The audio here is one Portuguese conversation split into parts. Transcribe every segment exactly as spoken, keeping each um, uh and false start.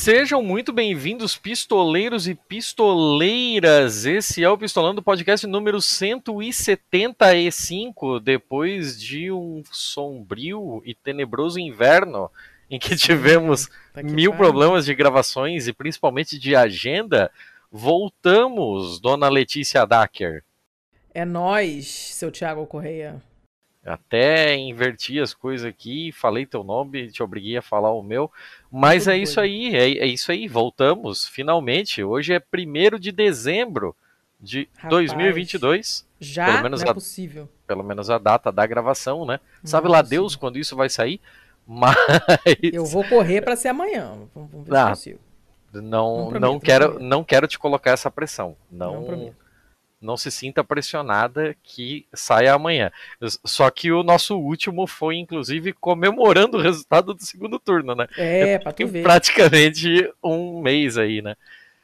Sejam muito bem-vindos, pistoleiros e pistoleiras. Esse é o Pistolando Podcast número cento e setenta e cinco, depois de um sombrio e tenebroso inverno em que Sim, tivemos tá que mil pariu. problemas de gravações e principalmente de agenda. Voltamos, dona Letícia Dacker. É nóis, seu Thiago Correia. Até inverti as coisas aqui, falei teu nome, te obriguei a falar o meu, Tá mas tudo é isso doido. aí, é, é isso aí, voltamos, finalmente. Hoje é primeiro de dezembro de dois mil e vinte e Rapaz, dois, pelo já menos não é a, possível. pelo menos a data da gravação, né? Não Sabe é lá Deus possível. quando isso vai sair, mas Eu vou correr pra ser amanhã. Vamos vamos ver se eu ah, consigo. Não não, não prometo, não quero, prometo. não quero te colocar essa pressão. Não Não, prometo. não se sinta pressionada que saia amanhã. Só que o nosso último foi, inclusive, comemorando o resultado do segundo turno, né? É, pra tu Tem ver. praticamente um mês aí, né?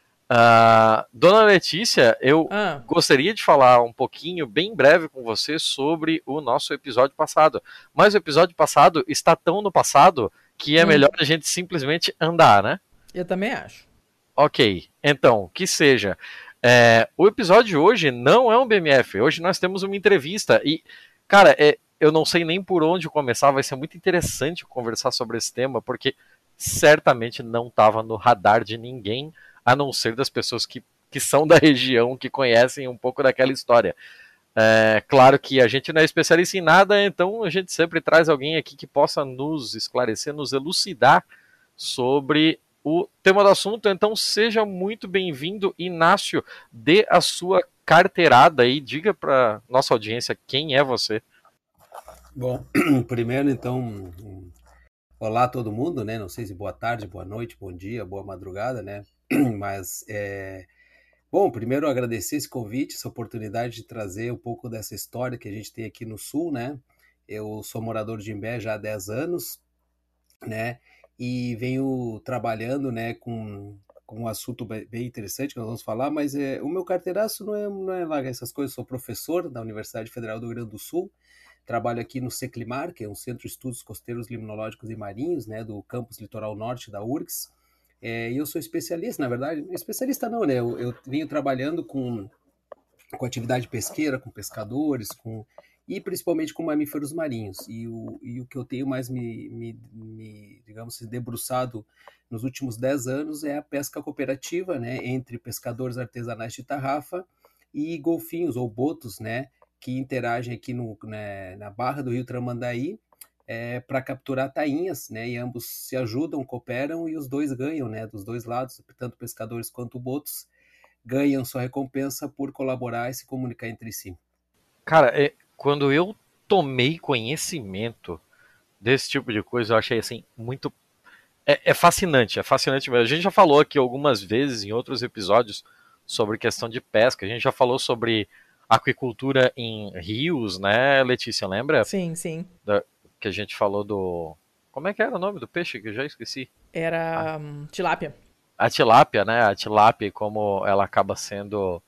Ah, dona Letícia, eu Ah, gostaria de falar um pouquinho, bem breve com você, sobre o nosso episódio passado. Mas o episódio passado está tão no passado que é hum, melhor a gente simplesmente andar, né? eu também acho. Ok, então, que seja. É, o episódio de hoje não é um B M F. Hoje nós temos uma entrevista. E, cara, é, eu não sei nem por onde começar. Vai ser muito interessante conversar sobre esse tema, porque certamente não estava no radar de ninguém, a não ser das pessoas que, que são da região, que conhecem um pouco daquela história. É, claro que a gente não é especialista em nada, então a gente sempre traz alguém aqui que possa nos esclarecer, nos elucidar sobre o tema do assunto. Então seja muito bem-vindo, Inácio. Dê a sua carteirada e diga para nossa audiência quem é você. Bom, primeiro então, um- olá a todo mundo, né? Não sei se boa tarde, boa noite, bom dia, boa madrugada, né? Mas, é... bom, primeiro agradecer esse convite, essa oportunidade de trazer um pouco dessa história que a gente tem aqui no Sul, né? Eu sou morador de Imbé já há dez anos, né? E venho trabalhando, né, com, com um assunto bem bem interessante que nós vamos falar, mas é, o meu carteiraço não é, não é lá essas coisas. Sou professor da Universidade Federal do Rio Grande do Sul, trabalho aqui no Seclimar, que é um Centro de Estudos Costeiros, Limnológicos e Marinhos, né, do campus Litoral Norte da U R G S. É, e eu sou especialista, na verdade, especialista não, né? Eu, eu venho trabalhando com com atividade pesqueira, com pescadores, com e principalmente com mamíferos marinhos. E o, e o que eu tenho mais me, me, me, digamos, se debruçado nos últimos dez anos é a pesca cooperativa, né, entre pescadores artesanais de tarrafa e golfinhos ou botos, né, que interagem aqui no, né, na barra do Rio Tramandaí, é, para capturar tainhas, né, e ambos se ajudam, cooperam e os dois ganham, né, dos dois lados, tanto pescadores quanto botos ganham sua recompensa por colaborar e se comunicar entre si. Cara, é, quando eu tomei conhecimento desse tipo de coisa, eu achei assim muito. É, é fascinante, é fascinante mesmo. A gente já falou aqui algumas vezes em outros episódios sobre questão de pesca. A gente já falou sobre aquicultura em rios, né, Letícia? Lembra Sim, sim. da, que a gente falou do. Como é que era o nome do peixe que eu já esqueci? A, Era hum, tilápia. a tilápia, né? A tilápia, como ela acaba sendo.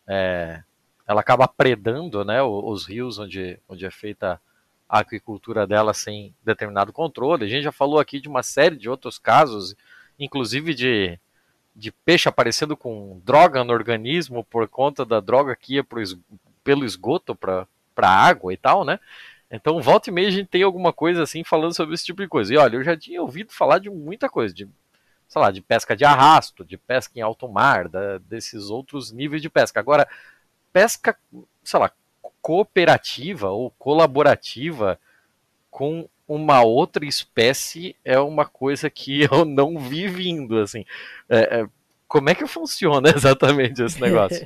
É, ela acaba predando, né, os rios onde, onde é feita a aquicultura dela sem determinado controle. A gente já falou aqui de uma série de outros casos, inclusive de, de peixe aparecendo com droga no organismo por conta da droga que ia pro es, pelo esgoto para a água e tal, né? Então, volta e meia a gente tem alguma coisa assim falando sobre esse tipo de coisa. E olha, eu já tinha ouvido falar de muita coisa, de, sei lá, de pesca de arrasto, de pesca em alto mar, da, desses outros níveis de pesca. Agora, pesca, sei lá, cooperativa ou colaborativa com uma outra espécie é uma coisa que eu não vi vindo, assim. É, é, como é que funciona exatamente esse negócio?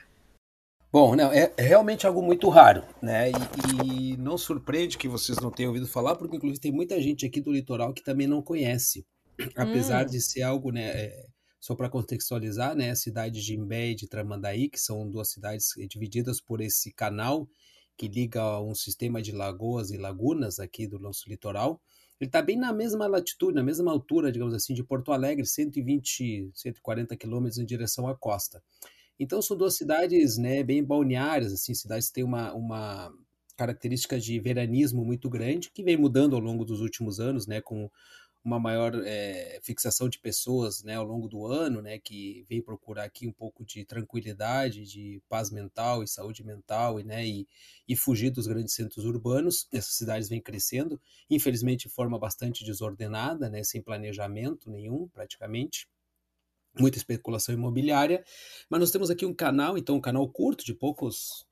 Bom, não, é, é realmente algo muito raro, né? E, e não surpreende que vocês não tenham ouvido falar, porque inclusive tem muita gente aqui do litoral que também não conhece, apesar Hum, de ser algo, né? É, só para contextualizar, né? A cidade de Imbé e de Tramandaí, que são duas cidades divididas por esse canal que liga um sistema de lagoas e lagunas aqui do nosso litoral. Ele está bem na mesma latitude, na mesma altura, digamos assim, de Porto Alegre, cento e vinte, cento e quarenta quilômetros em direção à costa. Então são duas cidades, né, bem balneárias, assim, cidades que têm uma, uma característica de veranismo muito grande, que vem mudando ao longo dos últimos anos, né, com uma maior é, fixação de pessoas, né, ao longo do ano, né, que vem procurar aqui um pouco de tranquilidade, de paz mental e saúde mental, e, né, e, e fugir dos grandes centros urbanos. Essas cidades vêm crescendo, infelizmente de forma bastante desordenada, né, sem planejamento nenhum, praticamente. Muita especulação imobiliária, mas nós temos aqui um canal, então um canal curto de poucos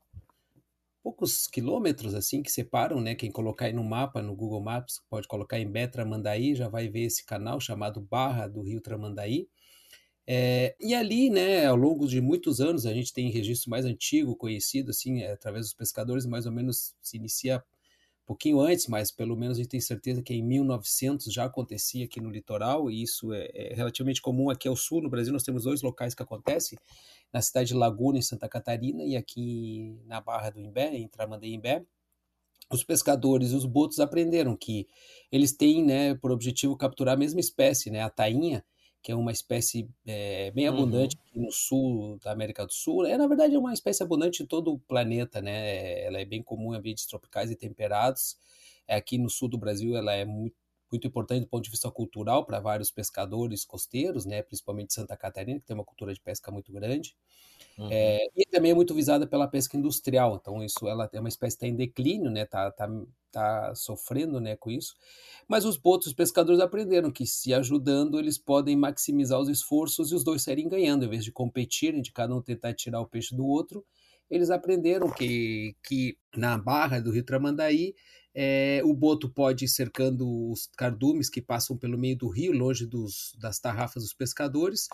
poucos quilômetros assim que separam, né? Quem colocar aí no mapa, no Google Maps, pode colocar em Bé Tramandaí, já vai ver esse canal chamado Barra do Rio Tramandaí. É, e ali, né, ao longo de muitos anos, a gente tem registro mais antigo, conhecido, assim, é, através dos pescadores, mais ou menos se inicia um pouquinho antes, mas pelo menos a gente tem certeza que em mil e novecentos já acontecia aqui no litoral, e isso é, é relativamente comum aqui ao sul. No Brasil nós temos dois locais que acontece, na cidade de Laguna, em Santa Catarina, e aqui na Barra do Imbé, em Tramandaí e Imbé. Os pescadores e os botos aprenderam que eles têm, né, por objetivo capturar a mesma espécie, né, a tainha, que é uma espécie é, bem abundante Uhum. aqui no sul da América do Sul. É, na verdade, é uma espécie abundante em todo o planeta, né? Ela é bem comum em ambientes tropicais e temperados. Aqui no sul do Brasil, ela é muito, muito importante do ponto de vista cultural para vários pescadores costeiros, né? Principalmente Santa Catarina, que tem uma cultura de pesca muito grande. Uhum. É, e também é muito visada pela pesca industrial, então isso ela é uma espécie que está em declínio, né? Tá, tá, tá sofrendo, né, com isso. Mas os botos, os pescadores aprenderam que se ajudando eles podem maximizar os esforços e os dois saírem ganhando, em vez de competirem, de cada um tentar tirar o peixe do outro. Eles aprenderam que, que na barra do Rio Tramandaí é, o boto pode ir cercando os cardumes que passam pelo meio do rio, longe dos, das tarrafas dos pescadores.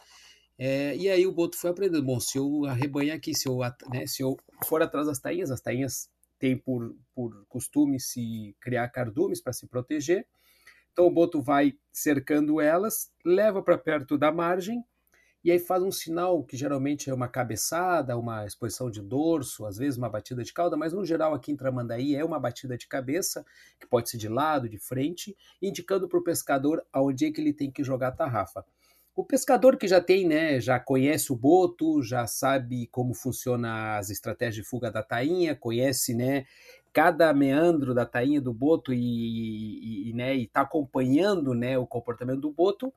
É, e aí o boto foi aprendendo, bom, se eu arrebanhar aqui, se eu, né, se eu for atrás das tainhas, as tainhas têm por, por costume se criar cardumes para se proteger, então o boto vai cercando elas, leva para perto da margem, e aí faz um sinal que geralmente é uma cabeçada, uma exposição de dorso, às vezes uma batida de cauda, mas no geral aqui em Tramandaí é uma batida de cabeça, que pode ser de lado, de frente, indicando para o pescador aonde é que ele tem que jogar a tarrafa. O pescador que já tem, né, já conhece o boto, já sabe como funciona as estratégias de fuga da tainha, conhece, né, cada meandro da tainha do boto e, e, né, e tá acompanhando, né, o comportamento do boto.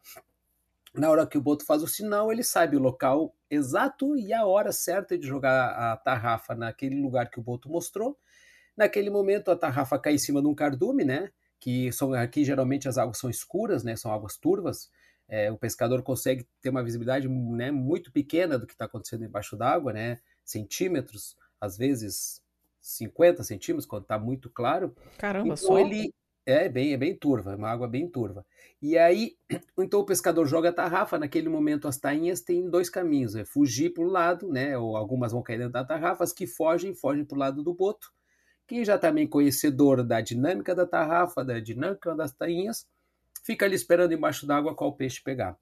Na hora que o boto faz o sinal, ele sabe o local exato e a hora certa de jogar a tarrafa naquele lugar que o boto mostrou. Naquele momento, a tarrafa cai em cima de um cardume, né? Que são, aqui geralmente as águas são escuras, né? São águas turvas. É, o pescador consegue ter uma visibilidade, né, muito pequena do que está acontecendo embaixo d'água, né? Centímetros, às vezes cinquenta centímetros, quando está muito claro. Caramba, Então só? ele é bem, é bem turva, é uma água bem turva. E aí, então o pescador joga a tarrafa, naquele momento as tainhas têm dois caminhos, é fugir para o lado, né? Ou algumas vão cair dentro da tarrafa, as que fogem, fogem para o lado do boto. Quem já está bem conhecedor da dinâmica da tarrafa, da dinâmica das tainhas, fica ali esperando embaixo d'água qual peixe pegar.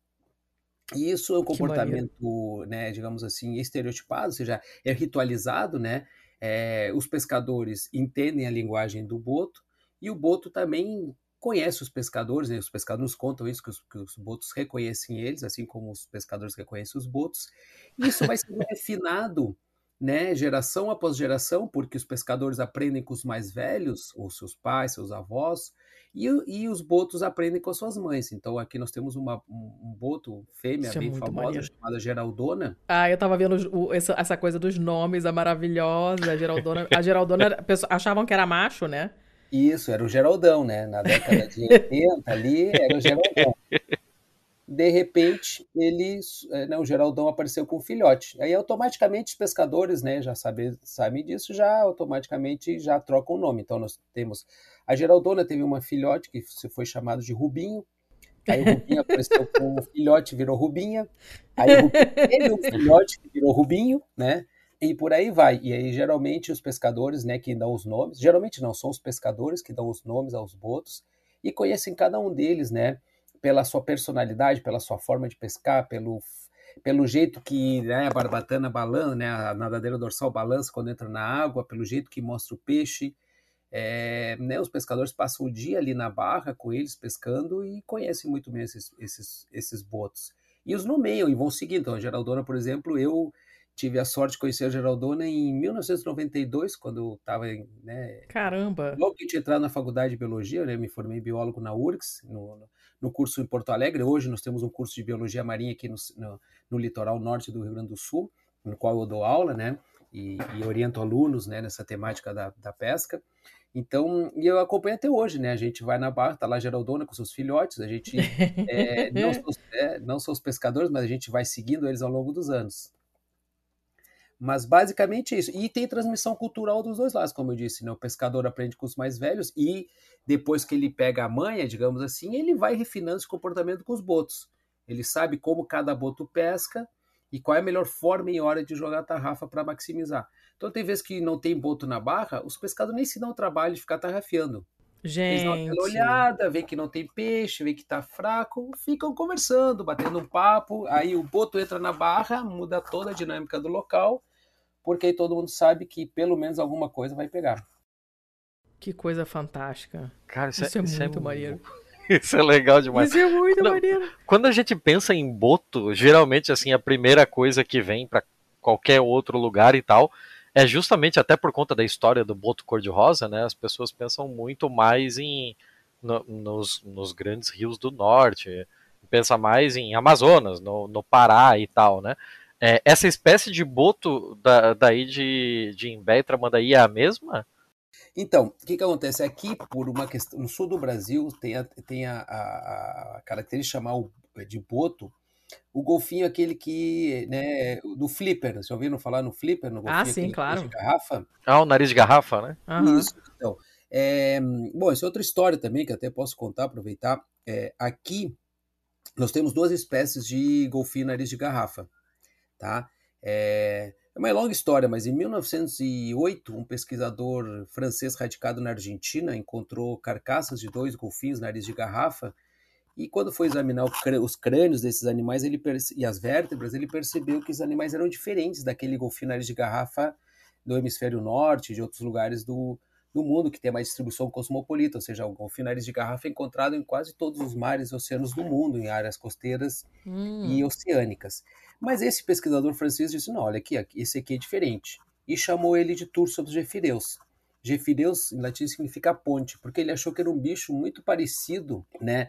E isso é um Que maneiro. comportamento, né, digamos assim, estereotipado, ou seja, é ritualizado, né? É, os pescadores entendem a linguagem do boto e o boto também conhece os pescadores, né? Os pescadores nos contam isso, que os, que os botos reconhecem eles, assim como os pescadores reconhecem os botos. E isso vai sendo refinado, né, geração após geração, porque os pescadores aprendem com os mais velhos, ou seus pais, seus avós, e, e os botos aprendem com as suas mães. Então aqui nós temos uma, um, um boto fêmea Isso é bem muito famosa, maneiro. chamada Geraldona. Ah, eu tava vendo os- o- essa, essa coisa dos nomes, a maravilhosa, a Geraldona. A Geraldona, era- pessoa- achavam que era macho, né? Isso, era o Geraldão, né? Na década de oitenta ali, era o Geraldão. De repente, ele, eh, né, o Geraldão apareceu com um filhote. Aí automaticamente os pescadores, né, já sabe, sabem disso, já automaticamente já trocam o nome. Então nós temos a Geraldona teve uma filhote que se foi chamado de Rubinho. Aí o Rubinho apareceu com um filhote, virou Rubinha. Aí o Rubinho teve um filhote que virou Rubinho, né? E por aí vai. E aí geralmente os pescadores, né, que dão os nomes, geralmente não, são os pescadores que dão os nomes aos botos e conhecem cada um deles, né, pela sua personalidade, pela sua forma de pescar, pelo pelo jeito que, né, a barbatana balança, né, a nadadeira dorsal balança quando entra na água, pelo jeito que mostra o peixe. É, né, os pescadores passam o dia ali na barra com eles pescando e conhecem muito bem esses, esses, esses botos. E os nomeiam e vão seguindo. Então, a Geraldona, por exemplo, eu tive a sorte de conhecer a Geraldona em mil novecentos e noventa e dois, quando eu estava, né, Caramba. logo que eu tinha entrado na faculdade de biologia, né, eu me formei biólogo na U R G S, no, no curso em Porto Alegre. Hoje nós temos um curso de biologia marinha aqui no, no, no litoral norte do Rio Grande do Sul, no qual eu dou aula, né, e, e oriento alunos, né, nessa temática da, da pesca. Então, e eu acompanho até hoje, né? A gente vai na barra, tá lá a Geraldona com seus filhotes, a gente é, não, são, é, não são os pescadores, mas a gente vai seguindo eles ao longo dos anos. Mas basicamente é isso. E tem transmissão cultural dos dois lados, como eu disse, né? O pescador aprende com os mais velhos e depois que ele pega a manha, digamos assim, ele vai refinando esse comportamento com os botos. Ele sabe como cada boto pesca e qual é a melhor forma e hora de jogar a tarrafa para maximizar. Então tem vezes que não tem boto na barra, os pescadores nem se dão o trabalho de ficar tarrafiando. Eles dão aquela Gente, olhada, veem que não tem peixe, veem que tá fraco, ficam conversando, batendo um papo, aí o boto entra na barra, muda toda a dinâmica do local, porque aí todo mundo sabe que pelo menos alguma coisa vai pegar. que coisa fantástica. Cara, isso, Isso é, é isso é muito maneiro. Isso é legal demais. Isso é muito Quando, maneiro. quando a gente pensa em boto, geralmente assim a primeira coisa que vem para qualquer outro lugar e tal é justamente até por conta da história do boto cor-de-rosa, né? As pessoas pensam muito mais em no, nos, nos grandes rios do norte, pensa mais em Amazonas, no, no Pará e tal, né? É, essa espécie de boto da, daí de, de Imbé e Tramandaí é a mesma? Então, o que, que acontece? Aqui, por uma questão, no sul do Brasil, tem a, tem a, a, a característica de chamar o, de boto o golfinho aquele que, né, do flipper. Vocês ouviram falar no flipper, no Ah, golfinho sim, aquele que enche claro. garrafa? Ah, o nariz de garrafa, né? Aham. Isso, então. É, bom, isso é outra história também, que até posso contar, aproveitar. É, aqui, nós temos duas espécies de golfinho nariz de garrafa, tá? É, é uma longa história, mas em mil novecentos e oito, um pesquisador francês radicado na Argentina encontrou carcaças de dois golfinhos nariz de garrafa e quando foi examinar os crânios desses animais ele perce... e as vértebras, ele percebeu que os animais eram diferentes daquele golfinho nariz de garrafa do hemisfério norte, de outros lugares do, do mundo, que tem mais distribuição cosmopolita, ou seja, o golfinho nariz de garrafa é encontrado em quase todos os mares e oceanos do mundo, em áreas costeiras e Hum. oceânicas. Mas esse pesquisador francês disse, não, olha aqui, esse aqui é diferente, e chamou ele de Tursops gefireus. Gefireus, em latim, significa ponte, porque ele achou que era um bicho muito parecido, né,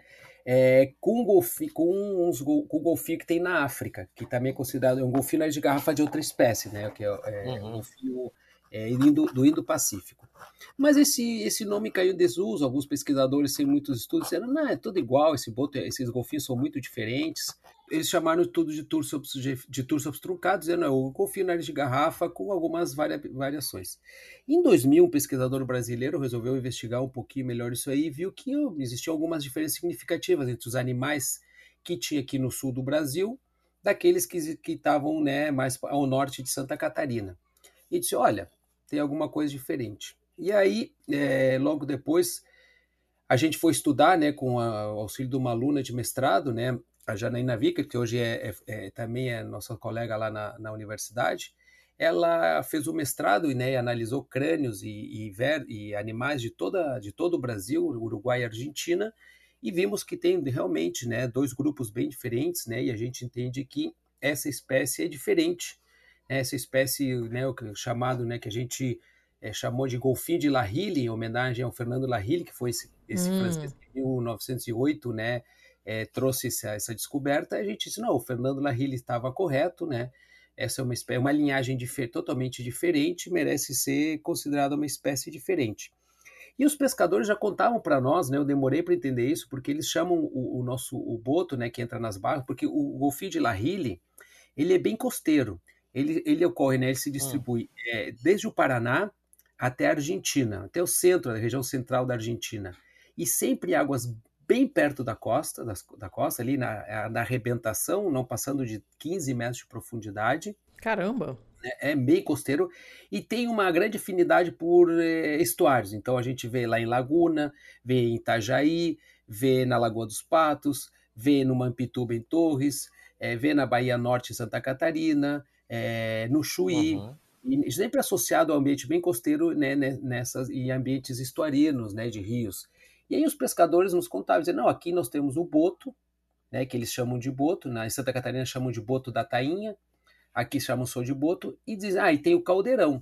é, com, um golfinho, com, uns, com o golfinho que tem na África, que também é considerado é um golfinho nariz de garrafa de outra espécie, né, que é, é uhum. um golfinho é, indo, do Indo-Pacífico. Mas esse, esse nome caiu em desuso, alguns pesquisadores sem muitos estudos disseram, não, é tudo igual, esse boto, esses golfinhos são muito diferentes. Eles chamaram tudo de Tursops, de Tursops truncados, dizendo, é o golfinho nariz de garrafa com algumas varia, variações. Em dois mil, um pesquisador brasileiro resolveu investigar um pouquinho melhor isso aí e viu que oh, existiam algumas diferenças significativas entre os animais que tinha aqui no sul do Brasil, daqueles que estavam, né, mais ao norte de Santa Catarina. E disse, olha, tem alguma coisa diferente. E aí, é, logo depois, a gente foi estudar, né, com a, o auxílio de uma aluna de mestrado, né, a Janaína Vicker, que hoje é, é, é, também é nossa colega lá na, na universidade. Ela fez o mestrado e, né, analisou crânios e, e, ver, e animais de, toda, de todo o Brasil, Uruguai e Argentina, e vimos que tem realmente, né, dois grupos bem diferentes, né, e a gente entende que essa espécie é diferente. Essa espécie, né, o chamado, né, que a gente é, chamou de golfinho de Lahille, em homenagem ao Fernando Lahille, que foi esse, esse hum. francês que em mil novecentos e oito, né, é, trouxe essa, essa descoberta. A gente disse, não, o Fernando Lahille estava correto, né, essa é uma, espécie, uma linhagem difer- totalmente diferente, merece ser considerada uma espécie diferente. E os pescadores já contavam para nós, né, eu demorei para entender isso, porque eles chamam o, o nosso o boto, né, que entra nas barras, porque o, o golfinho de Lahille, ele é bem costeiro. Ele, ele ocorre, né, ele se distribui hum. é, desde o Paraná até a Argentina, até o centro, a região central da Argentina. E sempre águas bem perto da costa, da, da costa, ali na, na arrebentação, não passando de quinze metros de profundidade. Caramba! É, é meio costeiro e tem uma grande afinidade por é, estuários. Então a gente vê lá em Laguna, vê em Itajaí, vê na Lagoa dos Patos, vê no Mampituba em Torres, é, vê na Bahia Norte em Santa Catarina, é, no Chuí, uhum. e sempre associado ao ambiente bem costeiro, né, nessas, em ambientes estuarinos, né, de rios. E aí os pescadores nos contavam, dizendo, não, aqui nós temos o boto, né, que eles chamam de boto, na, em Santa Catarina chamam de boto da tainha, aqui chamam só de boto, e dizem, ah, e tem o caldeirão.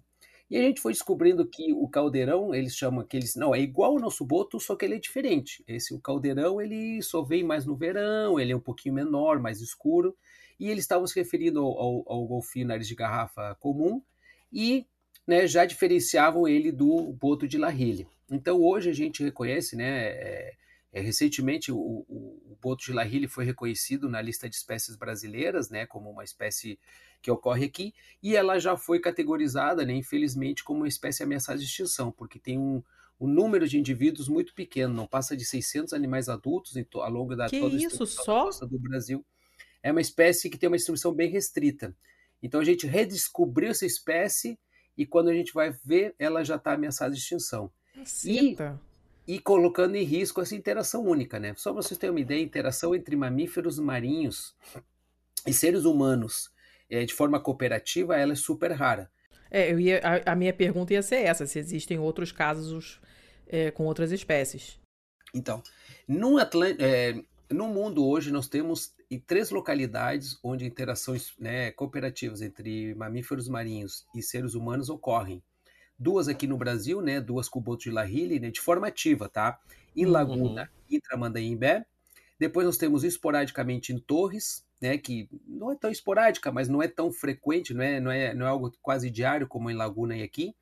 E a gente foi descobrindo que o caldeirão, eles chamam que eles, não, é igual ao nosso boto, só que ele é diferente. Esse, o caldeirão, ele só vem mais no verão, ele é um pouquinho menor, mais escuro, e eles estavam se referindo ao, ao, ao golfinho nariz de garrafa comum, e né, já diferenciavam ele do boto de Lahili. Então hoje a gente reconhece, né, é, é, recentemente o, o, o boto de Lahili foi reconhecido na lista de espécies brasileiras, né, como uma espécie que ocorre aqui, e ela já foi categorizada, né, infelizmente, como uma espécie ameaçada de extinção, porque tem um, um número de indivíduos muito pequeno, não passa de seiscentos animais adultos em to, ao longo da Que toda a isso, extensão só? da costa do Brasil. É uma espécie que tem uma distribuição bem restrita. Então a gente redescobriu essa espécie e quando a gente vai ver, ela já está ameaçada de extinção. E, e colocando em risco essa interação única, né? Só para vocês terem uma ideia, a interação entre mamíferos marinhos e seres humanos é, de forma cooperativa, ela é super rara. É, eu ia, a, a minha pergunta ia ser essa, se existem outros casos é, com outras espécies. Então, no, Atl- é, no mundo hoje nós temos em três localidades onde interações né, cooperativas entre mamíferos marinhos e seres humanos ocorrem. Duas aqui no Brasil, né, duas com o boto de Lahili, né, de forma ativa, tá? Em Laguna e uhum. Tramandaí-Imbé. Depois nós temos esporadicamente em Torres, né, que não é tão esporádica, mas não é tão frequente, não é, não é, não é algo quase diário como em Laguna e aqui.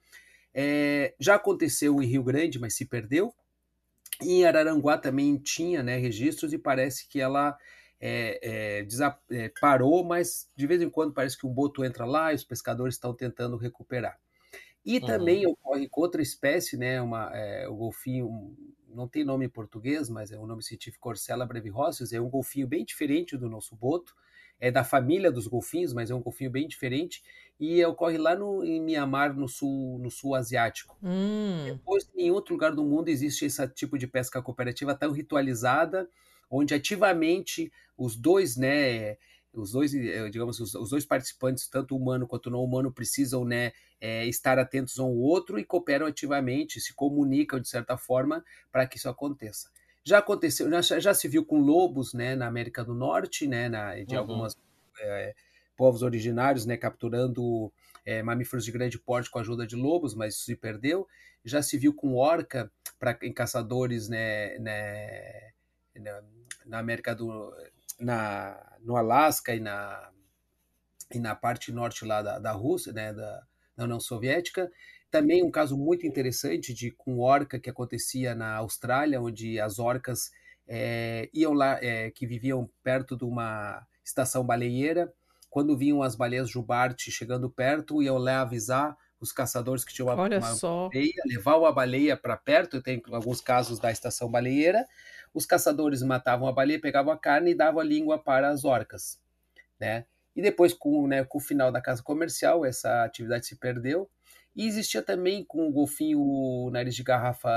É, já aconteceu em Rio Grande, mas se perdeu. E em Araranguá também tinha né, registros e parece que ela é, é, desa- é, parou, mas de vez em quando parece que um boto entra lá e os pescadores estão tentando recuperar. E também uhum. ocorre com outra espécie, né, uma, é, o golfinho, não tem nome em português, mas é o nome científico Corcella breviroscius, é um golfinho bem diferente do nosso boto, é da família dos golfinhos, mas é um golfinho bem diferente, e ocorre lá no, em Mianmar, no sul, no sul asiático. Hum. Depois, em outro lugar do mundo existe esse tipo de pesca cooperativa tão ritualizada, onde ativamente os dois, né, os dois, digamos, os, os dois participantes, tanto o humano quanto o não humano, precisam, né, é, estar atentos um ao outro e cooperam ativamente, se comunicam de certa forma para que isso aconteça. Já aconteceu, já, já se viu com lobos, né, na América do Norte, né, na, de uhum. alguns é, povos originários, né, capturando é, mamíferos de grande porte com a ajuda de lobos, mas isso se perdeu. Já se viu com orca pra, em caçadores, né, né, na, na América do na, no Alasca e na, e na parte norte lá da, da Rússia, né, da, da União Soviética. Também um caso muito interessante de com orca que acontecia na Austrália, onde as orcas é, iam lá, é, que viviam perto de uma estação baleeira, quando vinham as baleias jubarte chegando perto, iam lá avisar os caçadores que tinham uma, Olha uma só. baleia, levavam a baleia para perto, tem alguns casos da estação baleeira, os caçadores matavam a baleia, pegavam a carne e davam a língua para as orcas, né? E depois, com, né, com o final da caça comercial, essa atividade se perdeu. E existia também com o golfinho nariz de garrafa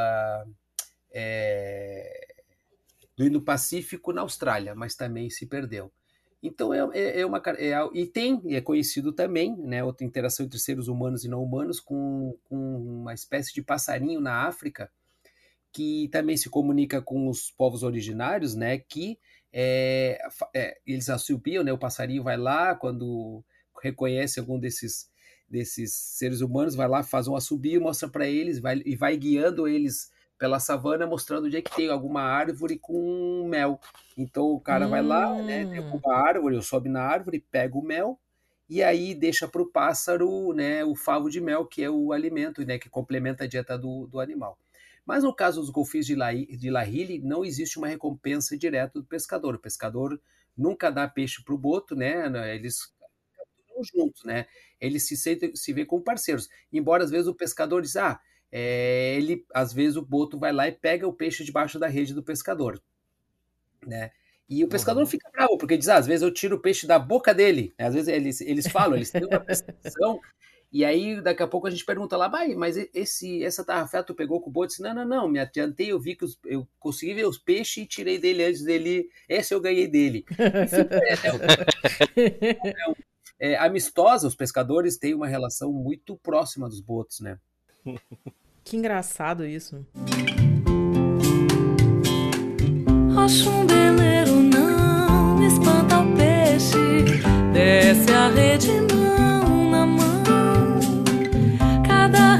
é, do Indo-Pacífico na Austrália, mas também se perdeu. Então, é, é, é uma... É, e tem, é conhecido também, né, outra interação entre seres humanos e não humanos com, com uma espécie de passarinho na África, que também se comunica com os povos originários, né, que é, é, eles assobiam, né, o passarinho vai lá, quando reconhece algum desses, desses seres humanos, vai lá, faz um assobio, mostra para eles vai, e vai guiando eles pela savana, mostrando onde é que tem alguma árvore com mel. Então o cara hum. vai lá, né, derruba a árvore, ou sobe na árvore, pega o mel, e aí deixa para o pássaro, né, o favo de mel, que é o alimento, né, que complementa a dieta do, do animal. Mas no caso dos golfinhos de, La, de Lahili, não existe uma recompensa direta do pescador. O pescador nunca dá peixe para o boto, né? Eles capturam juntos, né? Eles se, sentem, se veem como parceiros. Embora às vezes o pescador diz, ah, é, ele, às vezes o boto vai lá e pega o peixe debaixo da rede do pescador, né? E o pescador uhum. fica bravo, porque diz, ah, às vezes eu tiro o peixe da boca dele. Às vezes eles, eles falam, eles têm uma percepção. E aí, daqui a pouco a gente pergunta lá, mas esse, essa tarrafé tu pegou com o boto? Disse, não, não, não, me adiantei, eu vi que os, eu consegui ver os peixes e tirei dele antes dele, esse eu ganhei dele. Enfim, é, é, é, amistosa, os pescadores têm uma relação muito próxima dos botos, né? Que engraçado isso. Rochumbeleiro não espanta o peixe, desce a rede não na mão, cada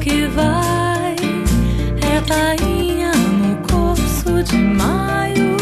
que vai. É tainha no curso de maio,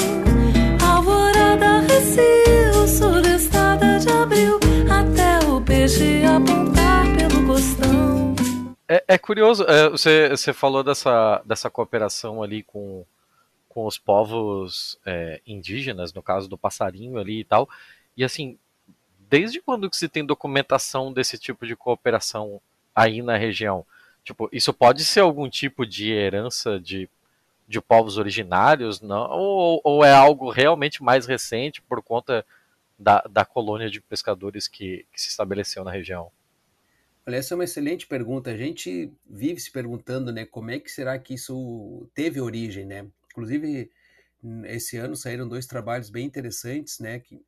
alvorada, recio, sudestada de abril, até o peixe apontar pelo costão. É, é curioso, é, você, você falou dessa, dessa cooperação ali com, com os povos é, indígenas, no caso do passarinho ali e tal, e assim, desde quando que se tem documentação desse tipo de cooperação aí na região? Tipo, isso pode ser algum tipo de herança de, de povos originários, não? Ou, ou é algo realmente mais recente por conta da, da colônia de pescadores que, que se estabeleceu na região? Olha, essa é uma excelente pergunta. A gente vive se perguntando, né, como é que será que isso teve origem, né? Inclusive, esse ano saíram dois trabalhos bem interessantes, né, que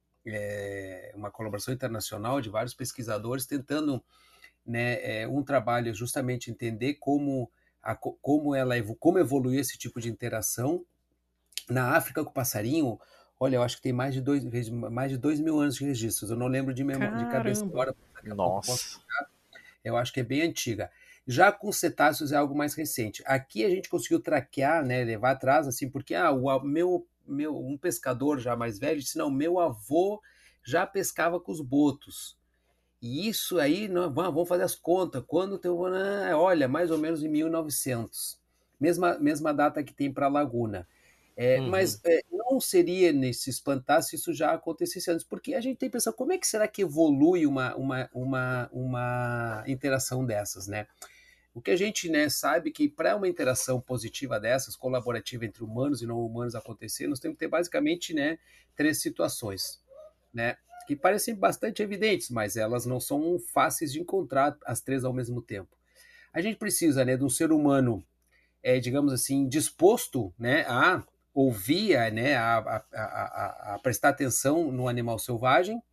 é uma colaboração internacional de vários pesquisadores tentando, né, é, um trabalho é justamente entender como a, como ela como evoluiu esse tipo de interação na África com o passarinho. Olha, eu acho que tem mais de dois, mais de dois mil anos de registros. Eu não lembro de, memo, de cabeça Caramba. agora. Daqui a pouco eu posso. Nossa. Eu acho que é bem antiga. Já com cetáceos é algo mais recente. Aqui a gente conseguiu traquear, né, levar atrás, assim, porque ah, o a- meu, meu, um pescador já mais velho disse, não, meu avô já pescava com os botos. E isso aí, não, vamos vamos fazer as contas. Quando teu, ah, olha, mais ou menos em mil e novecentos. Mesma, mesma data que tem para a Laguna. É, Uhum. mas é, não seria nesse espantar se isso já acontecesse antes, porque a gente tem que pensar como é que será que evolui uma, uma, uma, uma interação dessas, né? O que a gente, né, sabe que para uma interação positiva dessas, colaborativa entre humanos e não humanos acontecer, nós temos que ter basicamente, né, três situações, né, que parecem bastante evidentes, mas elas não são fáceis de encontrar as três ao mesmo tempo. A gente precisa, né, de um ser humano, é, digamos assim, disposto, né, a ouvir, né, a, a, a, a prestar atenção no animal selvagem.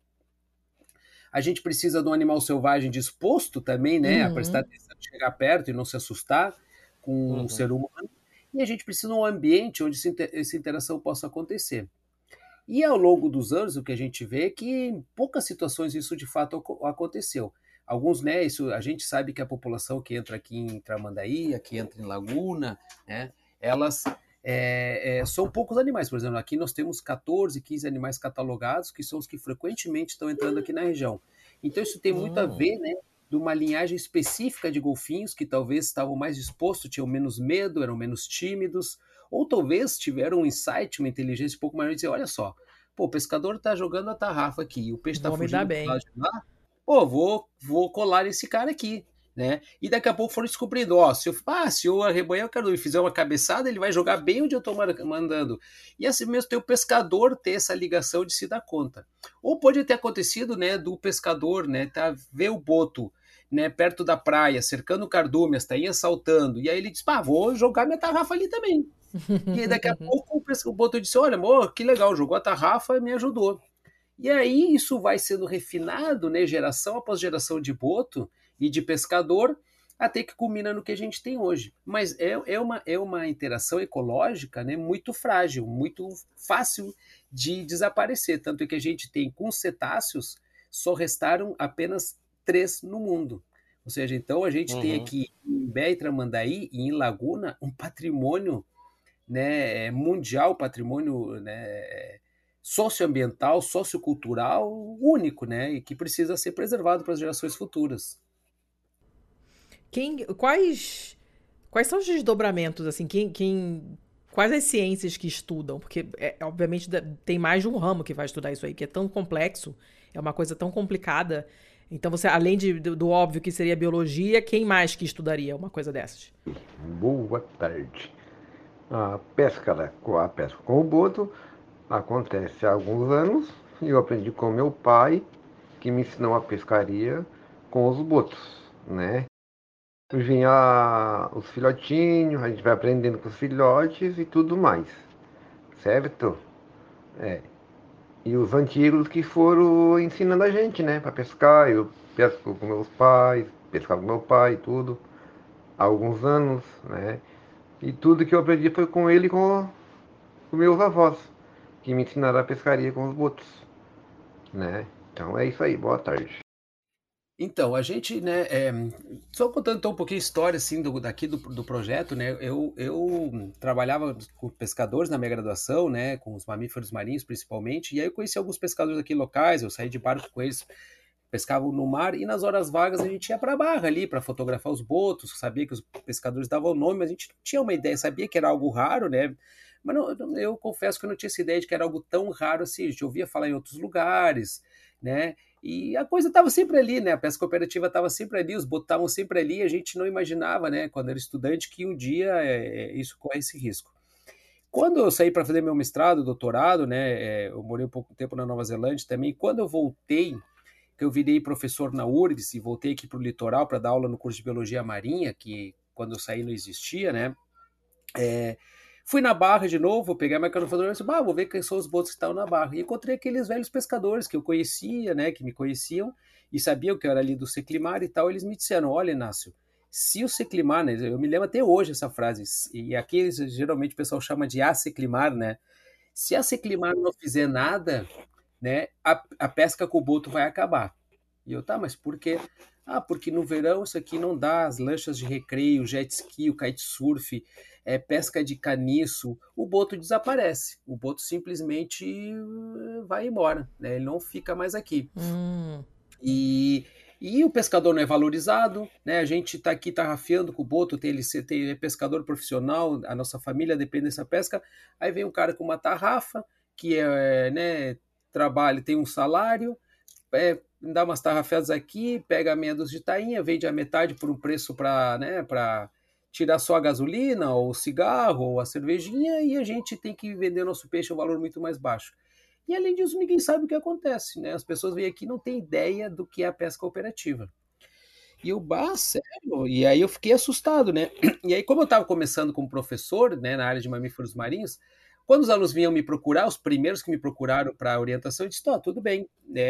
A gente precisa de um animal selvagem disposto também, né, a prestar Uhum. atenção, chegar perto e não se assustar com o Uhum. ser humano. E a gente precisa de um ambiente onde essa interação possa acontecer. E ao longo dos anos, o que a gente vê é que em poucas situações isso de fato aconteceu. Alguns, né, isso, a gente sabe que a população que entra aqui em Tramandaí, que entra em Laguna, né, elas é, é, são poucos animais. Por exemplo, aqui nós temos catorze, quinze animais catalogados, que são os que frequentemente estão entrando aqui na região. Então isso tem muito a Hum. ver, né, de uma linhagem específica de golfinhos que talvez estavam mais dispostos, tinham menos medo, eram menos tímidos, ou talvez tiveram um insight, uma inteligência um pouco maior de dizer, olha só, pô, o pescador está jogando a tarrafa aqui e o peixe está Vou me dar fugindo pro lado bem. de lá, pô, vou, vou colar esse cara aqui, né? E daqui a pouco foram descobrindo, ó, se eu, ah, se eu arrebanhar o cardume e fizer uma cabeçada, ele vai jogar bem onde eu estou mandando. E assim mesmo tem o pescador ter essa ligação de se dar conta. Ou pode ter acontecido, né, do pescador, né, tá, ver o boto, né, perto da praia, cercando o cardume, as tainhas saltando, e aí ele diz, pá, vou jogar minha tarrafa ali também. E aí daqui a pouco o pesca- o boto disse, olha, amor, que legal, jogou a tarrafa e me ajudou. E aí isso vai sendo refinado, né, geração após geração de boto e de pescador, até que culmina no que a gente tem hoje. Mas é, é, uma, é uma interação ecológica, né, muito frágil, muito fácil de desaparecer. Tanto é que a gente tem com cetáceos, só restaram apenas três no mundo. Ou seja, então a gente tem Uhum. aqui em Bé e Tramandaí e em Laguna um patrimônio, né, mundial, patrimônio, né, socioambiental, sociocultural único, né, e que precisa ser preservado para as gerações futuras. Quem, quais, quais são os desdobramentos, assim, quem, quem, quais as ciências que estudam? Porque, é, obviamente, da- tem mais de um ramo que vai estudar isso aí, que é tão complexo, é uma coisa tão complicada. Então, você, além de, do, do óbvio que seria biologia, quem mais que estudaria uma coisa dessas? Boa tarde. A pesca, né, a pesca com o boto acontece há alguns anos e eu aprendi com meu pai, que me ensinou a pescaria com os botos, né? Vinha os filhotinhos, a gente vai aprendendo com os filhotes e tudo mais, certo? É. E os antigos que foram ensinando a gente, né, para pescar. Eu pesco com meus pais, pescava com meu pai e tudo, há alguns anos, né? E tudo que eu aprendi foi com ele e com os meus avós, que me ensinaram a pescaria com os botos, né? Então é isso aí, boa tarde. Então, a gente, né, é, só contando então um pouquinho a história, assim, do, daqui do, do projeto, né, eu, eu trabalhava com pescadores na minha graduação, né, com os mamíferos marinhos principalmente, e aí eu conheci alguns pescadores aqui locais, eu saí de barco com eles, pescavam no mar, e nas horas vagas a gente ia para a barra ali, para fotografar os botos, sabia que os pescadores davam nome, mas a gente não tinha uma ideia, sabia que era algo raro, né, mas não, eu confesso que eu não tinha essa ideia de que era algo tão raro assim, a gente ouvia falar em outros lugares, né, e a coisa estava sempre ali, né? A pesca cooperativa estava sempre ali, os botos estavam sempre ali, a gente não imaginava, né, quando era estudante, que um dia é, isso corre esse risco. Quando eu saí para fazer meu mestrado, doutorado, né, é, eu morei um pouco tempo na Nova Zelândia também, quando eu voltei, que eu virei professor na U R G S e voltei aqui para o litoral para dar aula no curso de Biologia Marinha, que quando eu saí não existia, né? É, fui na barra de novo, peguei a mecanofotografia e disse, bah, vou ver quem são os botos que estavam na barra. E encontrei aqueles velhos pescadores que eu conhecia, né, que me conheciam e sabiam que eu era ali do Seclimar e tal. Eles me disseram, olha, Inácio, se o Seclimar, né, eu me lembro até hoje essa frase, e aqui eles, geralmente o pessoal chama de a Seclimar, né, se a Seclimar não fizer nada, né, a, a pesca com o boto vai acabar. E eu, tá, mas por quê? Ah, porque no verão isso aqui não dá, as lanchas de recreio, jet ski, o kitesurf, é, pesca de caniço, o boto desaparece. O boto simplesmente vai embora, né? Ele não fica mais aqui. Hum. E, e o pescador não é valorizado, né? A gente está aqui tarrafiando com o boto, tem, ele tem, é pescador profissional, a nossa família depende dessa pesca. Aí vem um cara com uma tarrafa, que é, né, trabalha, tem um salário, é, dá umas tarrafiadas aqui, pega a meia dúzia de tainha, vende a metade por um preço para, né, para tirar só a gasolina, ou o cigarro, ou a cervejinha, e a gente tem que vender nosso peixe a um valor muito mais baixo. E além disso, ninguém sabe o que acontece, né? As pessoas vêm aqui e não têm ideia do que é a pesca operativa. E eu, bah, sério? E aí eu fiquei assustado, né? E aí, como eu estava começando como professor, né, na área de mamíferos marinhos, quando os alunos vinham me procurar, os primeiros que me procuraram para orientação, eu disse, ó, tudo bem,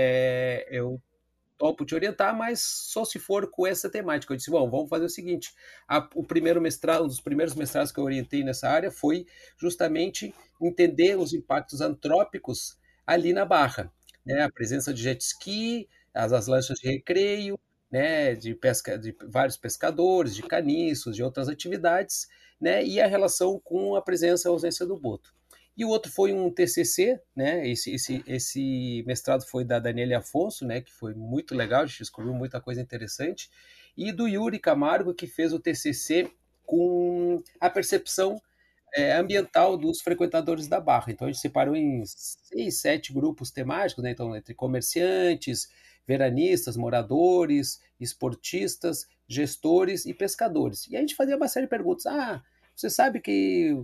é, eu topo te orientar, mas só se for com essa temática. Eu disse, bom, vamos fazer o seguinte, a, o primeiro mestrado, um dos primeiros mestrados que eu orientei nessa área foi justamente entender os impactos antrópicos ali na Barra, né? A presença de jet ski, as, as lanchas de recreio, né? De pesca, de vários pescadores, de caniços, de outras atividades, né? E a relação com a presença e a ausência do boto. E o outro foi um T C C, né? Esse, esse, esse mestrado foi da Daniele Afonso, né? Que foi muito legal, a gente descobriu muita coisa interessante. E do Yuri Camargo, que fez o T C C com a percepção é, ambiental dos frequentadores da Barra. Então a gente separou em seis, sete grupos temáticos, né? Então entre comerciantes, veranistas, moradores, esportistas, gestores e pescadores. E a gente fazia uma série de perguntas. Ah, você sabe que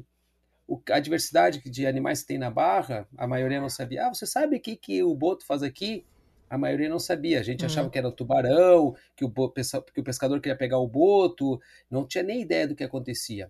a diversidade de animais que tem na Barra, a maioria não sabia. Ah, você sabe o que, que o boto faz aqui? A maioria não sabia. A gente uhum. achava que era o tubarão, que o, que o pescador queria pegar o boto, não tinha nem ideia do que acontecia.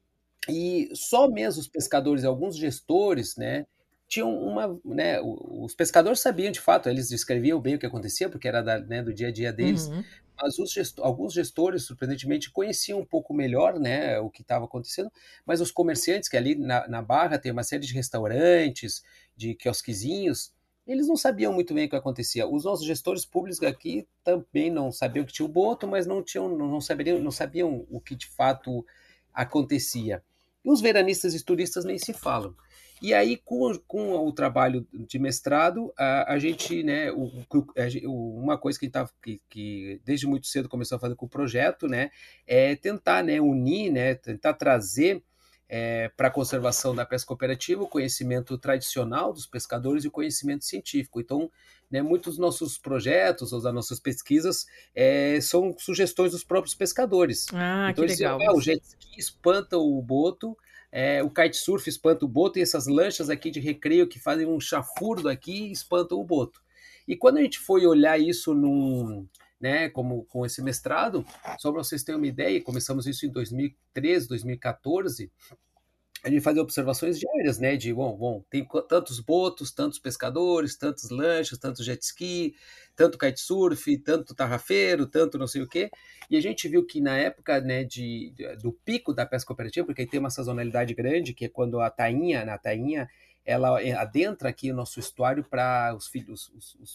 E só mesmo os pescadores e alguns gestores, né, tinham uma, né, os pescadores sabiam de fato, eles descreviam bem o que acontecia, porque era da, né, do dia a dia deles, uhum. mas os gestor, alguns gestores, surpreendentemente, conheciam um pouco melhor, né, o que estava acontecendo, mas os comerciantes, que ali na, na Barra tem uma série de restaurantes, de quiosquezinhos, eles não sabiam muito bem o que acontecia. Os nossos gestores públicos aqui também não sabiam que tinha o boto, mas não, tinham, não, sabiam, não sabiam o que de fato acontecia. E os veranistas e turistas nem se falam. E aí, com, com o trabalho de mestrado, a, a gente, né, o, o, uma coisa que, a gente tava, que, que desde muito cedo começou a fazer com o projeto, né, é tentar, né, unir, né, tentar trazer é, para a conservação da pesca cooperativa o conhecimento tradicional dos pescadores e o conhecimento científico. Então, né, muitos dos nossos projetos ou das nossas pesquisas é, são sugestões dos próprios pescadores. Ah, então, que eles legal. Dizem, ah, o jet ski espanta o boto, É, o kitesurf espanta o boto e essas lanchas aqui de recreio que fazem um chafurdo aqui espantam o boto. E quando a gente foi olhar isso num, né, como, com esse mestrado, só para vocês terem uma ideia, começamos isso em dois mil e treze, dois mil e quatorze, a gente fazia observações diárias, né, de, bom, bom, tem tantos botos, tantos pescadores, tantos lanchas, tanto jet ski, tanto kitesurf, tanto tarrafeiro, tanto não sei o quê, e a gente viu que na época, né, de, do pico da pesca cooperativa, porque aí tem uma sazonalidade grande, que é quando a tainha, na tainha, ela adentra aqui o nosso estuário para os filhos, os, os, os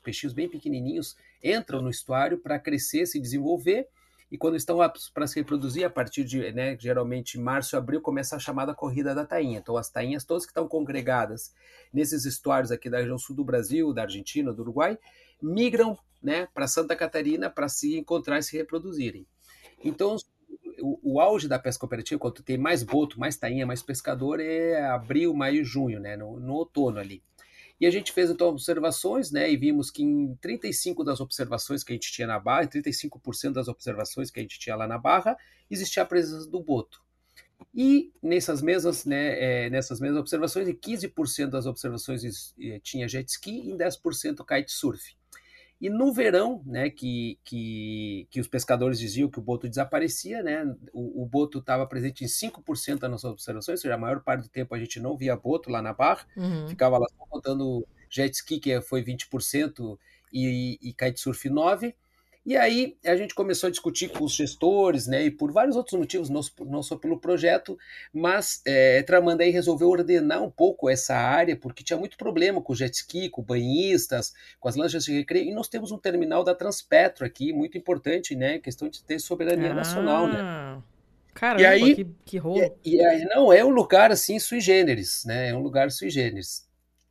peixinhos bem pequenininhos entram no estuário para crescer, se desenvolver, e quando estão aptos para se reproduzir, a partir de, né, geralmente março e abril, começa a chamada corrida da tainha. Então as tainhas todas que estão congregadas nesses estuários aqui da região sul do Brasil, da Argentina, do Uruguai, migram, né, para Santa Catarina para se encontrar e se reproduzirem. Então o, o auge da pesca cooperativa, quando tem mais boto, mais tainha, mais pescador, é abril, maio, junho, né, no, no outono ali. E a gente fez então observações, né, e vimos que em trinta e cinco das observações que a gente tinha na Barra, em trinta e cinco por cento das observações que a gente tinha lá na Barra, existia a presença do boto. E nessas mesmas, né, é, nessas mesmas observações, em quinze por cento das observações é, tinha jet ski e em dez por cento kitesurf. E no verão, né, que, que, que os pescadores diziam que o boto desaparecia, né, o, o boto estava presente em cinco por cento das nossas observações, ou seja, a maior parte do tempo a gente não via boto lá na Barra, uhum. ficava lá só contando jet ski, que foi vinte por cento, e, e kitesurf nove por cento. E aí a gente começou a discutir com os gestores, né, e por vários outros motivos, não, não só pelo projeto, mas é, Tramandaí resolveu ordenar um pouco essa área, porque tinha muito problema com o jet ski, com banhistas, com as lanchas de recreio, e nós temos um terminal da Transpetro aqui, muito importante, né, questão de ter soberania ah, nacional, né. Caramba, e aí, que, que rolo. E, e aí, não, é um lugar assim sui generis, né, é um lugar sui generis.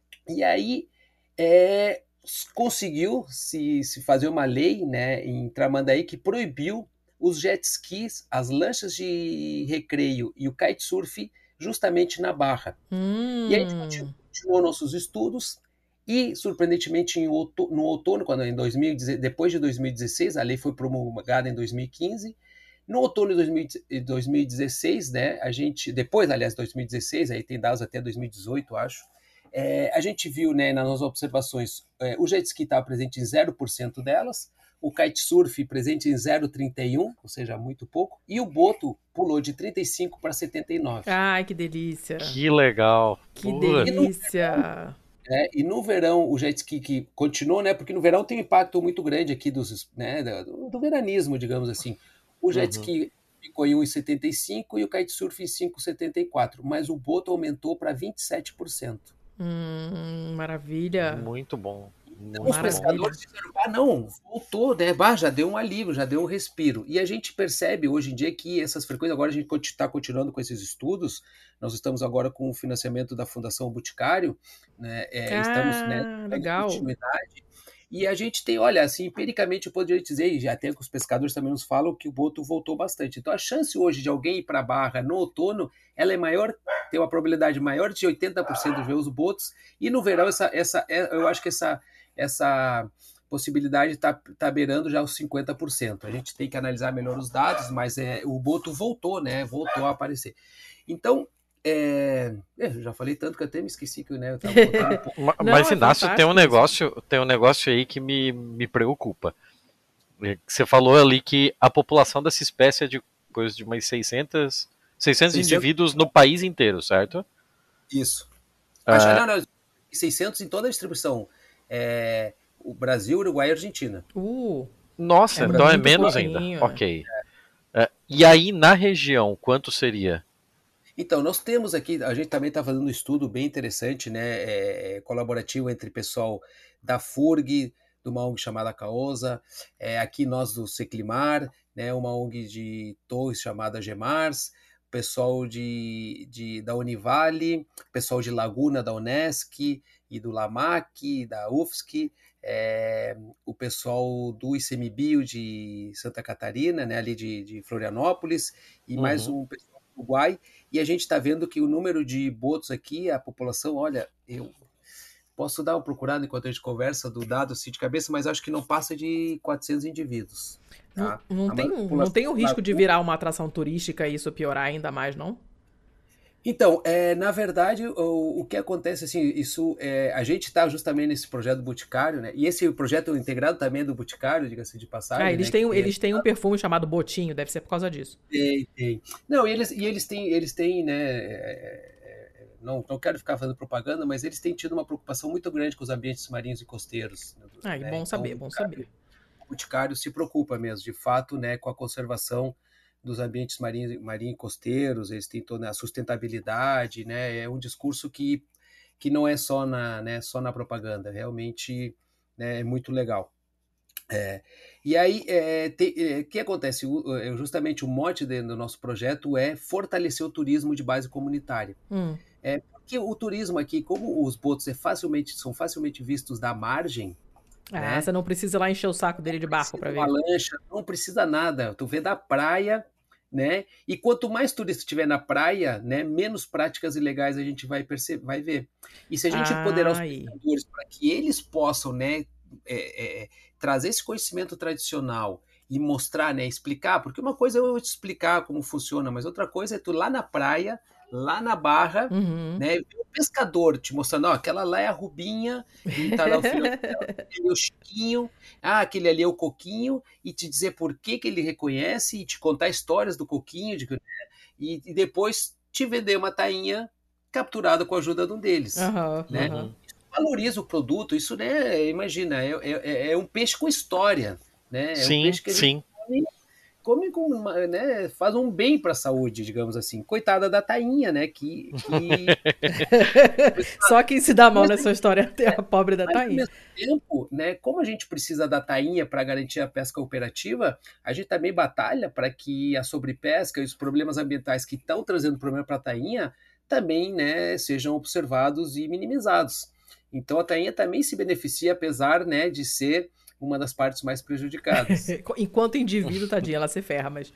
E aí, é... conseguiu se, se fazer uma lei, né, em Tramandaí que proibiu os jet skis, as lanchas de recreio e o kitesurf justamente na Barra. Hum. E aí a gente continuou, continuou nossos estudos e, surpreendentemente, em outono, no outono, quando em dois mil e dezesseis, depois de dois mil e dezesseis, a lei foi promulgada em dois mil e quinze, no outono de dois mil e dezesseis, né, a gente, depois, aliás, dois mil e dezesseis, aí tem dados até dois mil e dezoito, acho, É, a gente viu, né, nas observações, é, o jet ski estava presente em zero por cento delas, o kitesurf presente em zero vírgula trinta e um, ou seja, muito pouco, e o boto pulou de trinta e cinco para setenta e nove. Ai, que delícia! Que legal! Que Pura. delícia! É, e no verão, o jet ski que continuou, né, porque no verão tem um impacto muito grande aqui dos, né, do, do veranismo, digamos assim. O jet uhum. ski ficou em um vírgula setenta e cinco e o kitesurf em cinco vírgula setenta e quatro, mas o boto aumentou para vinte e sete por cento. Hum, maravilha. Muito bom. Então, os pescadores disseram, ah, não, voltou, né? Bah, já deu um alívio, já deu um respiro. E a gente percebe hoje em dia que essas frequências, agora a gente está continuando com esses estudos, nós estamos agora com o financiamento da Fundação Boticário, né? É, ah, estamos, né, legal. Continuidade. E a gente tem, olha, assim, empiricamente eu poderia dizer, e já até que os pescadores também nos falam, que o boto voltou bastante. Então a chance hoje de alguém ir para a Barra no outono, ela é maior, tem uma probabilidade maior de oitenta por cento de ver os botos, e no verão essa, essa, eu acho que essa, essa possibilidade está tá beirando já os cinquenta por cento. A gente tem que analisar melhor os dados, mas é, o boto voltou, né, voltou a aparecer. Então, É, eu já falei tanto que eu até me esqueci que, né, eu tava botando... Não, mas, Inácio, é tem um negócio, tem um negócio aí que me, me preocupa. Você falou ali que a população dessa espécie é de coisa de umas seiscentos, seiscentos, seiscentos indivíduos no país inteiro, certo? Isso. Acho, ah, não, não, seiscentos em toda a distribuição. É, o Brasil, Uruguai e Argentina. Uh, Nossa, é então é menos ainda. Ok. É. É, e aí, na região, quanto seria? Então, nós temos aqui, a gente também está fazendo um estudo bem interessante, né, é, colaborativo entre pessoal da F U R G, de uma O N G chamada Caosa, é, aqui nós do Seclimar, né, uma O N G de Torres chamada Gemars, pessoal de, de, da Univale, pessoal de Laguna da Unesc e do LAMAC, da U F S C, é, o pessoal do I C M B I O de Santa Catarina, né, ali de, de Florianópolis, e uhum. mais um pessoal do Uruguai, e a gente está vendo que o número de botos aqui, a população, olha, eu posso dar uma procurada enquanto a gente conversa do dado assim de cabeça, mas acho que não passa de quatrocentos indivíduos. Tá? Não, não, tem, não tem o risco de virar uma atração turística e isso piorar ainda mais, não? Então, é, na verdade, o, o que acontece, assim, isso, é, a gente está justamente nesse projeto do Boticário, né? E esse projeto integrado também é do Boticário, diga-se de passagem. Ah, eles né? têm, que eles é... têm um perfume chamado Botinho, deve ser por causa disso. Tem, tem. Não, e eles, e eles têm, eles têm, né? É, não, não quero ficar fazendo propaganda, mas eles têm tido uma preocupação muito grande com os ambientes marinhos e costeiros. Ah, né? bom Então, saber, bom saber. O Boticário se preocupa mesmo, de fato, né, com a conservação dos ambientes marinhos, marinhos e costeiros, eles têm toda a sustentabilidade, né, é um discurso que, que não é só na, né, só na propaganda, realmente né? É muito legal. É, e aí, o é, é, que acontece? O, justamente o mote do nosso projeto é fortalecer o turismo de base comunitária. Hum. É, porque o turismo aqui, como os botos é facilmente, são facilmente vistos da margem, Ah, né? você não precisa ir lá encher o saco dele de barco para ver. Uma lancha, não precisa nada. Tu vê da praia, né? E quanto mais turista tiver na praia, né, menos práticas ilegais a gente vai perceber, vai ver. E se a gente empoderar os Ai. pescadores para que eles possam, né, é, é, trazer esse conhecimento tradicional e mostrar, né, explicar, porque uma coisa é eu te explicar como funciona, mas outra coisa é tu lá na praia, lá na barra, Uhum. né, o pescador te mostrando, ó, aquela lá é a Rubinha e tá lá o filho dela, aquele é o Chiquinho, ah, aquele ali é o Coquinho, e te dizer por que que ele reconhece e te contar histórias do Coquinho, de, e, e depois te vender uma tainha capturada com a ajuda de um deles, Uhum, né? uhum. Valoriza o produto, isso, né, imagina, é, é, é um peixe com história, né? É Sim, um peixe que a gente sim. come, come com uma, né, faz um bem para a saúde, digamos assim. Coitada da tainha, né, que, que... Só quem se dá mal Mas, nessa história é a pobre da mas ao tainha. mesmo tempo, né, como a gente precisa da tainha para garantir a pesca operativa, a gente também batalha para que a sobrepesca e os problemas ambientais que estão trazendo problema para a tainha também, né, sejam observados e minimizados. Então a tainha também se beneficia, apesar, né, de ser uma das partes mais prejudicadas. Enquanto indivíduo, tadinha, ela se ferra, mas...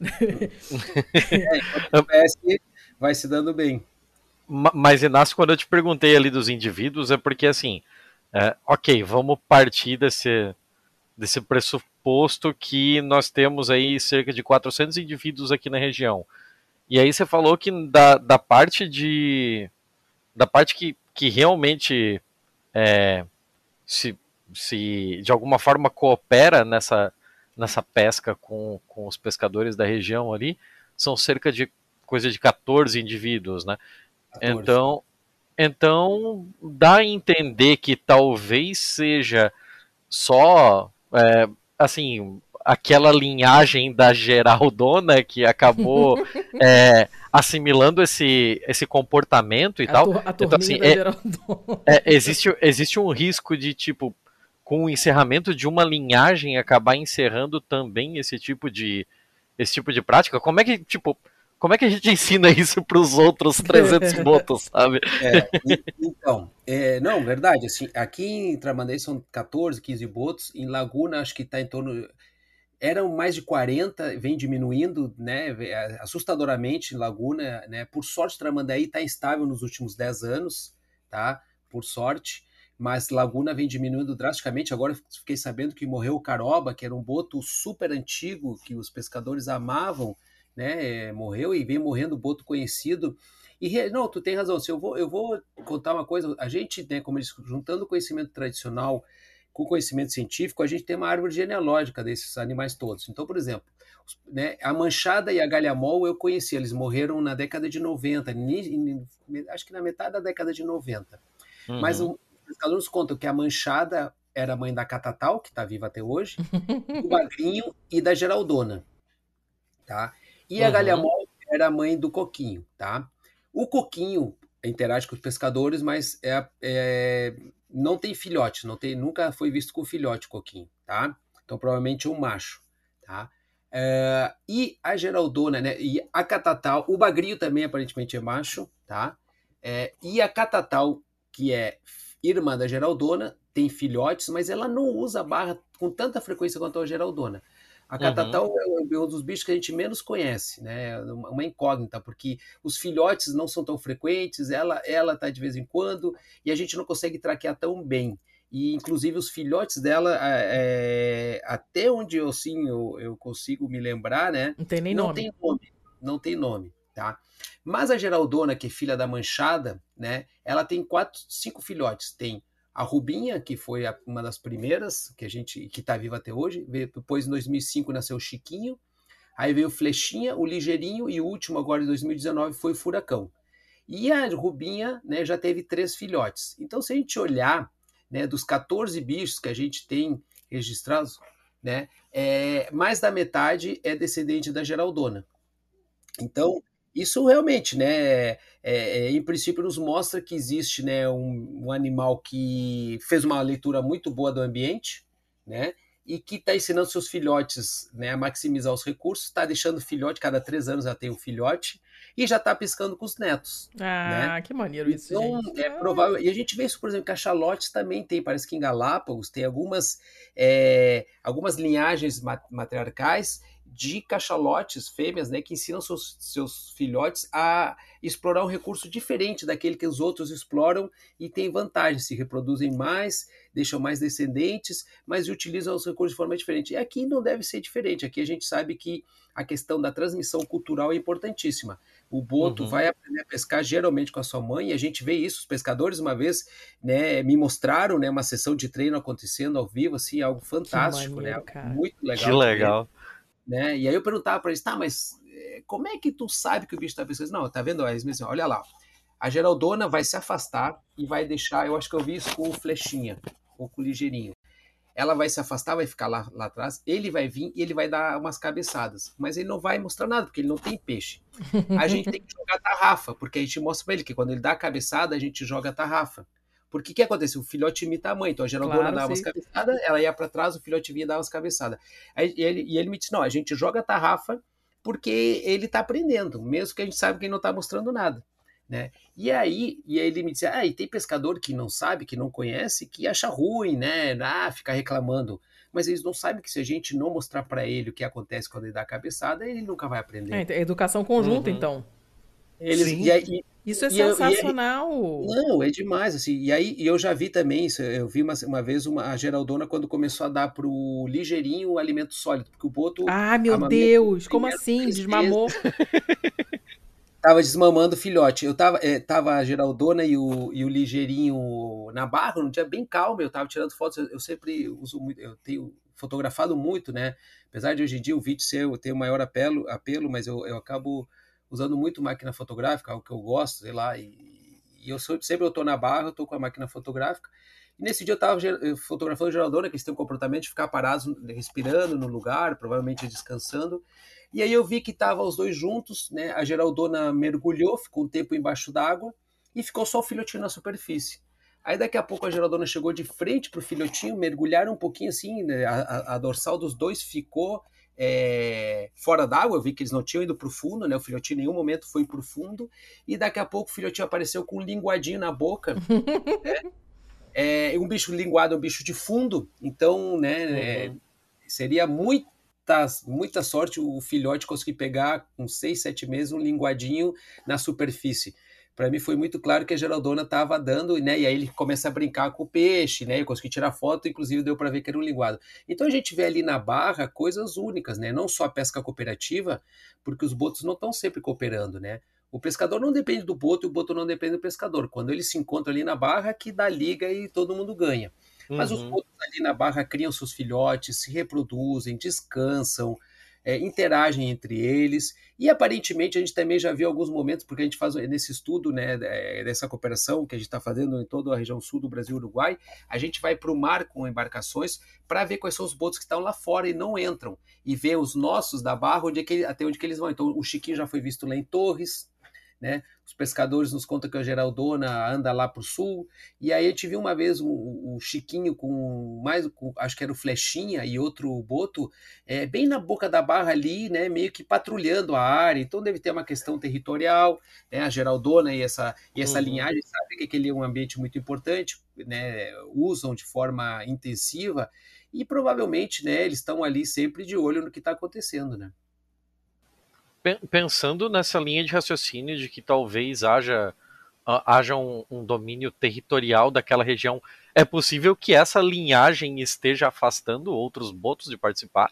É, enquanto espécie, vai se dando bem. Mas, Inácio, quando eu te perguntei ali dos indivíduos, é porque, assim, é, ok, vamos partir desse, desse pressuposto que nós temos aí cerca de quatrocentos indivíduos aqui na região. E aí você falou que da, da parte de... da parte que, que realmente é, se, se de alguma forma coopera nessa, nessa pesca com, com os pescadores da região ali, são cerca de coisa de quatorze indivíduos, né? quatorze. Então, então dá a entender que talvez seja só é, assim aquela linhagem da Geraldona que acabou é, assimilando esse, esse comportamento e A, tal. tur a Então, turminha assim, da é, Geraldona. é, existe, existe um risco de, tipo, com o encerramento de uma linhagem, acabar encerrando também esse tipo de, esse tipo de prática. Como é que, tipo, como é que a gente ensina isso para os outros trezentos botos, sabe? É, então, é, não, verdade, assim, aqui em Tramandaí são quatorze, quinze botos, em Laguna acho que está em torno, eram mais de quarenta, vem diminuindo, né, assustadoramente em Laguna, né, por sorte Tramandaí está instável nos últimos dez anos, tá, por sorte, mas Laguna vem diminuindo drasticamente. Agora fiquei sabendo que morreu o Caroba, que era um boto super antigo, que os pescadores amavam, né, morreu, e vem morrendo boto conhecido. E não, tu tem razão. Se eu vou, eu vou contar uma coisa. A gente, né, como eles, juntando conhecimento tradicional com conhecimento científico, a gente tem uma árvore genealógica desses animais todos. Então, por exemplo, né, a manchada e a galhamol eu conheci. Eles morreram na década de noventa, acho que na metade da década de noventa. Uhum. Mas os pescadores contam que a manchada era a mãe da Catatal, que está viva até hoje, do Bagrinho e da Geraldona, tá? E uhum. a galhamol era a mãe do Coquinho, tá? O Coquinho interage com os pescadores, mas é, é, não tem filhote, não tem, nunca foi visto com filhote Coquinho, tá? Então provavelmente é um macho, tá? É, e a Geraldona, né? E a Catatal, o Bagrinho também aparentemente é macho, tá? É, e a Catatal, que é irmã da Geraldona, tem filhotes, mas ela não usa a barra com tanta frequência quanto a Geraldona. A Catatal uhum. é um dos bichos que a gente menos conhece, né? Uma incógnita, porque os filhotes não são tão frequentes, ela ela tá de vez em quando, e a gente não consegue traquear tão bem. E, inclusive, os filhotes dela, é, até onde eu, sim, eu, eu consigo me lembrar, né? Não tem nem não nome. Tem nome. Não tem nome, tá? Mas a Geraldona, que é filha da Manchada, né? Ela tem quatro, cinco filhotes. Tem a Rubinha, que foi a, uma das primeiras, que a gente que está viva até hoje. Depois, em dois mil e cinco, nasceu o Chiquinho. Aí veio o Flechinha, o Ligeirinho, e o último, agora em dois mil e dezenove, foi o Furacão. E a Rubinha, né, já teve três filhotes. Então, se a gente olhar, né, dos quatorze bichos que a gente tem registrados, né, é, mais da metade é descendente da Geraldona. Então, isso realmente, né, é, é, em princípio nos mostra que existe, né, um, um animal que fez uma leitura muito boa do ambiente, né, e que está ensinando seus filhotes, né, a maximizar os recursos, está deixando filhote, cada três anos já tem um filhote, e já está pescando com os netos, né? Ah, que maneiro isso, Então, gente. é Ah, provável. E a gente vê isso, por exemplo, cachalotes também tem. Parece que em Galápagos tem algumas, é, algumas linhagens ma- matriarcais de cachalotes, fêmeas, né, que ensinam seus, seus filhotes a explorar um recurso diferente daquele que os outros exploram e tem vantagem, se reproduzem mais, deixam mais descendentes, mas utilizam os recursos de forma diferente. E aqui não deve ser diferente. Aqui a gente sabe que a questão da transmissão cultural é importantíssima. O boto Uhum. vai aprender a pescar geralmente com a sua mãe, e a gente vê isso. Os pescadores, uma vez, né, me mostraram, né, uma sessão de treino acontecendo ao vivo, assim, algo fantástico, maneiro, né, cara. muito legal. Que de ver, legal. né? E aí eu perguntava para eles, tá, mas eh, como é que tu sabe que o bicho tá pescando? Não, tá vendo? Aí eles me disseram, olha lá, a Geraldona vai se afastar e vai deixar, eu acho que eu vi isso com o Flechinha, ou com o Ligeirinho. Ela vai se afastar, vai ficar lá, lá atrás, ele vai vir e ele vai dar umas cabeçadas, mas ele não vai mostrar nada, porque ele não tem peixe. A gente tem que jogar tarrafa, porque a gente mostra para ele que quando ele dá a cabeçada, a gente joga a tarrafa. Porque o que acontece? O filhote imita a mãe, então a Geraldona Claro, dava umas sim. cabeçadas, ela ia para trás, o filhote vinha e dava umas cabeçadas. Aí ele, e ele me disse, não, a gente joga a tarrafa porque ele está aprendendo, mesmo que a gente sabe que ele não está mostrando nada. Né? E aí, e aí ele me disse, ah, e tem pescador que não sabe, que não conhece, que acha ruim, né? Ah, ficar reclamando. Mas eles não sabem que se a gente não mostrar para ele o que acontece quando ele dá a cabeçada, ele nunca vai aprender. É, então, educação conjunta, Uhum. então. Eles, Sim. e aí, Isso é e eu- e aí- sensacional. não, é demais, assim, e aí e eu já vi também isso, eu vi uma, uma vez uma, a Geraldona quando começou a dar pro Ligeirinho o alimento sólido, porque o boto Ah, meu amamenta Deus, os como primeiros assim? três Desmamou? tava desmamando o filhote. Eu tava, eh, tava a Geraldona e o, e o Ligeirinho na barra, num dia bem calmo, eu tava tirando fotos, eu, eu sempre uso muito, eu tenho fotografado muito, né? Apesar de hoje em dia o vídeo ser, ter o maior apelo, apelo mas eu, eu acabo usando muito máquina fotográfica, algo que eu gosto, sei lá, e, e eu sou, sempre eu tô na barra, eu tô com a máquina fotográfica, e nesse dia eu tava ger- fotografando a Geraldona, que eles têm um comportamento de ficar parados, respirando no lugar, provavelmente descansando. E aí eu vi que estavam os dois juntos, né? A Geraldona mergulhou, ficou um tempo embaixo d'água e ficou só o filhotinho na superfície. Aí daqui a pouco a Geraldona chegou de frente pro filhotinho, mergulharam um pouquinho assim, né? a, a, a dorsal dos dois ficou é, fora d'água, eu vi que eles não tinham ido pro fundo, né? O filhotinho em nenhum momento foi pro fundo, e daqui a pouco o filhotinho apareceu com um linguadinho na boca. É, um bicho linguado é um bicho de fundo, então, né, é, Uhum. seria muita, muita sorte o filhote conseguir pegar com seis, sete meses um linguadinho na superfície. Para mim foi muito claro que a Geraldona estava dando, né, e aí ele começa a brincar com o peixe, né, eu consegui tirar foto, inclusive deu para ver que era um linguado. Então a gente vê ali na barra coisas únicas, né, não só a pesca cooperativa, porque os botos não estão sempre cooperando, né. O pescador não depende do boto e o boto não depende do pescador. Quando eles se encontram ali na barra, que dá liga e todo mundo ganha. Mas os Uhum. botos ali na barra criam seus filhotes, se reproduzem, descansam, é, interagem entre eles. E aparentemente a gente também já viu alguns momentos, porque a gente faz nesse estudo, né, dessa cooperação que a gente está fazendo em toda a região sul do Brasil e Uruguai, a gente vai para o mar com embarcações para ver quais são os botos que estão lá fora e não entram. E ver os nossos da barra onde é que, até onde que eles vão. Então o Chiquinho já foi visto lá em Torres, né? Os pescadores nos contam que a Geraldona anda lá para o sul, e aí a gente viu uma vez o, o Chiquinho com mais, com, acho que era o Flechinha e outro boto, é, bem na boca da barra ali, né, meio que patrulhando a área, então deve ter uma questão territorial, né, a Geraldona e essa, e essa Uhum. linhagem sabe que aquele é um ambiente muito importante, né, usam de forma intensiva, e provavelmente, né, eles estão ali sempre de olho no que está acontecendo, né. Pensando nessa linha de raciocínio de que talvez haja, haja um, um domínio territorial daquela região, é possível que essa linhagem esteja afastando outros botos de participar?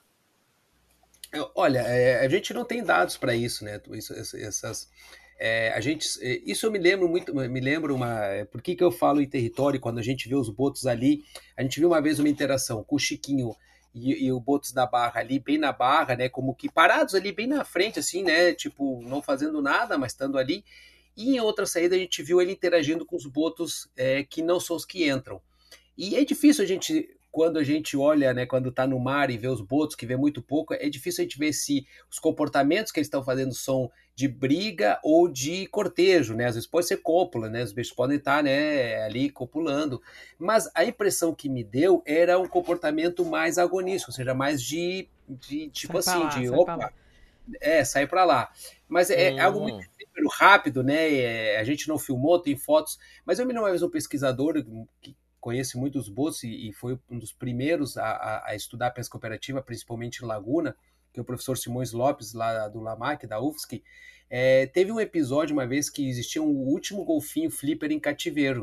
Olha, é, a gente não tem dados para isso, né? Isso, essas, é, a gente, isso eu me lembro muito, me lembro uma. Por que, que eu falo em território quando a gente vê os botos ali? A gente viu uma vez uma interação com o Chiquinho e, e o botos da barra ali, bem na barra, né? Como que parados ali, bem na frente, assim, né? Tipo, não fazendo nada, mas estando ali. E em outra saída a gente viu ele interagindo com os botos é, que não são os que entram. E é difícil a gente quando a gente olha, né, quando está no mar e vê os botos, que vê muito pouco, é difícil a gente ver se os comportamentos que eles estão fazendo são de briga ou de cortejo, né? Às vezes pode ser cópula, né? Os bichos podem estar, né, ali copulando. Mas a impressão que me deu era um comportamento mais agonístico, ou seja, mais de, de tipo Sai assim, pra lá, de sai pra lá. opa, é, sai para lá. Mas é, é algo muito Hum, rápido, né? É, a gente não filmou, tem fotos, mas eu me lembro uma vez um pesquisador que conhece muito os botos e, e foi um dos primeiros a, a, a estudar a pesca operativa, principalmente em Laguna, que é o professor Simões Lopes, lá do LAMAC, da U F S C. É, teve um episódio uma vez que existia um último golfinho flipper em cativeiro.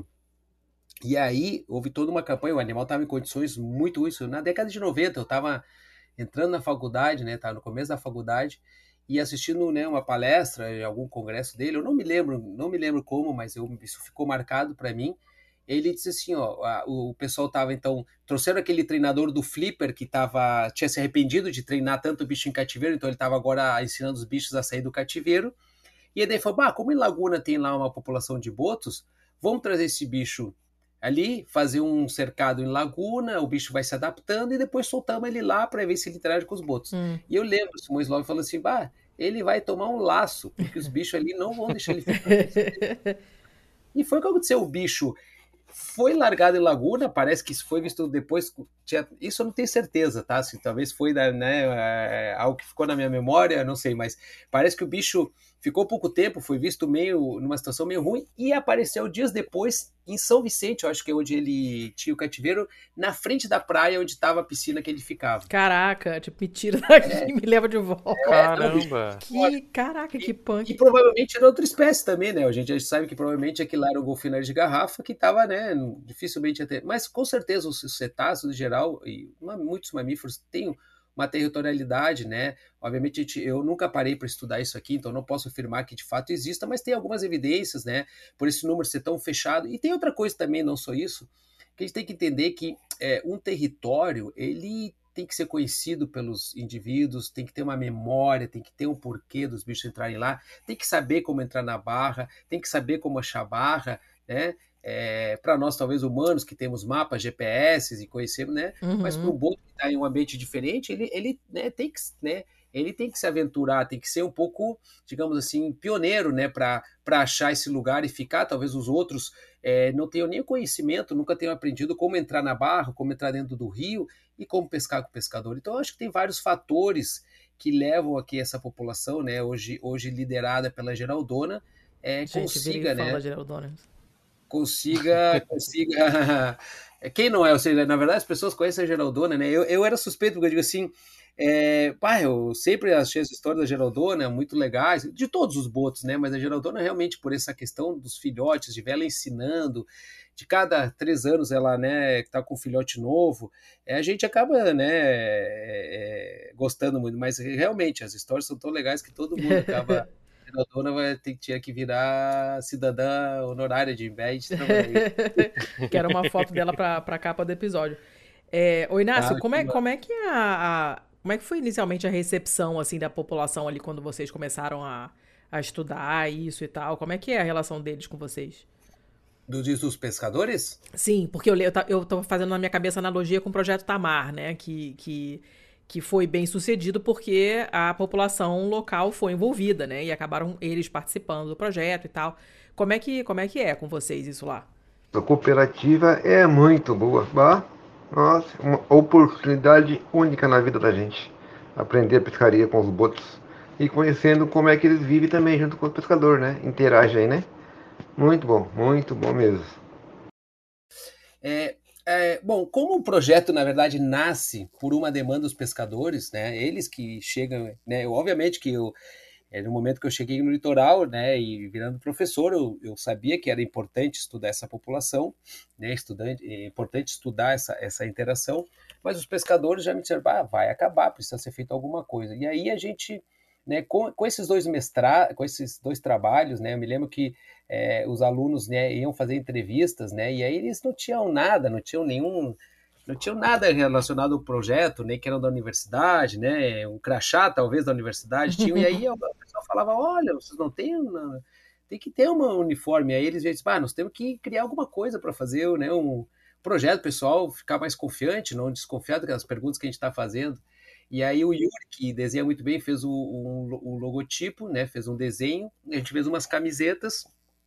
E aí houve toda uma campanha, o animal estava em condições muito ruins. Na década de noventa, eu estava entrando na faculdade, né? Estava no começo da faculdade e assistindo, né, uma palestra em algum congresso dele. Eu não me lembro, não me lembro como, mas eu, isso ficou marcado para mim. Ele disse assim, ó, a, o pessoal tava então, trouxeram aquele treinador do flipper que tava, tinha se arrependido de treinar tanto bicho em cativeiro, então ele estava agora ensinando os bichos a sair do cativeiro. E aí ele falou, bah, como em Laguna tem lá uma população de botos, vamos trazer esse bicho ali, fazer um cercado em Laguna, o bicho vai se adaptando e depois soltamos ele lá para ver se ele interage com os botos. Hum. E eu lembro, o Simões Love falou assim, bah, ele vai tomar um laço, porque os bichos ali não vão deixar ele ficar. E foi o que aconteceu, o bicho foi largado em Laguna, parece que isso foi visto depois, tinha, isso eu não tenho certeza, tá? Se talvez foi, né, algo que ficou na minha memória, não sei, mas parece que o bicho ficou pouco tempo, foi visto meio, numa situação meio ruim, e apareceu dias depois em São Vicente, eu acho que é onde ele tinha o cativeiro, na frente da praia onde estava a piscina que ele ficava. Caraca, tipo, me tira daqui, É. me leva de volta. caramba. Que, caraca, que punk. E provavelmente era outra espécie também, né? A gente, a gente sabe que provavelmente aquilo lá era o golfinho de garrafa que estava, né, dificilmente ia ter. Mas com certeza os cetáceos em geral, e muitos mamíferos têm uma territorialidade, né? Obviamente a gente, eu nunca parei para estudar isso aqui, então não posso afirmar que de fato exista, mas tem algumas evidências, né? Por esse número ser tão fechado. E tem outra coisa também, não só isso, que a gente tem que entender que é, um território, ele tem que ser conhecido pelos indivíduos, tem que ter uma memória, tem que ter um porquê dos bichos entrarem lá, tem que saber como entrar na barra, tem que saber como achar barra, né? É, para nós, talvez, humanos, que temos mapas, G P S e conhecemos, né? Uhum. Mas para um boto que está em um ambiente diferente, ele, ele, né, tem que, né, ele tem que se aventurar, tem que ser um pouco, digamos assim, pioneiro, né, para achar esse lugar e ficar. Talvez os outros é, não tenham nem conhecimento, nunca tenham aprendido como entrar na barra, como entrar dentro do rio e como pescar com o pescador. Então, eu acho que tem vários fatores que levam aqui essa população, né, hoje, hoje liderada pela Geraldona, é, Gente, consiga, né? né, Geraldona. consiga, consiga... Quem não é? Ou seja, na verdade, as pessoas conhecem a Geraldona, né? Eu, eu era suspeito, porque eu digo assim, é, pá, eu sempre achei as histórias da Geraldona muito legais, de todos os botos, né? Mas a Geraldona realmente, por essa questão dos filhotes, de ver ela ensinando, de cada três anos ela, né, tá com um filhote novo, é, a gente acaba, né, é, gostando muito, mas realmente as histórias são tão legais que todo mundo acaba... A Geraldona vai ter, tinha que virar cidadã honorária de invés de trabalhar. Quero uma foto dela pra, pra capa do episódio. É, ô Inácio, Ah, como, é, que como é que é a, a- como é que foi inicialmente a recepção assim da população ali quando vocês começaram a, a estudar isso e tal? Como é que é a relação deles com vocês? dos, dos pescadores? Sim, porque eu, le- eu, ta- eu tô fazendo na minha cabeça analogia com o projeto Tamar, né? Que, que, que foi bem sucedido porque a população local foi envolvida, né? E acabaram eles participando do projeto e tal. Como é que, como é que é com vocês isso lá? A cooperativa é muito boa, bah, nossa, uma oportunidade única na vida da gente. Aprender pescaria com os botos e conhecendo como é que eles vivem também junto com o pescador, né? Interage aí, né? Muito bom, muito bom mesmo. É, é, bom, como o projeto, na verdade, nasce por uma demanda dos pescadores, né? Eles que chegam, né? Eu, obviamente que eu, é, no momento que eu cheguei no litoral, né, e virando professor, eu, eu sabia que era importante estudar essa população, né? Estudante, é importante estudar essa, essa interação, mas os pescadores já me disseram, ah, vai acabar, precisa ser feito alguma coisa. E aí a gente, né, com, com esses dois mestrados, com esses dois trabalhos, né, eu me lembro que é, os alunos, né, iam fazer entrevistas, né, e aí eles não tinham nada, não tinham nenhum, não tinham nada relacionado ao projeto, nem que eram da universidade, né, um crachá talvez da universidade tinham, e aí o pessoal falava, olha, vocês não têm, não, tem que ter uma uniforme, aí eles diziam, ah, nós temos que criar alguma coisa para fazer, né, um, projeto, pessoal, ficar mais confiante, não desconfiado das perguntas que a gente está fazendo. E aí o Yuri, que desenha muito bem, fez o, o, o logotipo, né? Fez um desenho, a gente fez umas camisetas.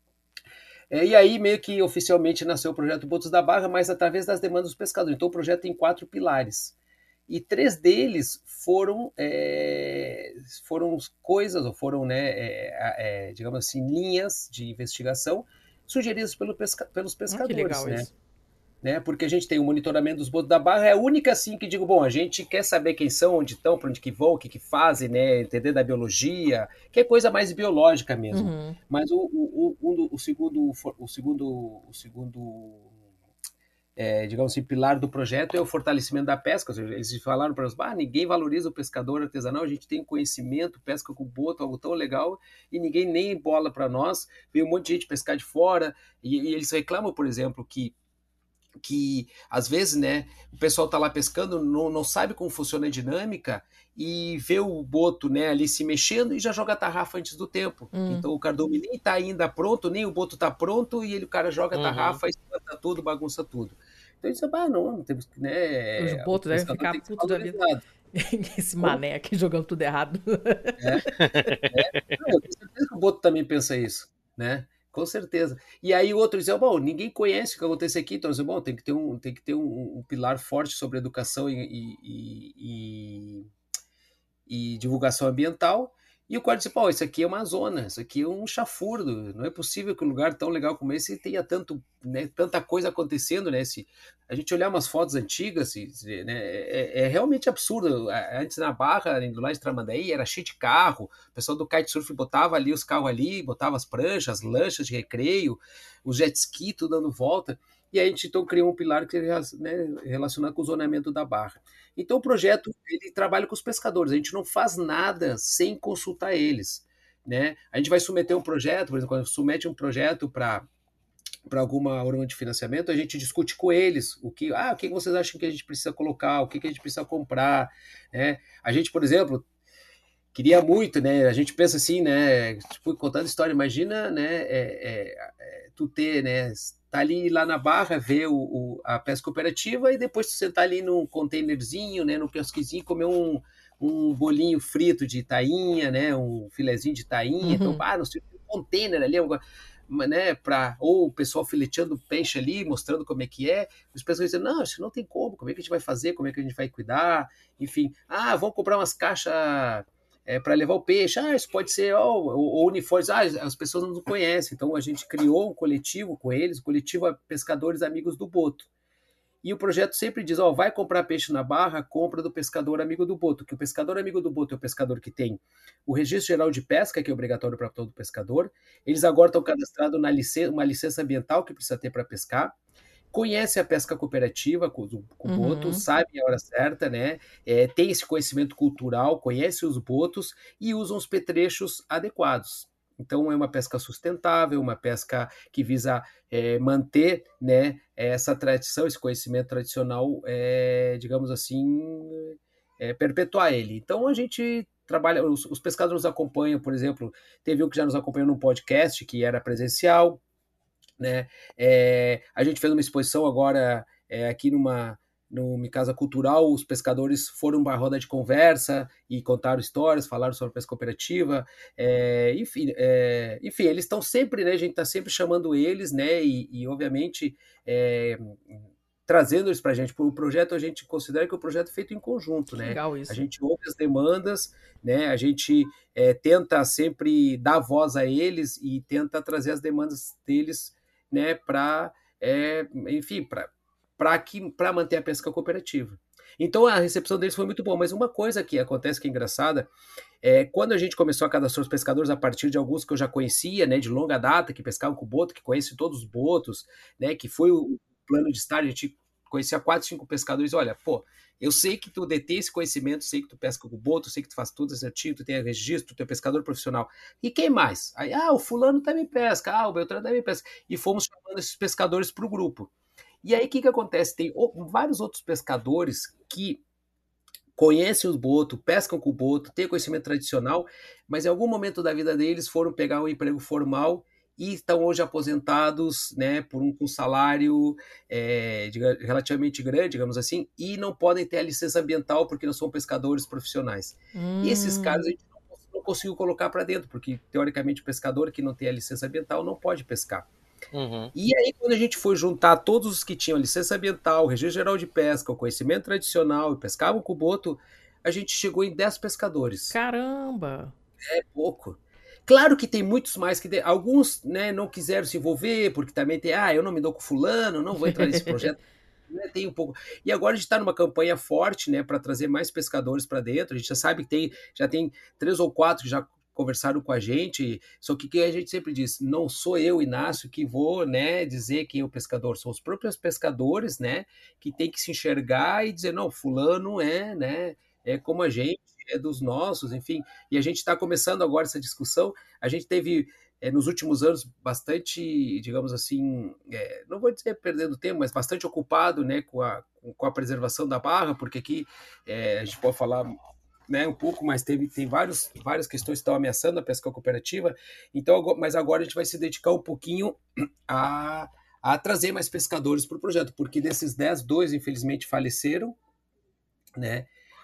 É, e aí meio que oficialmente nasceu o projeto Botos da Barra, mas através das demandas dos pescadores. Então o projeto tem quatro pilares. E três deles foram, é, foram coisas, ou foram, né, é, é, digamos assim, linhas de investigação sugeridas pelo pesca, pelos pescadores. Ah, que legal, né? Isso. Né? Porque a gente tem o monitoramento dos botos da Barra, é a única assim que digo, bom, a gente quer saber quem são, onde estão, para onde que vão, o que que fazem, né? Entender da biologia, que é coisa mais biológica mesmo. Uhum. Mas o, o, o, o segundo, o segundo, o segundo é, digamos assim, pilar do projeto é o fortalecimento da pesca. Ou seja, eles falaram para nós, ah, ninguém valoriza o pescador artesanal, a gente tem conhecimento, pesca com boto, algo tão legal, e ninguém nem bola para nós. Veio um monte de gente pescar de fora, e, e eles reclamam, por exemplo, que que às vezes, né, o pessoal tá lá pescando, não, não sabe como funciona a dinâmica e vê o boto, né, ali se mexendo e já joga a tarrafa antes do tempo. Hum. Então o cardume nem tá ainda pronto, nem o boto tá pronto e ele, o cara joga a tarrafa, uhum. espanta tudo, bagunça tudo. Então isso é, ah, não, não temos que, né... Os botos devem ficar putos da vida. Esse como? Mané aqui jogando tudo errado. É, é. Não, eu tenho certeza que o boto também pensa isso, né? Com certeza. E aí o outro dizia, bom, ninguém conhece o que acontece aqui, então dizia, bom, tem que ter um, tem que ter um, um pilar forte sobre educação e, e, e, e divulgação ambiental. E o quarto disse, pô, isso aqui é uma zona, isso aqui é um chafurdo, não é possível que um lugar tão legal como esse tenha tanto, né, tanta coisa acontecendo, né? Se a gente olhar umas fotos antigas, né, é, é realmente absurdo. Antes na Barra, indo lá de Tramandaí, era cheio de carro, o pessoal do kitesurf botava ali os carros ali, botava as pranchas, as lanchas de recreio, os jet ski, tudo dando volta. E aí a gente então criou um pilar que é, né, relacionado com o zoneamento da Barra. Então o projeto ele trabalha com os pescadores, a gente não faz nada sem consultar eles, né? A gente vai submeter um projeto, por exemplo, quando submete um projeto para para alguma órgão de financiamento, a gente discute com eles o que, ah, o que vocês acham que a gente precisa colocar, o que a gente precisa comprar, né? A gente, por exemplo, queria muito, né? A gente pensa assim, né? Tipo, contando história, imagina, né? É, é, é, tu ter, né? Tá ali lá na Barra, ver o, o, a pesca cooperativa e depois tu sentar ali num containerzinho, né? Num quiosquezinho, comer um, um bolinho frito de tainha, né? Um filezinho de tainha. Uhum. Então, ah, não sei, um container ali, né? Pra, ou o pessoal fileteando peixe ali, mostrando como é que é. Os pessoal dizem, não, isso não tem como. Como é que a gente vai fazer? Como é que a gente vai cuidar? Enfim, ah, vamos comprar umas caixas... É, para levar o peixe, ah, isso pode ser, oh, ou uniformes, ah, as pessoas não conhecem, então a gente criou um coletivo com eles, o coletivo Pescadores Amigos do Boto, e o projeto sempre diz, ó, oh, vai comprar peixe na Barra, compra do pescador amigo do boto, que o pescador amigo do boto é o pescador que tem o registro geral de pesca, que é obrigatório para todo pescador, eles agora estão cadastrados na licença, uma licença ambiental que precisa ter para pescar, conhece a pesca cooperativa com o uhum. boto, sabe a hora certa, né? É, tem esse conhecimento cultural, conhece os botos e usam os petrechos adequados. Então é uma pesca sustentável, uma pesca que visa é, manter, né, essa tradição, esse conhecimento tradicional, é, digamos assim, é, perpetuar ele. Então a gente trabalha, os, os pescadores nos acompanham, por exemplo, teve um que já nos acompanhou num podcast que era presencial, né? É, a gente fez uma exposição agora é, aqui numa no Mi Casa Cultural, os pescadores foram para uma roda de conversa e contaram histórias, falaram sobre a pesca cooperativa, é, enfim, é, enfim, eles estão sempre, né, a gente está sempre chamando eles, né, e, e obviamente é, trazendo isso para a gente. O projeto, a gente considera que o projeto é feito em conjunto, né? Legal isso. A gente ouve as demandas, né? A gente é, tenta sempre dar voz a eles e tenta trazer as demandas deles, né, para, é, enfim, para manter a pesca cooperativa. Então a recepção deles foi muito boa, mas uma coisa que acontece que é engraçada, é quando a gente começou a cadastrar os pescadores a partir de alguns que eu já conhecia, né, de longa data, que pescavam com boto, que conhecem todos os botos, né, que foi o plano de estágio, a gente conhecia quatro, cinco pescadores, olha, pô, eu sei que tu detém esse conhecimento, sei que tu pesca com boto, sei que tu faz tudo certinho, tu tem registro, tu é pescador profissional. E quem mais? Aí, ah, o fulano também pesca, ah, o Beltrano também pesca. E fomos chamando esses pescadores para o grupo. E aí, o que que acontece? Tem vários outros pescadores que conhecem os botos, pescam com o boto, têm conhecimento tradicional, mas em algum momento da vida deles foram pegar um emprego formal e estão hoje aposentados, né, por um, um salário é, relativamente grande, digamos assim, e não podem ter a licença ambiental porque não são pescadores profissionais. Hum. E esses casos a gente não, não conseguiu colocar para dentro, porque teoricamente o pescador que não tem a licença ambiental não pode pescar. Uhum. E aí, quando a gente foi juntar todos os que tinham licença ambiental, registro geral de pesca, o conhecimento tradicional e pescavam com o boto, a gente chegou em dez pescadores. Caramba! É pouco. Claro que tem muitos mais que... De... Alguns, né, não quiseram se envolver, porque também tem, ah, eu não me dou com fulano, não vou entrar nesse projeto. Né, tem um pouco. E agora a gente está numa campanha forte, né, para trazer mais pescadores para dentro. A gente já sabe que tem, já tem três ou quatro que já conversaram com a gente, só que, que a gente sempre diz, não sou eu, Inácio, que vou, né, dizer quem é o pescador, são os próprios pescadores, né, que tem que se enxergar e dizer, não, fulano é, né, é como a gente, é dos nossos, enfim, e a gente está começando agora essa discussão. A gente teve, é, nos últimos anos, bastante, digamos assim, é, não vou dizer perdendo tempo, mas bastante ocupado, né, com a, com a preservação da barra, porque aqui é, a gente pode falar, né, um pouco, mas teve, tem vários, várias questões que estão ameaçando a pesca cooperativa, então, mas agora a gente vai se dedicar um pouquinho a, a trazer mais pescadores para o projeto, porque desses dez, dois infelizmente faleceram, né,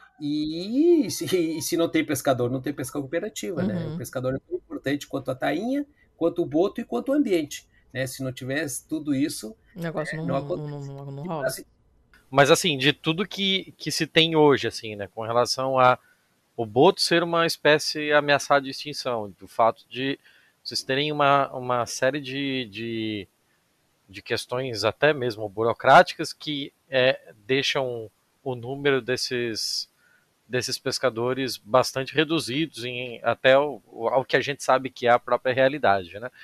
e se, e se não tem pescador, não tem pesca cooperativa, uhum. né, o pescador é tão importante quanto a tainha, quanto o boto e quanto o ambiente, né, se não tivesse tudo isso, o negócio é, não, não, não, não, não, não rola. Assim, mas assim, de tudo que, que se tem hoje, assim, né, com relação a o boto ser uma espécie ameaçada de extinção, do fato de vocês terem uma, uma série de, de, de questões até mesmo burocráticas que é, deixam o número desses, desses pescadores bastante reduzidos em, até o, ao que a gente sabe que é a própria realidade, né?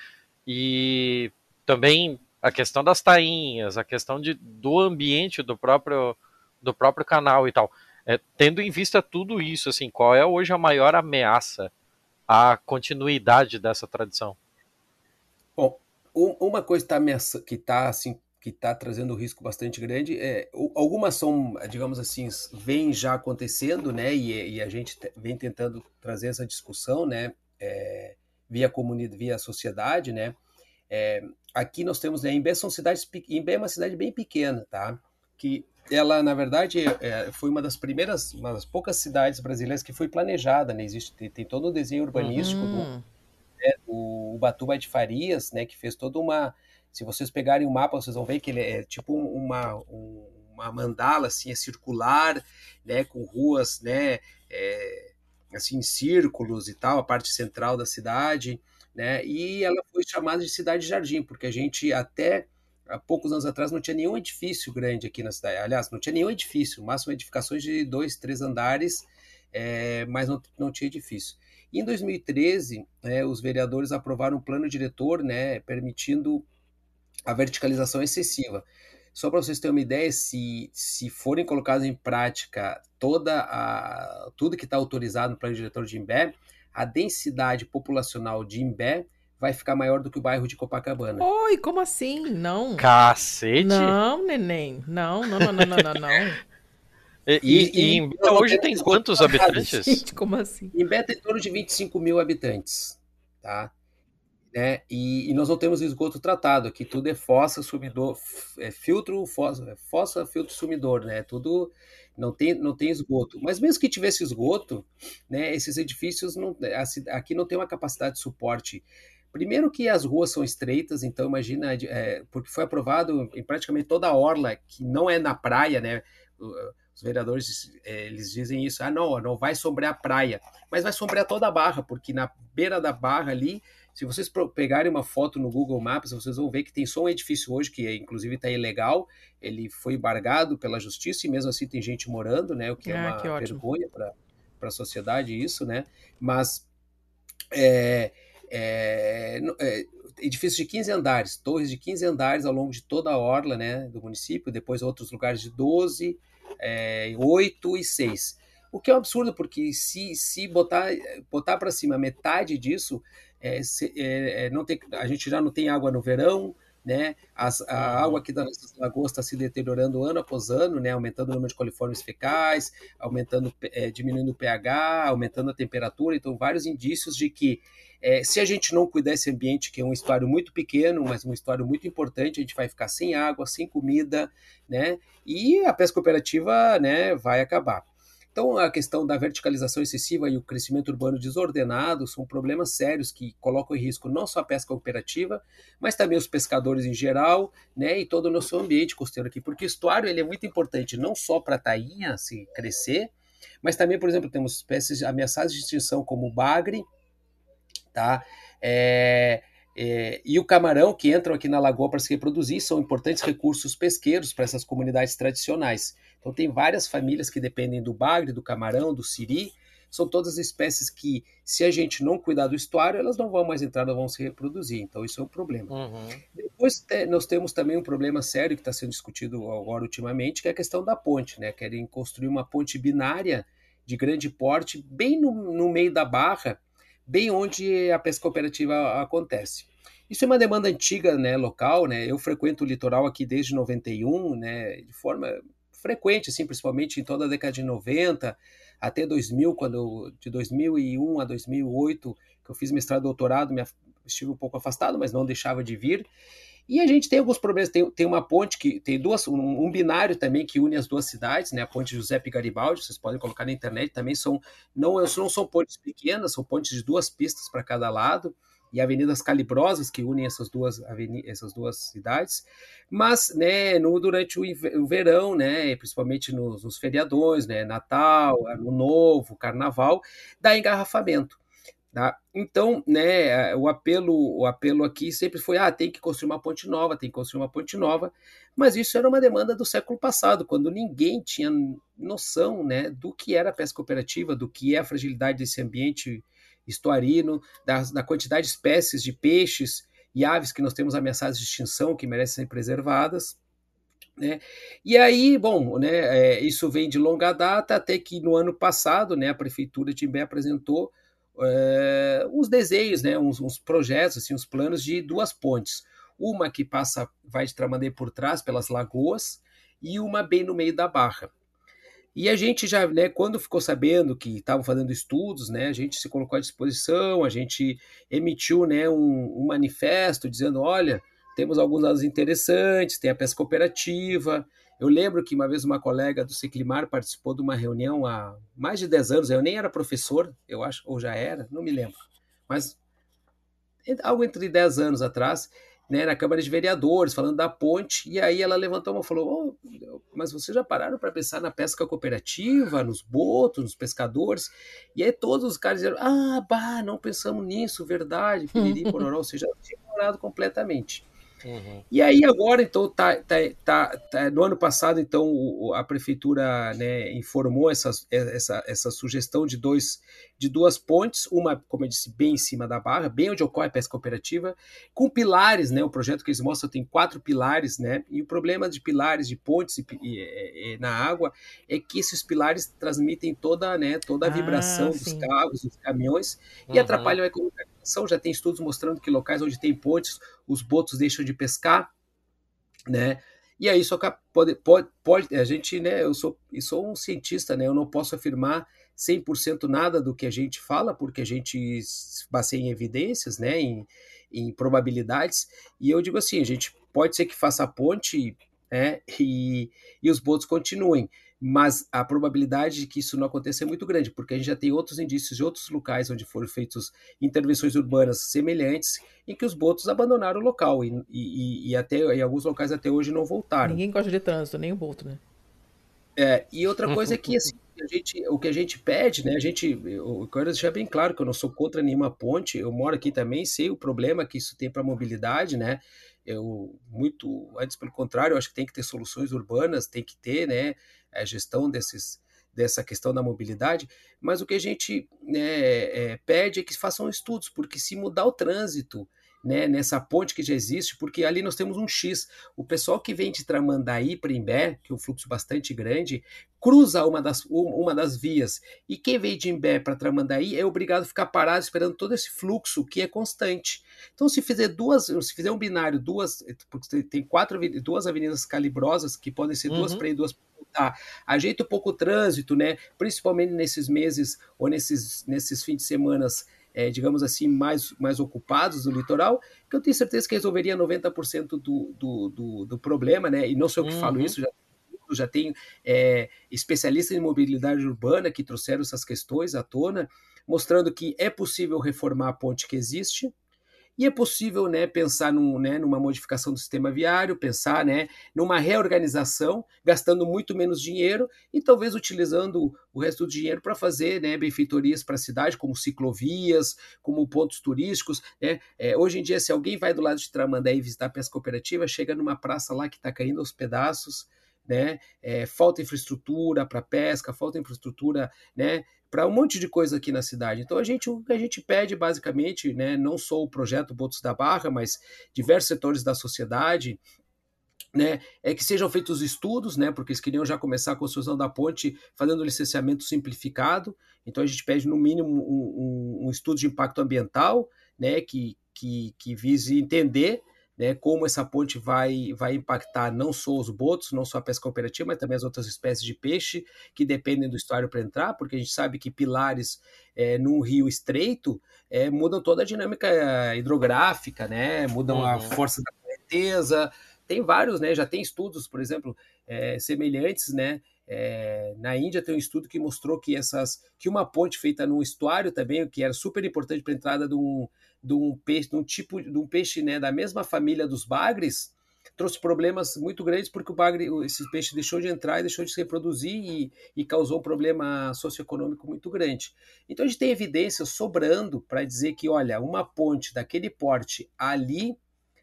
E também a questão das tainhas, a questão de, do ambiente do próprio, do próprio canal e tal. É, tendo em vista tudo isso, assim, qual é hoje a maior ameaça à continuidade dessa tradição? Bom, uma coisa tá ameaça, que está assim, que tá trazendo um risco bastante grande, é, algumas são, digamos assim, vêm já acontecendo, né, e, e a gente vem tentando trazer essa discussão, né, é, via comunidade, via sociedade, né. É, aqui nós temos, né, Imbé são cidades, Imbé é uma cidade bem pequena, tá, que ela, na verdade, é, foi uma das primeiras, uma das poucas cidades brasileiras que foi planejada, né? Existe, tem, tem todo o desenho urbanístico uhum. do, né, do Ubatuba de Farias, né? Que fez toda uma... Se vocês pegarem o mapa, vocês vão ver que ele é tipo uma, um, uma mandala, assim, é circular, né? Com ruas, né? É, assim, círculos e tal, a parte central da cidade, né? E ela foi chamada de Cidade Jardim, porque a gente até... há poucos anos atrás não tinha nenhum edifício grande aqui na cidade. Aliás, não tinha nenhum edifício, máximo edificações de dois, três andares, é, mas não, não tinha edifício. E em dois mil e treze, é, os vereadores aprovaram um plano diretor, né, permitindo a verticalização excessiva. Só para vocês terem uma ideia, se, se forem colocados em prática toda a, tudo que está autorizado no plano diretor de Imbé, a densidade populacional de Imbé vai ficar maior do que o bairro de Copacabana. Oi, como assim? Não. Cacete? Não, neném. Não, não, não, não, não, não, não. E, e, e, e Imbé hoje tem quantos habitantes? Gente, como assim? Imbé tem em torno de vinte e cinco mil habitantes, tá? Né? E, e nós não temos esgoto tratado, aqui tudo é fossa, sumidor, é filtro, fossa, fossa, filtro, sumidor, né? Tudo não tem, não tem esgoto. Mas mesmo que tivesse esgoto, né? Esses edifícios não, aqui não tem uma capacidade de suporte. Primeiro que as ruas são estreitas, então imagina, é, porque foi aprovado em praticamente toda a orla, que não é na praia, né? Os vereadores, é, eles dizem isso, ah, não, não vai sombrear a praia, mas vai sombrear toda a barra, porque na beira da barra ali, se vocês pegarem uma foto no Google Maps, vocês vão ver que tem só um edifício hoje, que inclusive está ilegal, ele foi embargado pela justiça e mesmo assim tem gente morando, né? O que é ah, uma que vergonha para a sociedade isso, né? Mas é, é, é, edifícios de quinze andares, torres de quinze andares ao longo de toda a orla, né, do município, depois outros lugares de doze, é, oito e seis. O que é um absurdo, porque se, se botar, botar para cima metade disso, é, se, é, não tem, a gente já não tem água no verão, né? As, a água aqui das nossas lagoas está se deteriorando ano após ano, né? Aumentando o número de coliformes fecais, aumentando, é, diminuindo o pH, aumentando a temperatura. Então, vários indícios de que é, se a gente não cuidar desse ambiente, que é um estuário muito pequeno, mas um estuário muito importante, a gente vai ficar sem água, sem comida, né? E a pesca cooperativa, né, vai acabar. Então, a questão da verticalização excessiva e o crescimento urbano desordenado são problemas sérios que colocam em risco não só a pesca cooperativa, mas também os pescadores em geral, né, e todo o nosso ambiente costeiro aqui, porque o estuário ele é muito importante não só para a tainha se crescer, mas também, por exemplo, temos espécies ameaçadas de extinção como o bagre, tá? É, é, e o camarão que entram aqui na lagoa para se reproduzir são importantes recursos pesqueiros para essas comunidades tradicionais. Então tem várias famílias que dependem do bagre, do camarão, do siri, são todas espécies que, se a gente não cuidar do estuário, elas não vão mais entrar, não vão se reproduzir. Então isso é um problema. Uhum. Depois te, nós temos também um problema sério que está sendo discutido agora ultimamente, que é a questão da ponte, né? Querem construir uma ponte binária de grande porte bem no, no meio da barra, bem onde a pesca cooperativa acontece. Isso é uma demanda antiga, né, local, né? Eu frequento o litoral aqui desde noventa e um, né, de forma frequente, assim, principalmente em toda a década de noventa, até dois mil, quando eu, de dois mil e um a dois mil e oito, que eu fiz mestrado e doutorado, me, estive um pouco afastado, mas não deixava de vir. E a gente tem alguns problemas, tem, tem uma ponte que tem duas, um, um binário também que une as duas cidades, né? A ponte Giuseppe Garibaldi, vocês podem colocar na internet, também são, não, não são pontes pequenas, são pontes de duas pistas para cada lado, e avenidas calibrosas que unem essas duas, aveni- essas duas cidades, mas, né, no, durante o, inver- o verão, né, principalmente nos, nos feriadões, né, Natal, Ano Novo, Carnaval, dá engarrafamento. Tá? Então, né, o apelo, o apelo aqui sempre foi, ah, tem que construir uma ponte nova, tem que construir uma ponte nova, mas isso era uma demanda do século passado, quando ninguém tinha noção, né, do que era a pesca cooperativa, do que é a fragilidade desse ambiente estuarino, da, da quantidade de espécies de peixes e aves que nós temos ameaçadas de extinção, que merecem ser preservadas, né? E aí, bom, né, é, isso vem de longa data, até que no ano passado, né, a Prefeitura de Imbé apresentou é, uns desenhos, né, uns, uns projetos, assim, uns planos de duas pontes. Uma que passa, vai de Tramandaí por trás, pelas lagoas, e uma bem no meio da barra. E a gente já, né, quando ficou sabendo que estavam fazendo estudos, né, a gente se colocou à disposição, a gente emitiu, né, um, um manifesto dizendo, olha, temos alguns dados interessantes, tem a pesca cooperativa. Eu lembro que uma vez uma colega do Ciclimar participou de uma reunião há mais de dez anos, eu nem era professor, eu acho, ou já era, não me lembro, mas algo entre dez anos atrás, né, na Câmara de Vereadores, falando da ponte, e aí ela levantou e falou, oh, mas vocês já pararam para pensar na pesca cooperativa, nos botos, nos pescadores? E aí todos os caras disseram, ah, bah, não pensamos nisso, verdade, piriri, pororó, ou seja, tinha ignorado completamente. Uhum. E aí agora, então, tá, tá, tá, tá, no ano passado, então, o, a prefeitura, né, informou essa, essa, essa sugestão de, dois, de duas pontes, uma, como eu disse, bem em cima da barra, bem onde ocorre a pesca cooperativa, com pilares, né, o projeto que eles mostram tem quatro pilares, né, e o problema de pilares, de pontes e, e, e, na água, é que esses pilares transmitem toda, né, toda a vibração ah, dos carros, dos caminhões, uhum. e atrapalham a comunicação. Já tem estudos mostrando que locais onde tem pontes, os botos deixam de pescar, né? E aí só pode, pode, pode a gente, né? Eu sou, eu sou um cientista, né? Eu não posso afirmar cem por cento nada do que a gente fala, porque a gente baseia em evidências, né? Em, em probabilidades. E eu digo assim, a gente pode ser que faça a ponte, né? E, e os botos continuem. Mas a probabilidade de que isso não aconteça é muito grande, porque a gente já tem outros indícios de outros locais onde foram feitas intervenções urbanas semelhantes em que os botos abandonaram o local e, e, e até, em alguns locais até hoje não voltaram. Ninguém gosta de trânsito, nem o boto, né? É, e outra coisa é que assim, a gente, o que a gente pede, né? A gente, eu quero deixar bem claro que eu não sou contra nenhuma ponte, eu moro aqui também, sei o problema que isso tem para a mobilidade, né? Eu, muito, antes pelo contrário, eu acho que tem que ter soluções urbanas, tem que ter, né, a gestão desses, dessa questão da mobilidade, mas o que a gente, né, é, pede é que façam estudos, porque se mudar o trânsito, né, nessa ponte que já existe, porque ali nós temos um X. O pessoal que vem de Tramandaí para Imbé, que é um fluxo bastante grande, cruza uma das, uma das vias. E quem vem de Imbé para Tramandaí é obrigado a ficar parado esperando todo esse fluxo que é constante. Então, se fizer duas, se fizer um binário, duas, porque tem quatro, duas avenidas calibrosas, que podem ser duas Uhum. para ir, duas para voltar, ajeita um pouco o trânsito, né? Principalmente nesses meses ou nesses, nesses fins de semana, é, digamos assim, mais, mais ocupados do litoral, que eu tenho certeza que resolveria noventa por cento do, do, do, do problema, né? E não sou eu que falo Uhum. isso, já já tem é, especialistas em mobilidade urbana que trouxeram essas questões à tona, mostrando que é possível reformar a ponte que existe, e é possível, né, pensar num, né, numa modificação do sistema viário, pensar, né, numa reorganização, gastando muito menos dinheiro e talvez utilizando o resto do dinheiro para fazer, né, benfeitorias para a cidade, como ciclovias, como pontos turísticos. Né? É, hoje em dia, se alguém vai do lado de Tramandaí visitar a pesca cooperativa, chega numa praça lá que está caindo aos pedaços, né? É, falta infraestrutura para pesca, falta infraestrutura, né, para um monte de coisa aqui na cidade. Então a gente, o que a gente pede basicamente, né, não só o projeto Botos da Barra, mas diversos setores da sociedade, né, é que sejam feitos estudos, né, porque eles queriam já começar a construção da ponte fazendo licenciamento simplificado. Então a gente pede no mínimo um, um, um estudo de impacto ambiental, né, que, que, que vise entender, né, como essa ponte vai, vai impactar não só os botos, não só a pesca cooperativa, mas também as outras espécies de peixe que dependem do estuário para entrar, porque a gente sabe que pilares é, num rio estreito é, mudam toda a dinâmica hidrográfica, né, mudam Uhum. a força da correnteza. Tem vários, né, já tem estudos, por exemplo, é, semelhantes, né, é, na Índia tem um estudo que mostrou que, essas, que uma ponte feita num estuário também, que era super importante para a entrada de um, de um peixe, de um tipo de um peixe, né, da mesma família dos bagres, trouxe problemas muito grandes porque o bagre, esse peixe deixou de entrar e deixou de se reproduzir e, e causou um problema socioeconômico muito grande. Então a gente tem evidências sobrando para dizer que, olha, uma ponte daquele porte ali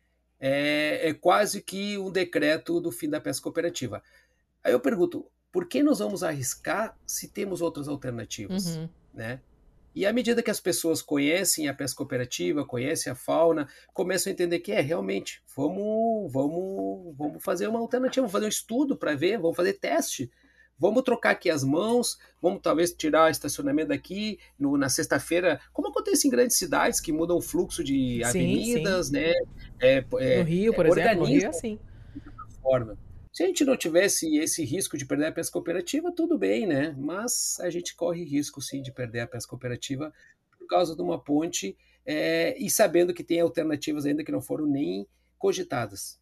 é, é quase que um decreto do fim da pesca cooperativa. Aí eu pergunto, por que nós vamos arriscar se temos outras alternativas? Uhum. Né? E à medida que as pessoas conhecem a pesca cooperativa, conhecem a fauna, começam a entender que é, realmente, vamos, vamos, vamos fazer uma alternativa, vamos fazer um estudo para ver, vamos fazer teste, vamos trocar aqui as mãos, vamos talvez tirar estacionamento daqui no, na sexta-feira, como acontece em grandes cidades que mudam o fluxo de Sim, avenidas, sim. né? É, é, No Rio, por é, exemplo, no Rio é organizam assim. de outra forma. Se a gente não tivesse esse risco de perder a pesca cooperativa, tudo bem, né? Mas a gente corre risco, sim, de perder a pesca cooperativa por causa de uma ponte é, e sabendo que tem alternativas ainda que não foram nem cogitadas.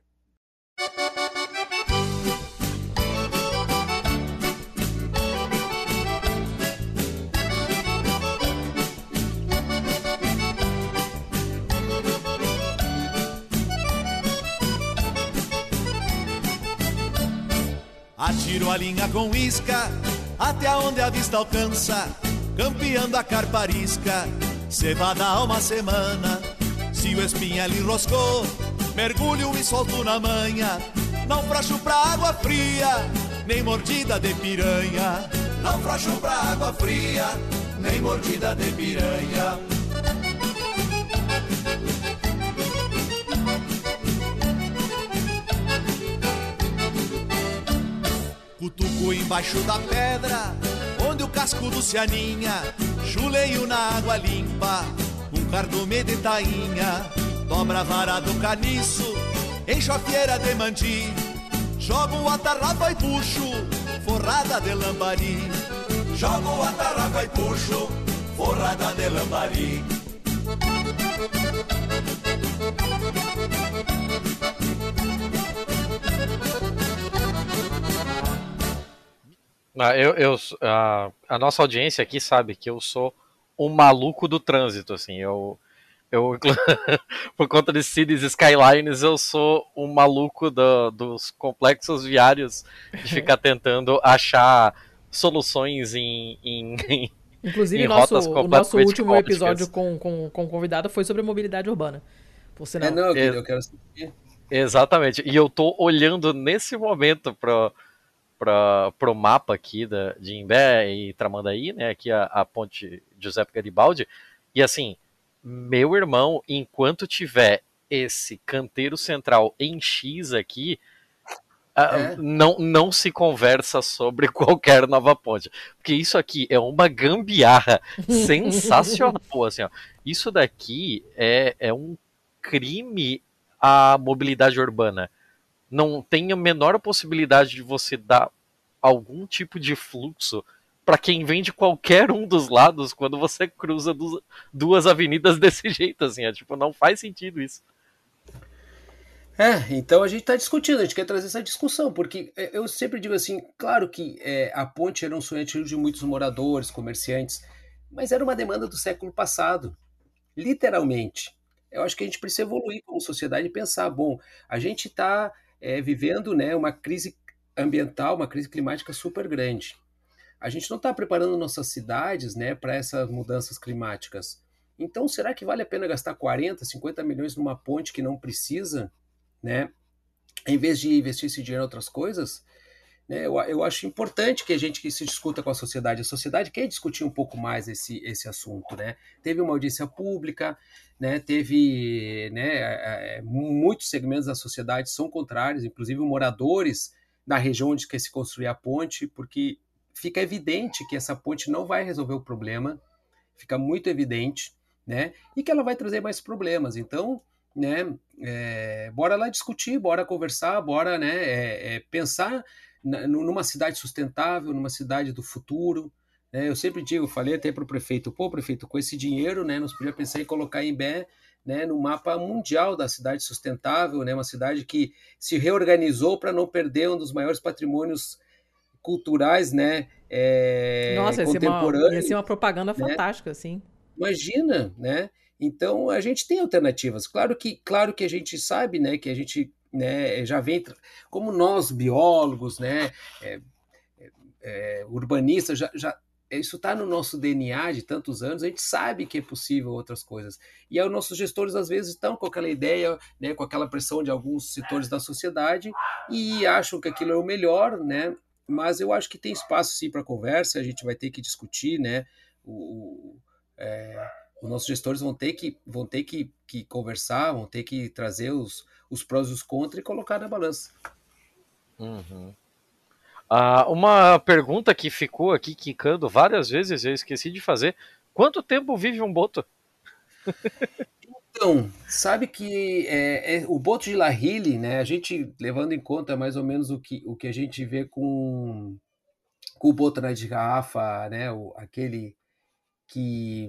Atiro a linha com isca, até onde a vista alcança, campeando a carparisca, cevada há uma semana. Se o espinhel enroscou, mergulho e solto na manha, não frouxo pra água fria, nem mordida de piranha. Não frouxo pra água fria, nem mordida de piranha. Cutuco embaixo da pedra, onde o cascudo se aninha, chuleio na água limpa, um cardume de tainha, dobra a vara do caniço, encho a fieira de mandi, jogo a tarrafa e puxo, forrada de lambari. Jogo a tarrafa e puxo, forrada de lambari. Ah, eu, eu, a, a nossa audiência aqui sabe que eu sou um maluco do trânsito, assim, eu, eu por conta de Cities Skylines, eu sou um maluco do, dos complexos viários, de ficar tentando achar soluções em, em, Inclusive, em nosso, rotas o completamente nosso último caóticas. episódio com, com, com convidado foi sobre mobilidade urbana. Por sinal. É, não, eu, Ex- eu quero saber. Exatamente, e eu tô olhando nesse momento para para o mapa aqui da, de Imbé e Tramandaí, né, aqui a, a ponte Giuseppe Garibaldi, e assim, meu irmão, enquanto tiver esse canteiro central em X aqui, É. não, não se conversa sobre qualquer nova ponte. Porque isso aqui é uma gambiarra sensacional. Assim, ó. Isso daqui é, é um crime à mobilidade urbana. Não tem a menor possibilidade de você dar algum tipo de fluxo para quem vem de qualquer um dos lados quando você cruza duas avenidas desse jeito. Assim, é, tipo, não faz sentido isso. É, então a gente está discutindo, a gente quer trazer essa discussão, porque eu sempre digo assim, claro que é, a ponte era um sonho de muitos moradores, comerciantes, mas era uma demanda do século passado, literalmente. Eu acho que a gente precisa evoluir como sociedade e pensar, bom, a gente está é, vivendo, né, uma crise ambiental, uma crise climática super grande. A gente não está preparando nossas cidades, né, para essas mudanças climáticas. Então, será que vale a pena gastar quarenta, cinquenta milhões numa ponte que não precisa? Né? Em vez de investir esse dinheiro em outras coisas, né, eu, eu acho importante que a gente que se discuta com a sociedade. A sociedade quer discutir um pouco mais esse, esse assunto. Né? Teve uma audiência pública, né, teve né, muitos segmentos da sociedade são contrários, inclusive moradores da região onde quer se construir a ponte, porque fica evidente que essa ponte não vai resolver o problema, fica muito evidente, né, e que ela vai trazer mais problemas. Então, né, é, bora lá discutir, bora conversar, bora né, é, é, pensar na, numa cidade sustentável, numa cidade do futuro. Né? Eu sempre digo, falei até para o prefeito, pô, prefeito, com esse dinheiro, né, nós podíamos pensar em colocar Imbé, né, no mapa mundial da cidade sustentável, né, uma cidade que se reorganizou para não perder um dos maiores patrimônios culturais, né, é, Nossa, contemporâneos. Nossa, ia ser uma propaganda né? fantástica, assim. Imagina, né? Então a gente tem alternativas. Claro que, claro que a gente sabe, né, que a gente, né, já vem como nós biólogos, né, é, é, urbanistas, já, já isso está no nosso D N A de tantos anos. A gente sabe que é possível outras coisas. E aí, os nossos gestores às vezes estão com aquela ideia, né, com aquela pressão de alguns setores da sociedade e acham que aquilo é o melhor, né? Mas eu acho que tem espaço sim para conversa. A gente vai ter que discutir, né? O, é, os nossos gestores vão ter que, vão ter que, que conversar, vão ter que trazer os, os prós e os contras e colocar na balança. Uhum. Ah, uma pergunta que ficou aqui quicando várias vezes, eu esqueci de fazer. Quanto tempo vive um boto? Então, sabe que é, é, o boto de Lahili, né, a gente levando em conta mais ou menos o que, o que a gente vê com, com o boto de garrafa, né, o, aquele que...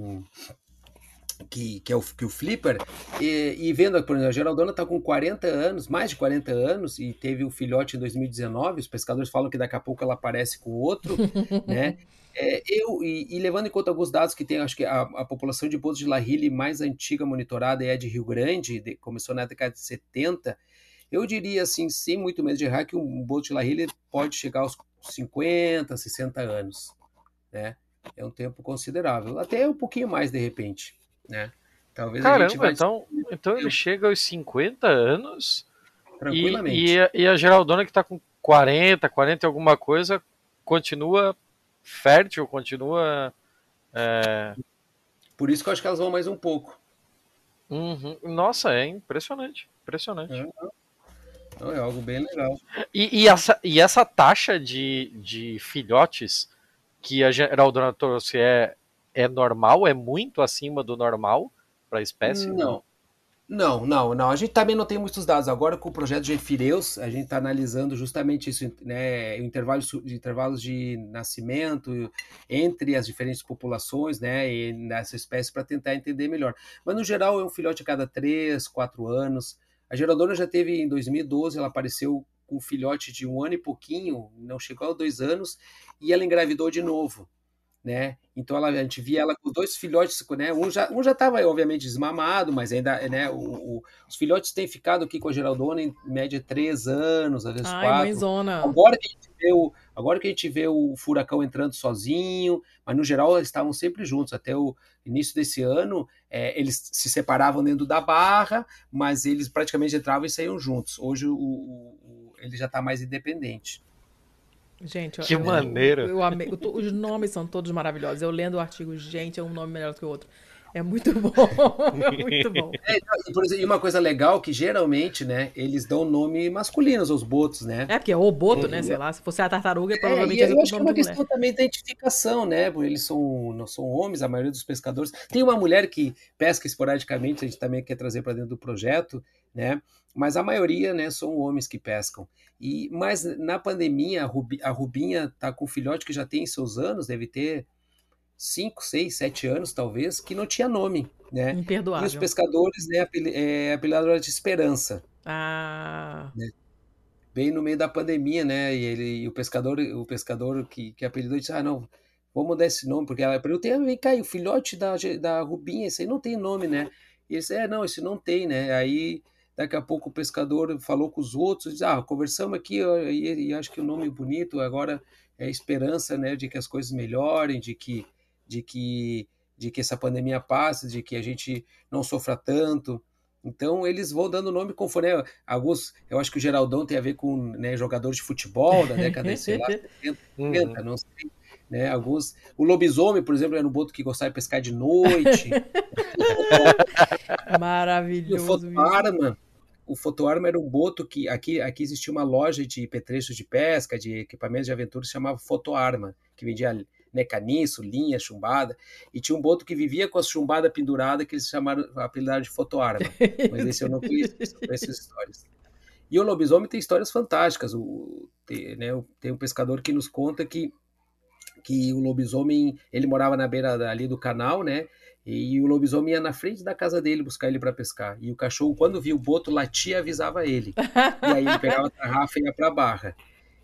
Que, que é o, que o Flipper, e, e vendo, por exemplo, a Geraldona está com quarenta anos, mais de quarenta anos, e teve o filhote em dois mil e dezenove, os pescadores falam que daqui a pouco ela aparece com outro, né? É, eu, e, e levando em conta alguns dados que tem, acho que a, a população de botos de Lahili mais antiga monitorada é a de Rio Grande, de, começou na década de setenta, eu diria assim, sem muito medo de errar, que um boto de Lahili pode chegar aos cinquenta, sessenta anos, né? É um tempo considerável, até um pouquinho mais de repente. Né? Talvez Caramba, a gente vai... então, então ele chega aos cinquenta anos tranquilamente. E, e, a, e a Geraldona que está com quarenta, quarenta e alguma coisa, continua fértil, continua... É... Por isso que eu acho que elas vão mais um pouco. Uhum. Nossa, é impressionante, impressionante. É, é algo bem legal. E, e, essa, e essa taxa de, de filhotes que a Geraldona trouxe é, é normal? É muito acima do normal para a espécie? Não. Não, não, não. A gente também não tem muitos dados. Agora, com o projeto de Fireus, a gente está analisando justamente isso, né, intervalos de, intervalos de nascimento entre as diferentes populações, né, e nessa espécie, para tentar entender melhor. Mas, no geral, é um filhote a cada três, quatro anos. A Geraldona já teve, em dois mil e doze, ela apareceu com um filhote de um ano e pouquinho, não chegou a dois anos, e ela engravidou de novo. Né? Então ela, a gente via ela com dois filhotes, né? um já um já estava obviamente desmamado, mas ainda, né, o, o, os filhotes têm ficado aqui com a Geraldona em média três anos, às vezes Ai, quatro. mãezona. Agora que a gente vê o, agora que a gente vê o furacão entrando sozinho, mas no geral eles estavam sempre juntos. Até o início desse ano, é, eles se separavam dentro da barra, mas eles praticamente entravam e saíam juntos. Hoje o, o, o, ele já está mais independente. Gente, que eu, maneiro. Eu, eu amei. Os nomes são todos maravilhosos. Eu lendo o artigo, gente, é um nome melhor do que o outro. É muito bom, é muito bom. É, e, por exemplo, e uma coisa legal que geralmente, né, eles dão nome masculinos aos botos, né? É, porque é o boto, É, né? e, Sei lá, se fosse a tartaruga, é, provavelmente e ia ser eu tudo acho que é nome uma de mulher. questão também de identificação, né? Porque eles são, não são homens, a maioria dos pescadores. Tem uma mulher que pesca esporadicamente, a gente também quer trazer para dentro do projeto, né? Mas a maioria, né, são homens que pescam. E, mas na pandemia, a, Rubi, a Rubinha tá com um filhote que já tem seus anos, deve ter cinco, seis, sete anos, talvez, que não tinha nome, né? E os Imperdoável. pescadores, né, apel- é, apelidaram ela de Esperança, Ah, né? Bem no meio da pandemia, né? E ele, e o pescador, o pescador que, que apelidou disse: "Ah, não, vamos mudar esse nome", porque ela perguntou: "Ah, vem cá, e o filhote da, Ge- da Rubinha, esse aí não tem nome, né?" E ele disse: "É, não, esse não tem, né?" Aí daqui a pouco o pescador falou com os outros, disse: "Ah, conversamos aqui, ó, e, e acho que o nome bonito agora é esperança, né, de que as coisas melhorem, de que, de que, de que essa pandemia passe, de que a gente não sofra tanto." Então eles vão dando nome conforme, né? Alguns, eu acho que o Geraldão tem a ver com, né, jogador de futebol da década de, sei lá, setenta, Uhum. oitenta, não sei, né? Alguns, o lobisomem, por exemplo, era um boto que gostava de pescar de noite. E o maravilhoso isso. fotoarma, o fotoarma era um boto que aqui, aqui existia uma loja de petrechos de pesca, de equipamentos de aventura, que se chamava Fotoarma, que vendia, né, caniço, linha, chumbada, e tinha um boto que vivia com a chumbada pendurada, que eles chamaram, apelidaram de Fotoarma. Mas esse eu não conheço, só conheço essas histórias. E o lobisomem tem histórias fantásticas. O, tem, né, tem um pescador que nos conta que, que o lobisomem, ele morava na beira ali do canal, né? E o lobisomem ia na frente da casa dele buscar ele para pescar. E o cachorro, quando via o boto, latia e avisava ele. E aí ele pegava a tarrafa e ia para a barra.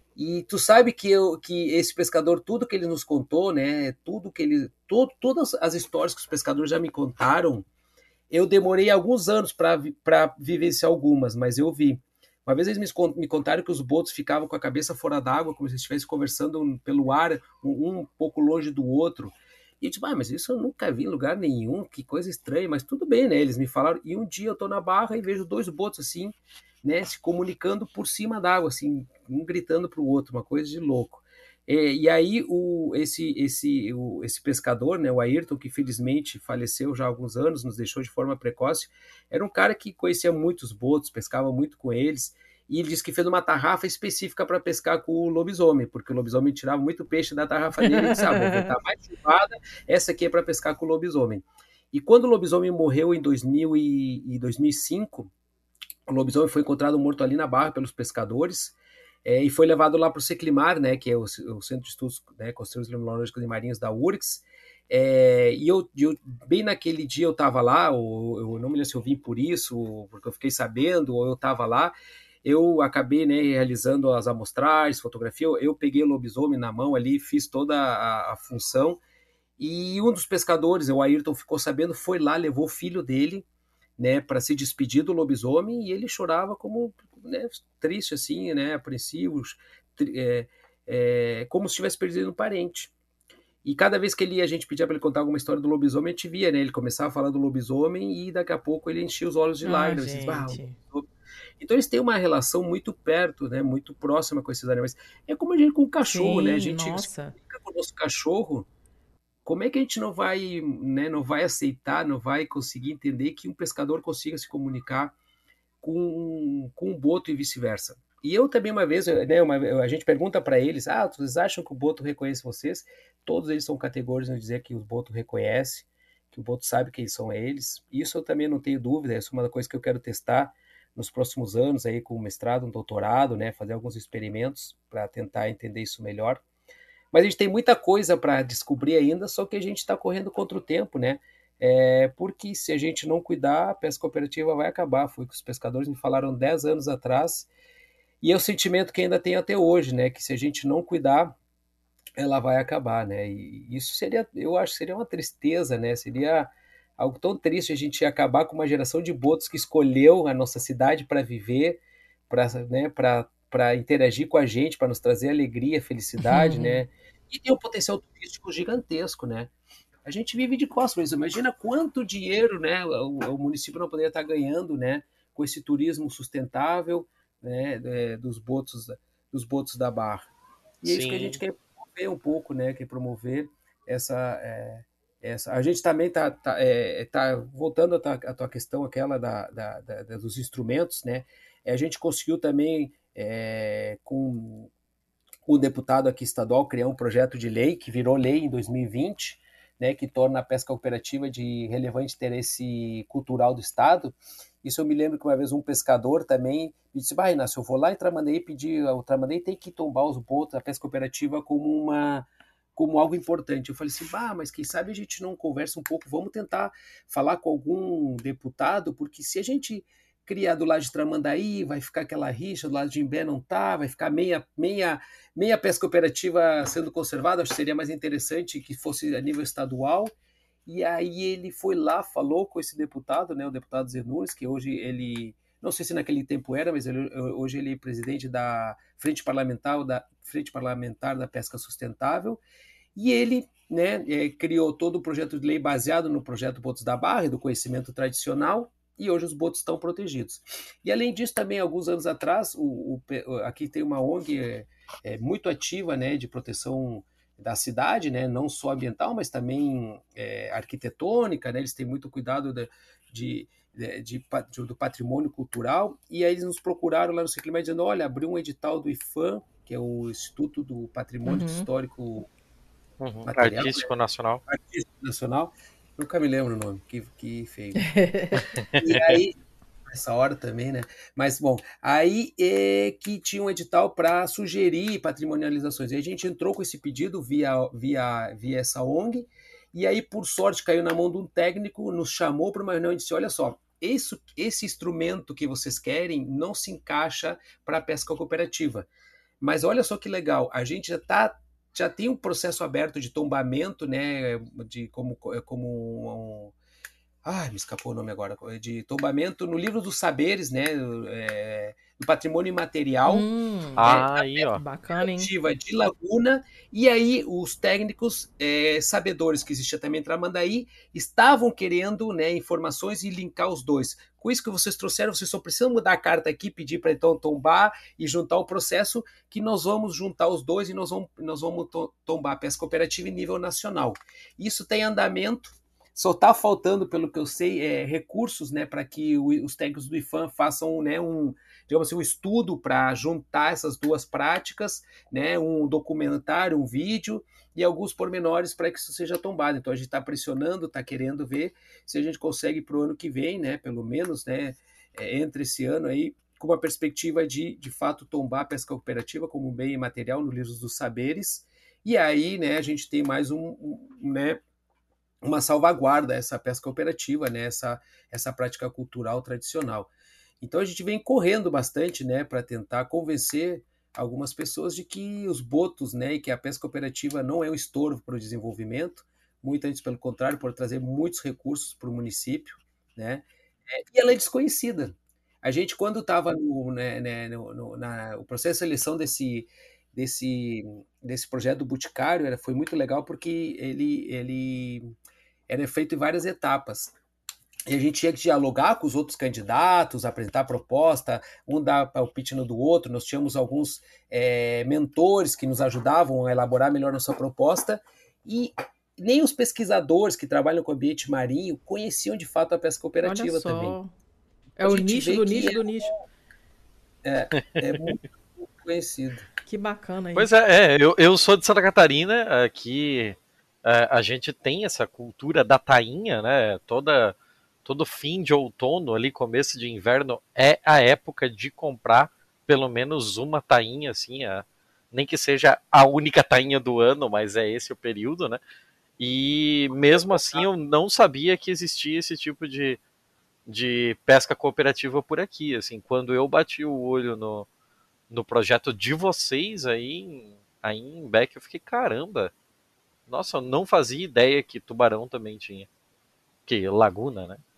E tu sabe que, eu, que esse pescador, tudo que ele nos contou, né? Tudo que ele. Todo, todas as histórias que os pescadores já me contaram, eu demorei alguns anos para vivenciar algumas, mas eu vi. Uma vez eles me, me contaram que os botos ficavam com a cabeça fora d'água, como se estivessem conversando pelo ar, um, um pouco longe do outro. E eu tipo, ah, mas isso eu nunca vi em lugar nenhum, que coisa estranha, mas tudo bem, né? Eles me falaram, e um dia eu tô na barra e vejo dois botos assim, né, se comunicando por cima d'água, assim, um gritando pro outro, uma coisa de louco. É, e aí o, esse, esse, o, esse pescador, né, o Ayrton, que felizmente faleceu já há alguns anos, nos deixou de forma precoce, era um cara que conhecia muitos botos, pescava muito com eles, e ele disse que fez uma tarrafa específica para pescar com o lobisomem, porque o lobisomem tirava muito peixe da tarrafa dele e disse, ah, vou botar mais chupada, essa aqui é para pescar com o lobisomem. E quando o lobisomem morreu em dois mil e dois mil e cinco, o lobisomem foi encontrado morto ali na barra pelos pescadores, é, e foi levado lá para o CECLIMAR, né, que é o, o Centro de Estudos, né, Costeiros, Limnologicos e Marinhos da U R G S, é, e eu, eu, bem naquele dia eu estava lá, ou, eu não me lembro se eu vim por isso, porque eu fiquei sabendo, ou eu estava lá, eu acabei, né, realizando as amostragens, fotografia, eu, eu peguei o lobisomem na mão ali, fiz toda a, a função, e um dos pescadores, o Ayrton, ficou sabendo, foi lá, levou o filho dele, né, para se despedir do lobisomem, e ele chorava como, né, triste assim, né, apreensivo, é, é, como se tivesse perdido um parente. E cada vez que ele, a gente pedia para ele contar alguma história do lobisomem, a gente via, né, ele começava a falar do lobisomem e daqui a pouco ele enchia os olhos de Ah, lágrimas. Assim, ah, então eles têm uma relação muito perto, né, muito próxima com esses animais. É como a gente com o cachorro, sim, né, a gente nossa. fica com o nosso cachorro. Como é que a gente não vai, né, não vai aceitar, não vai conseguir entender que um pescador consiga se comunicar com, com um boto e vice-versa? E eu também uma vez, né, uma, a gente pergunta para eles, ah, vocês acham que o boto reconhece vocês? Todos eles são categóricos em dizer que o boto reconhece, que o boto sabe quem são eles. Isso eu também não tenho dúvida, isso é uma coisa que eu quero testar nos próximos anos aí com um mestrado, um doutorado, né, fazer alguns experimentos para tentar entender isso melhor. Mas a gente tem muita coisa para descobrir ainda, só que a gente está correndo contra o tempo, né? É, porque se a gente não cuidar, a pesca cooperativa vai acabar. Foi o que os pescadores me falaram dez anos atrás, e é o sentimento que ainda tem até hoje, né? Que se a gente não cuidar, ela vai acabar, né? E isso seria, eu acho que seria uma tristeza, né? Seria algo tão triste a gente acabar com uma geração de botos que escolheu a nossa cidade para viver, para, né, para para interagir com a gente, para nos trazer alegria, felicidade, né? E tem um potencial turístico gigantesco, né? A gente vive de costas, mas imagina quanto dinheiro, né, o, o município não poderia estar ganhando, né, com esse turismo sustentável, né, é, dos botos, dos botos da Barra. E é isso que a gente Sim. quer promover um pouco, né, quer promover essa, é, essa, a gente também está tá, é, tá, voltando à tua, à tua questão, aquela da, da, da, dos instrumentos, né? A gente conseguiu também, é, com o deputado aqui estadual, criar um projeto de lei, que virou lei em dois mil e vinte, né, que torna a pesca cooperativa de relevante interesse cultural do Estado. Isso eu me lembro que uma vez um pescador também me disse, bah, Inácio, eu vou lá em Tramandaí pedir, o Tramandaí tem que tombar os botos, a pesca cooperativa como uma... como algo importante. Eu falei assim, bah, mas quem sabe a gente não conversa um pouco, vamos tentar falar com algum deputado, porque se a gente criar do lado de Tramandaí, vai ficar aquela rixa, do lado de Imbé não tá, vai ficar meia, meia, meia pesca cooperativa sendo conservada, acho que seria mais interessante que fosse a nível estadual. E aí ele foi lá, falou com esse deputado, né, o deputado Zé Nunes, que hoje ele, não sei se naquele tempo era, mas ele, hoje ele é presidente da Frente Parlamentar da, Frente Parlamentar da Pesca Sustentável, e ele, né, criou todo o projeto de lei baseado no projeto Botos da Barra e do conhecimento tradicional, e hoje os botos estão protegidos. E além disso, também, alguns anos atrás, o, o, aqui tem uma O N G é, é, muito ativa, né, de proteção da cidade, né, não só ambiental, mas também é, arquitetônica, né, eles têm muito cuidado de, de, de, de, de, do patrimônio cultural, e aí eles nos procuraram lá no Ciclima dizendo, olha, abriu um edital do I F A M, que é o Instituto do Patrimônio uhum. Histórico uhum. Material, Artístico né? Nacional. Artístico Nacional. Nunca me lembro o nome, que, que feio. E aí, essa hora também, né? Mas, bom, aí é que tinha um edital para sugerir patrimonializações. E a gente entrou com esse pedido via, via, via essa O N G, e aí, por sorte, caiu na mão de um técnico, nos chamou para uma reunião e disse, olha só, esse, esse instrumento que vocês querem não se encaixa para a pesca cooperativa. Mas olha só que legal, a gente já está já tem um processo aberto de tombamento, né, de como, como um, ah, me escapou o nome agora, de tombamento no livro dos saberes, né, é, do patrimônio imaterial, hum, né, ah, aí, ó. Bacana, hein? De Laguna, e aí os técnicos é, sabedores que existia também em Tramandaí estavam querendo, né, informações e linkar os dois. Com isso que vocês trouxeram, vocês só precisam mudar a carta aqui, pedir para então tombar e juntar o processo, que nós vamos juntar os dois e nós vamos, nós vamos to- tombar a pesca cooperativa em nível nacional. Isso tem andamento, só está faltando, pelo que eu sei, é, recursos, né, para que o, os técnicos do I F A M façam, né, um, digamos assim, um estudo para juntar essas duas práticas, né, um documentário, um vídeo e alguns pormenores para que isso seja tombado. Então a gente está pressionando, está querendo ver se a gente consegue para o ano que vem, né, pelo menos, né, é, entre esse ano aí, com uma perspectiva de, de fato, tombar a pesca cooperativa como bem imaterial no livro dos saberes. E aí, né, a gente tem mais um, um né, uma salvaguarda a essa pesca cooperativa, né, essa, essa prática cultural tradicional. Então a gente vem correndo bastante, né, para tentar convencer algumas pessoas de que os botos, né, e que a pesca cooperativa não é um estorvo para o desenvolvimento, muito antes pelo contrário, por trazer muitos recursos para o município, né, é, e ela é desconhecida. A gente, quando estava no, né, né, no, no na, o processo de seleção desse, desse, desse projeto do Boticário, era, foi muito legal porque ele, ele era feito em várias etapas. E a gente tinha que dialogar com os outros candidatos, apresentar proposta, um dar palpite no do outro. Nós tínhamos alguns é, mentores que nos ajudavam a elaborar melhor nossa proposta, e nem os pesquisadores que trabalham com o ambiente marinho conheciam de fato a pesca cooperativa. Olha só. Também. É o nicho do nicho é, do nicho. É, é muito conhecido. Que bacana. Pois é, é eu, eu sou de Santa Catarina, aqui é, a gente tem essa cultura da tainha, né, toda... Todo fim de outono, ali, começo de inverno, é a época de comprar pelo menos uma tainha, assim, a, nem que seja a única tainha do ano, mas é esse o período, né? E mesmo assim eu não sabia que existia esse tipo de, de pesca cooperativa por aqui, assim. Quando eu bati o olho no, no projeto de vocês aí, aí em Beck, eu fiquei, caramba, nossa, eu não fazia ideia que Tubarão também tinha. Que Laguna, né?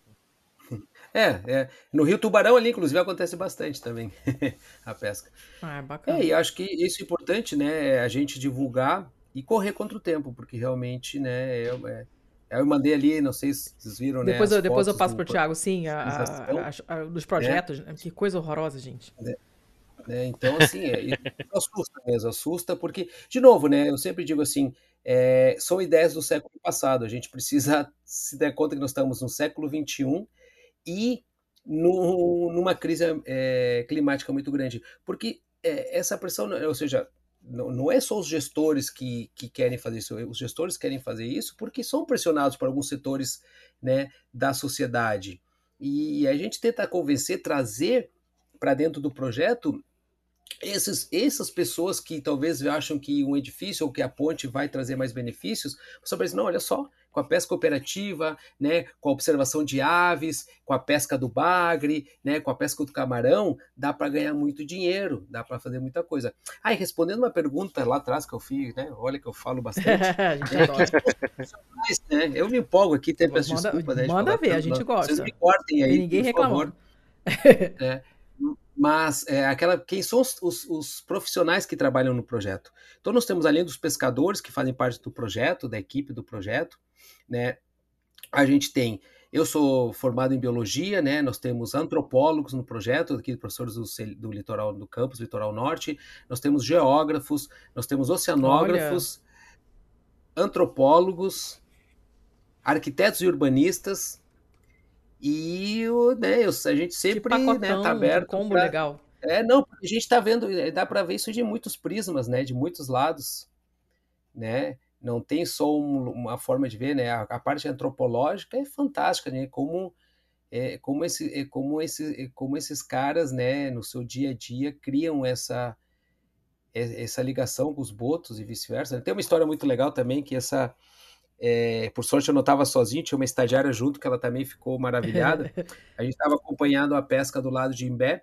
É, é, no Rio Tubarão ali, inclusive, acontece bastante também a pesca. Ah, é bacana. É, e acho que isso é importante, né, a gente divulgar e correr contra o tempo, porque realmente, né, eu, é, eu mandei ali, não sei se vocês viram, depois né, eu, Depois eu passo do, pro Thiago, sim, a, a, a, a, dos projetos, é. Que coisa horrorosa, gente. É. É, então, assim, é, assusta mesmo, assusta, porque, de novo, né, eu sempre digo assim, é, são ideias do século passado. A gente precisa se dar conta que nós estamos no século vinte e um e no, numa crise é, climática muito grande. Porque é, essa pressão, ou seja, não, não é só os gestores que, que querem fazer isso, os gestores querem fazer isso porque são pressionados por alguns setores, né, da sociedade. E a gente tenta convencer, trazer para dentro do projeto esses, essas pessoas que talvez acham que um edifício ou que a ponte vai trazer mais benefícios, só para dizer, não, olha só, com a pesca operativa, né, com a observação de aves, com a pesca do bagre, né, com a pesca do camarão, dá para ganhar muito dinheiro, dá para fazer muita coisa. Ah, e respondendo uma pergunta lá atrás que eu fiz, né, olha que eu falo bastante. A gente é, adora. que, né, eu me empolgo aqui, até peço Manda, desculpa. Né, de manda falar ver, a tanto, gente não. gosta. Vocês me cortem aí, Tem ninguém por reclamando. favor. É. Mas é, aquela, quem são os, os, os profissionais que trabalham no projeto? Então nós temos além dos pescadores que fazem parte do projeto, da equipe do projeto, né? A gente tem, eu sou formado em biologia, né? Nós temos antropólogos no projeto, aqui professores do, do litoral do campus, litoral norte, nós temos geógrafos, nós temos oceanógrafos, Olha. antropólogos, arquitetos e urbanistas. E né, eu, a gente sempre pacotão, né, tá aberto. Que combo pra... legal. É, não, a gente tá vendo, dá para ver isso de muitos prismas, né? De muitos lados, né? Não tem só um, uma forma de ver, né? A, a parte antropológica é fantástica, né? Como, é, como, esse, é, como, esse, é, como esses caras, né? No seu dia a dia criam essa, é, essa ligação com os botos e vice-versa. Tem uma história muito legal também que essa É, por sorte eu não estava sozinho, tinha uma estagiária junto que ela também ficou maravilhada. A gente estava acompanhando a pesca do lado de Imbé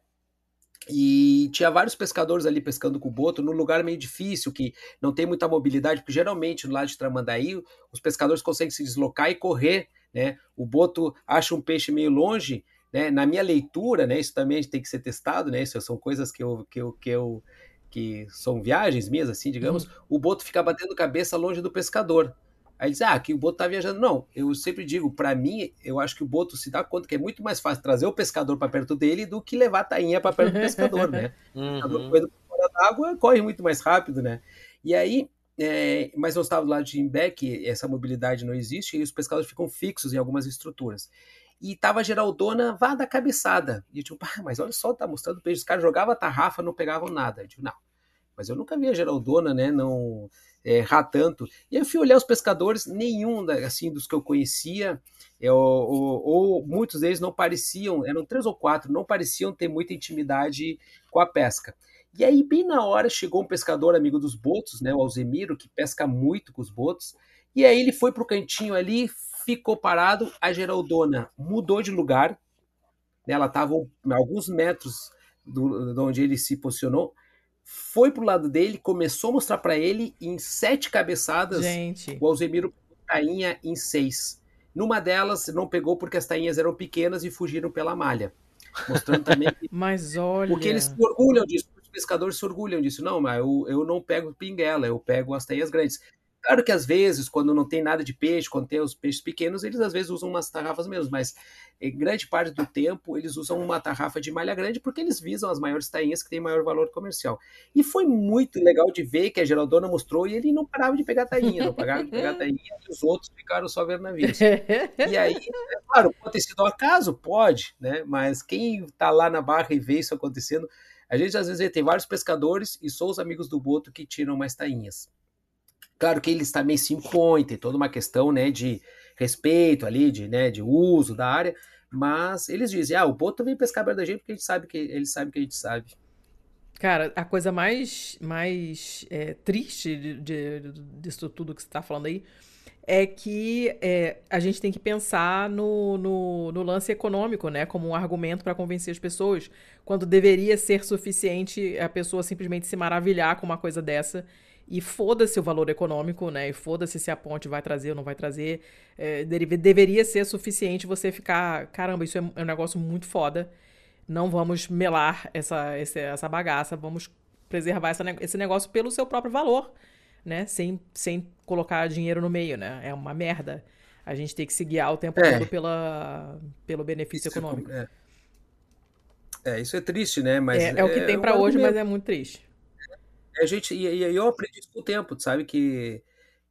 e tinha vários pescadores ali pescando com o boto num lugar meio difícil, que não tem muita mobilidade, porque geralmente no lado de Tramandaí os pescadores conseguem se deslocar e correr, né? O boto acha um peixe meio longe, né? Na minha leitura, né? Isso também tem que ser testado, né? Isso são coisas que eu... Que eu, que eu que são viagens minhas, assim, digamos, uhum. O boto fica batendo cabeça longe do pescador. Aí diz, ah, que o boto tá viajando. Não, eu sempre digo, para mim, eu acho que o boto se dá conta que é muito mais fácil trazer o pescador para perto dele do que levar a tainha para perto do pescador, né? Uhum. O pescador correndo por fora d'água corre muito mais rápido, né? E aí, é, mas nós estávamos lá de Imbé, que essa mobilidade não existe, e os pescadores ficam fixos em algumas estruturas. E tava a Geraldona, vá da cabeçada. E eu digo, pá, mas olha só, tá mostrando peixe. Os caras jogavam a tarrafa, não pegavam nada. Eu digo, não. Mas eu nunca vi a Geraldona, né, não errar tanto. E eu fui olhar os pescadores, nenhum assim, dos que eu conhecia, é, ou, ou, ou muitos deles não pareciam, eram três ou quatro, não pareciam ter muita intimidade com a pesca. E aí, bem na hora, chegou um pescador amigo dos botos, né, o Alzemiro, que pesca muito com os botos, e aí ele foi pro cantinho ali, ficou parado, a Geraldona mudou de lugar, né, ela estava a alguns metros do, de onde ele se posicionou, foi pro lado dele, começou a mostrar para ele em sete cabeçadas. Gente. O Alzemiro pegou tainha em seis. Numa delas não pegou porque as tainhas eram pequenas e fugiram pela malha. Mostrando também que... Mas olha... Porque eles se orgulham disso, os pescadores se orgulham disso. Não, mas eu, eu não pego pinguela, eu pego as tainhas grandes. Claro que às vezes, quando não tem nada de peixe, quando tem os peixes pequenos, eles às vezes usam umas tarrafas mesmo, mas em grande parte do tempo eles usam uma tarrafa de malha grande porque eles visam as maiores tainhas que têm maior valor comercial. E foi muito legal de ver que a Geraldona mostrou e ele não parava de pegar tainha, não parava de pegar tainha e os outros ficaram só vendo navios. E aí, é claro, pode ter sido um acaso? Pode, né? Mas quem está lá na barra e vê isso acontecendo, a gente às vezes vê, tem vários pescadores e só os amigos do boto que tiram mais tainhas. Claro que eles também se impõem, tem toda uma questão, né, de respeito ali, de, né, de uso da área, mas eles dizem, ah, o boto vem pescar perto da gente porque a gente sabe que, eles sabem que a gente sabe. Cara, a coisa mais, mais é, triste de, de, disso tudo que você está falando aí é que é, a gente tem que pensar no, no, no lance econômico, né, como um argumento para convencer as pessoas, quando deveria ser suficiente a pessoa simplesmente se maravilhar com uma coisa dessa. E foda-se o valor econômico, né? E foda-se se a ponte vai trazer ou não vai trazer. É, deve, deveria ser suficiente você ficar... Caramba, isso é um negócio muito foda. Não vamos melar essa, essa, essa bagaça. Vamos preservar essa, esse negócio pelo seu próprio valor, né? Sem, sem colocar dinheiro no meio, né? É uma merda. A gente tem que se guiar o tempo é. todo pela, pelo benefício isso econômico. É. é, isso é triste, né? Mas é, é o que tem pra hoje, mas é muito triste. A gente, e, e eu aprendi isso com o tempo, sabe? Que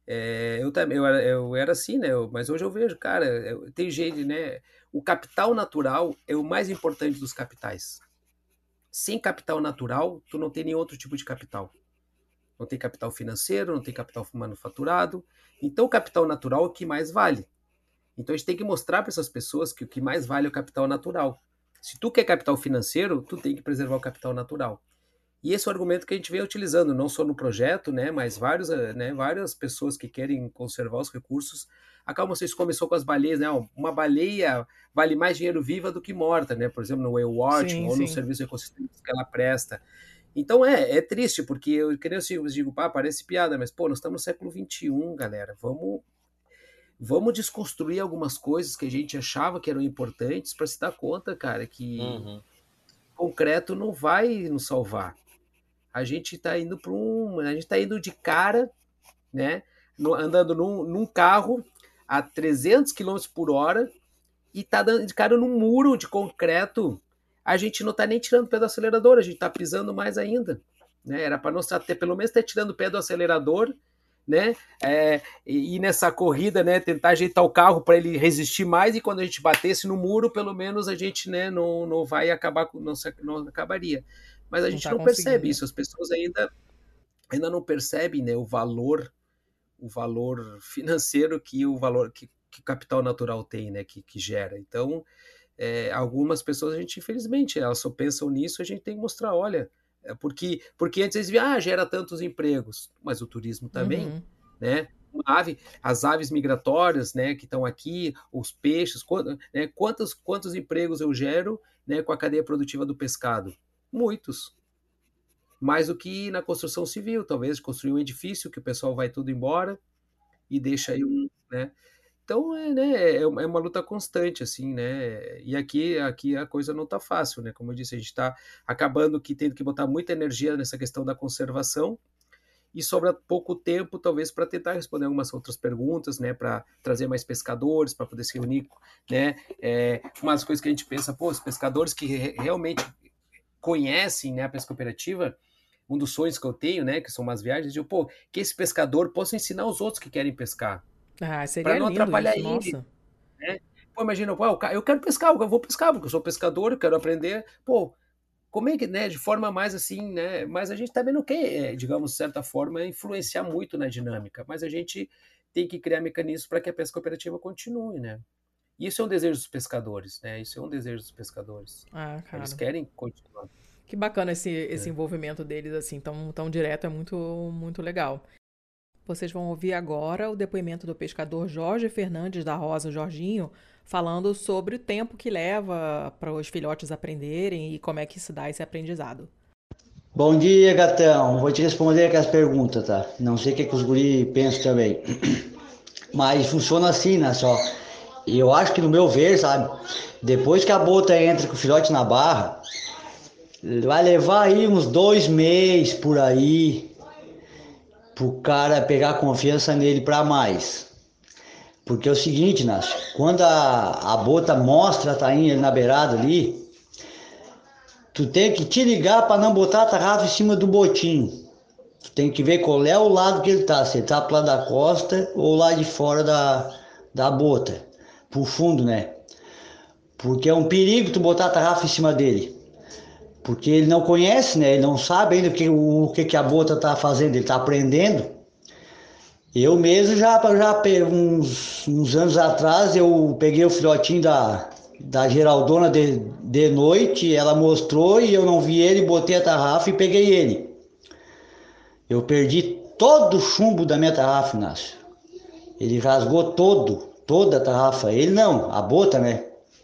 É, eu também, eu, era- eu era assim, né? Eu- mas hoje eu vejo, cara, eu- tem gente, né? O capital natural é o mais importante dos capitais. Sem capital natural, tu não tem nenhum outro tipo de capital. Não tem capital financeiro, não tem capital manufaturado. Então, o capital natural é o que mais vale. Então, a gente tem que mostrar para essas pessoas que o que mais vale é o capital natural. Se tu quer capital financeiro, tu tem que preservar o capital natural. E esse é o argumento que a gente vem utilizando, não só no projeto, né, mas vários, eh, né, várias pessoas que querem conservar os recursos. Acabam, vocês começou com as baleias, né? Uma baleia vale mais dinheiro viva do que morta, né? Por exemplo, no Whale Watching Sim, ou no sim. serviço de ecossistemas que ela presta. Então é, é triste, porque eu, que nem eu digo, pá, parece piada, mas pô, nós estamos no século vinte e um, galera. Vamos, vamos desconstruir algumas coisas que a gente achava que eram importantes para se dar conta, cara, que Uhum. concreto não vai nos salvar. A gente está indo para um. A gente está indo de cara, né? no- andando num, num carro a trezentos quilômetros por hora e tá dando de cara num muro de concreto. A gente não tá nem tirando o pé do acelerador, a gente tá pisando mais ainda. Né? Era para nós ter, pelo menos ter tirando o pé do acelerador, né? É, e, e nessa corrida, né, tentar ajeitar o carro para ele resistir mais, e quando a gente batesse no muro, pelo menos a gente, né, não, não vai acabar, não, se- não acabaria. Mas a Não gente tá não percebe conseguindo. isso, as pessoas ainda, ainda não percebem, né, o valor, o valor financeiro que o valor que, que o capital natural tem, né, que, que gera. Então, é, algumas pessoas, a gente, infelizmente, elas só pensam nisso, a gente tem que mostrar, olha, é porque, porque antes eles viam, ah, gera tantos empregos, mas o turismo também, Uhum. né? Uma ave, as aves migratórias, né, que estão aqui, os peixes, quant, né, quantos, quantos empregos eu gero, né, com a cadeia produtiva do pescado? Muitos. Mais do que na construção civil, talvez, construir um edifício que o pessoal vai tudo embora e deixa aí um, né? Então, é, né, é uma é uma luta constante, assim, né? E aqui, aqui a coisa não está fácil, né? Como eu disse, a gente está acabando que tendo que botar muita energia nessa questão da conservação e sobra pouco tempo, talvez, para tentar responder algumas outras perguntas, né? Para trazer mais pescadores, para poder se reunir, né? É, uma das coisas que a gente pensa, pô, os pescadores que re realmente conhecem, né, a pesca cooperativa, um dos sonhos que eu tenho, né, que são umas viagens, de, pô, que esse pescador possa ensinar os outros que querem pescar, Ah, para seria não lindo atrapalhar isso, ele, nossa. né? Pô, imagina, pô, eu quero pescar, eu vou pescar, porque eu sou pescador, eu quero aprender. Pô, como é que, né, de forma mais assim, né? Mas a gente também não quer, é, digamos, de certa forma, influenciar muito na dinâmica, mas a gente tem que criar mecanismos para que a pesca cooperativa continue, né? E isso é um desejo dos pescadores, né? Isso é um desejo dos pescadores. Ah, Eles cara. querem continuar, Que bacana esse, esse né? envolvimento deles, assim, tão, tão direto, é muito, muito legal. Vocês vão ouvir agora o depoimento do pescador Jorge Fernandes da Rosa Jorginho, falando sobre o tempo que leva para os filhotes aprenderem e como é que se dá esse aprendizado. Bom dia, gatão. Vou te responder aquelas perguntas, tá? Não sei o que, que os guri pensam também. Mas funciona assim, né? Só. E eu acho que no meu ver, sabe? Depois que a bota entra com o filhote na barra, vai levar aí uns dois meses por aí pro cara pegar confiança nele pra mais. Porque é o seguinte, Nácio, quando a, a bota mostra a tainha ali na beirada ali, tu tem que te ligar pra não botar a tarrafa em cima do botinho. Tu tem que ver qual é o lado que ele tá, se ele tá pro lado da costa ou lá de fora da, da bota, pro fundo, né? Porque é um perigo tu botar a tarrafa em cima dele. Porque ele não conhece, né? Ele não sabe ainda o que, o que, que a bota tá fazendo, ele tá aprendendo. Eu mesmo já, já uns, uns anos atrás, eu peguei o filhotinho da, da Geraldona de, de noite, ela mostrou e eu não vi ele, botei a tarrafa e peguei ele. Eu perdi todo o chumbo da minha tarrafa, Inácio. Ele rasgou todo, toda a tarrafa. Ele não, a bota, né?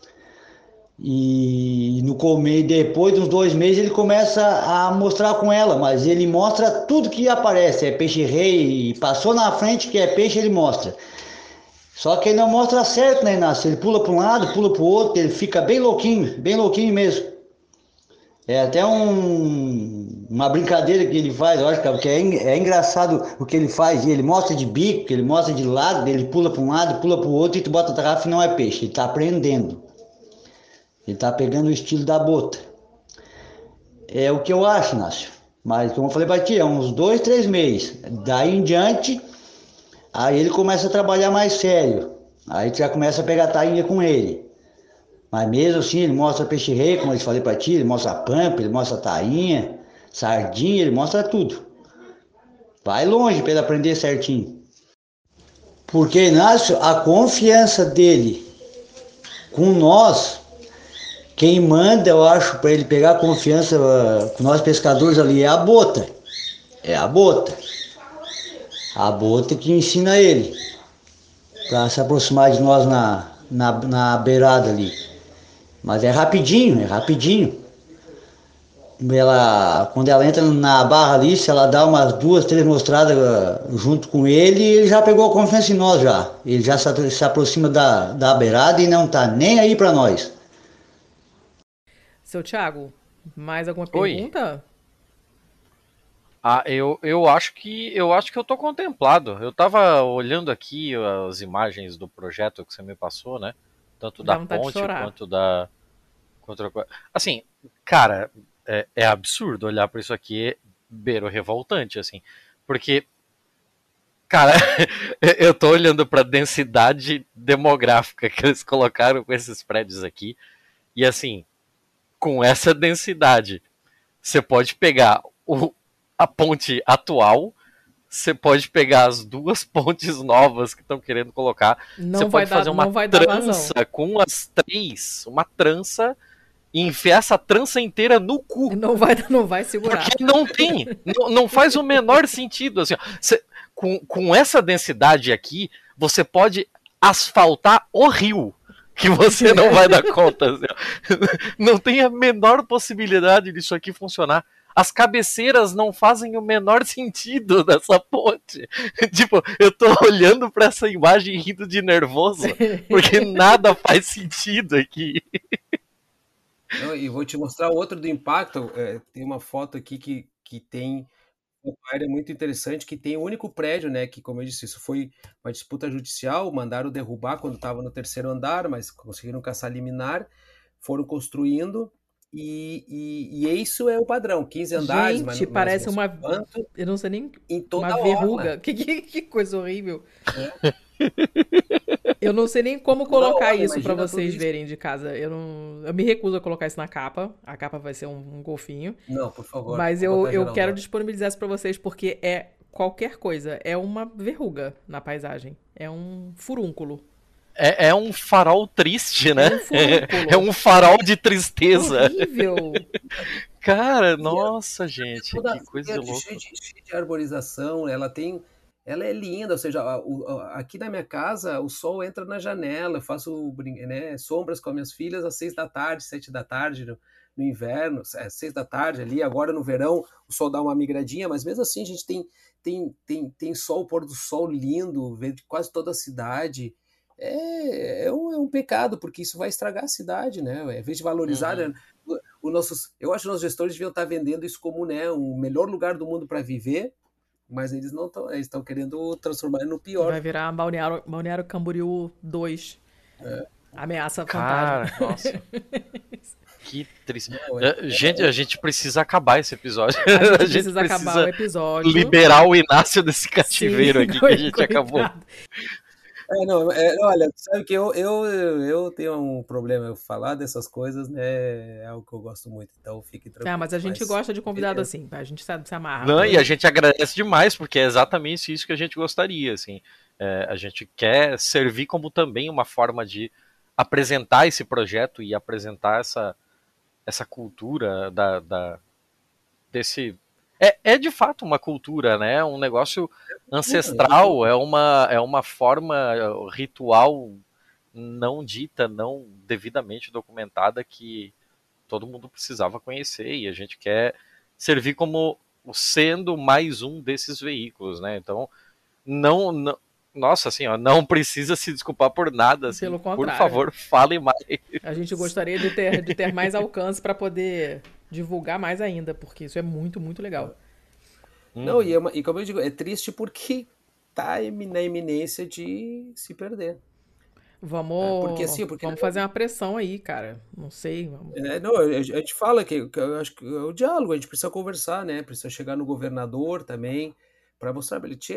E no começo, depois de uns dois meses, ele começa a mostrar com ela, mas ele mostra tudo que aparece. É peixe-rei, passou na frente que é peixe, ele mostra. Só que ele não mostra certo, né, Inácio? Ele pula para um lado, pula para o outro, ele fica bem louquinho, bem louquinho mesmo. É até um, uma brincadeira que ele faz, eu acho que é, é engraçado o que ele faz. Ele mostra de bico, ele mostra de lado, ele pula para um lado, pula para o outro e tu bota a tarrafa e não é peixe, ele está aprendendo. Ele está pegando o estilo da bota. É o que eu acho, Nácio. Mas como eu falei para ti, é uns dois, três meses. Daí em diante, Aí ele começa a trabalhar mais sério. Aí tu já começa a pegar tainha com ele. Mas mesmo assim, ele mostra peixe rei, como eu te falei pra ti, ele mostra pampa, ele mostra tainha, sardinha, ele mostra tudo. Vai longe pra ele aprender certinho. Porque, Inácio, a confiança dele com nós, quem manda, eu acho, pra ele pegar confiança uh, com nós pescadores ali é a bota. É a bota. A bota que ensina ele pra se aproximar de nós na, na, na beirada ali. Mas é rapidinho, é rapidinho. Ela, quando ela entra na barra ali, se ela dá umas duas, três mostradas uh, junto com ele, ele já pegou a confiança em nós já. Ele já se, se aproxima da, da beirada e não tá nem aí pra nós. Seu Thiago, mais alguma Oi. pergunta? Ah, eu, eu acho que eu acho que eu tô contemplado. Eu tava olhando aqui as imagens do projeto que você me passou, né? Tanto Dá da vontade de ponte chorar. quanto da quanto da- assim, cara, é, é absurdo olhar para isso aqui, é beiro revoltante, assim, porque, cara, eu tô olhando para a densidade demográfica que eles colocaram com esses prédios aqui e assim, com essa densidade, você pode pegar o, a ponte atual. Você pode pegar as duas pontes novas que estão querendo colocar. Não Você vai pode dar, fazer uma não vai dar vazão. trança com as três, uma trança, e enfiar essa trança inteira no cu. Não vai, não vai segurar. Porque não tem, não, não faz o menor sentido. Assim, ó. Cê- com, com essa densidade aqui, você pode asfaltar o rio, que você não vai dar conta. Assim, ó. Não tem a menor possibilidade disso aqui funcionar. As cabeceiras não fazem o menor sentido dessa ponte. Tipo, eu tô olhando pra essa imagem rindo de nervoso, porque nada faz sentido aqui. Não, e vou te mostrar outro do impacto. É, tem uma foto aqui que, que tem uma área muito interessante, que tem o único prédio, né? Que, como eu disse, isso foi uma disputa judicial, mandaram derrubar quando estava no terceiro andar, mas conseguiram caçar liminar, foram construindo, e, e, e isso é o padrão: quinze andares, mas, Gente, mas parece não sei uma. quanto, Eu não sei nem. em toda Uma a verruga. orla. Que, que, que coisa horrível. É, Eu não sei nem como toda a colocar orla, isso pra imagina tudo vocês isso. verem de casa. Eu não. Eu me recuso a colocar isso na capa. A capa vai ser um, um golfinho. Não, por favor, Mas vou eu, botar eu geral quero lá. disponibilizar isso pra vocês porque é qualquer coisa. É uma verruga na paisagem. É um furúnculo. É, é um farol triste, né? É um furúnculo. É um farol de tristeza. Horrível. Cara, E é nossa, gente, toda que coisa verde, louca. cheia de, cheia de arborização, ela tem, ela é linda, ou seja, a- o- a- aqui na minha casa o sol entra na janela, eu faço brin- né, sombras com as minhas filhas às seis da tarde, sete da tarde no, no inverno, é, seis da tarde ali, agora no verão o sol dá uma migradinha, mas mesmo assim a gente tem, tem, tem, tem sol, pôr do sol lindo, vê de quase toda a cidade. É, é, um, é um pecado, porque isso vai estragar a cidade, né? Em vez de valorizar, Uhum. né, o nossos, eu acho que os gestores deviam estar vendendo isso como, né, o melhor lugar do mundo para viver, mas eles não estão, eles estão querendo transformar no pior. Vai virar Balneário, Balneário Camboriú dois. É. Ameaça Cara, fantasma. nossa, que triste. Não, é, É, Gente, a gente precisa acabar esse episódio. A gente A gente precisa acabar o precisa episódio. liberar o Inácio desse Sim, cativeiro aqui que a gente coitado. acabou. é, não, é, olha, sabe que eu, eu, eu tenho um problema, eu falar dessas coisas, né, é algo que eu gosto muito, então fiquem Ah, tranquilos. mas a gente mas, gosta de convidado beleza. assim. A gente sabe se amarra. Não, e a gente agradece demais, porque é exatamente isso que a gente gostaria, assim. É, a gente quer servir como também uma forma de apresentar esse projeto e apresentar essa, essa cultura da, da- desse... É, é de fato uma cultura, né? Um negócio ancestral, é uma, é uma forma ritual não dita, não devidamente documentada que todo mundo precisava conhecer e a gente quer servir como sendo mais um desses veículos, né? Então, não, não nossa, assim, ó, não precisa se desculpar por nada, assim, Pelo por contrário. favor, falem mais. A gente gostaria de ter, de ter mais alcance para poder divulgar mais ainda, porque isso é muito, muito legal. Não, e, é uma- e como eu digo, é triste porque tá na iminência de se perder. Vamos, É, porque assim, porque- vamos fazer uma pressão aí, cara. Não sei. Vamos... É, não, a gente a gente fala que, que eu acho que é o diálogo, a gente precisa conversar, né? Precisa chegar no governador também para mostrar para ele, tchê,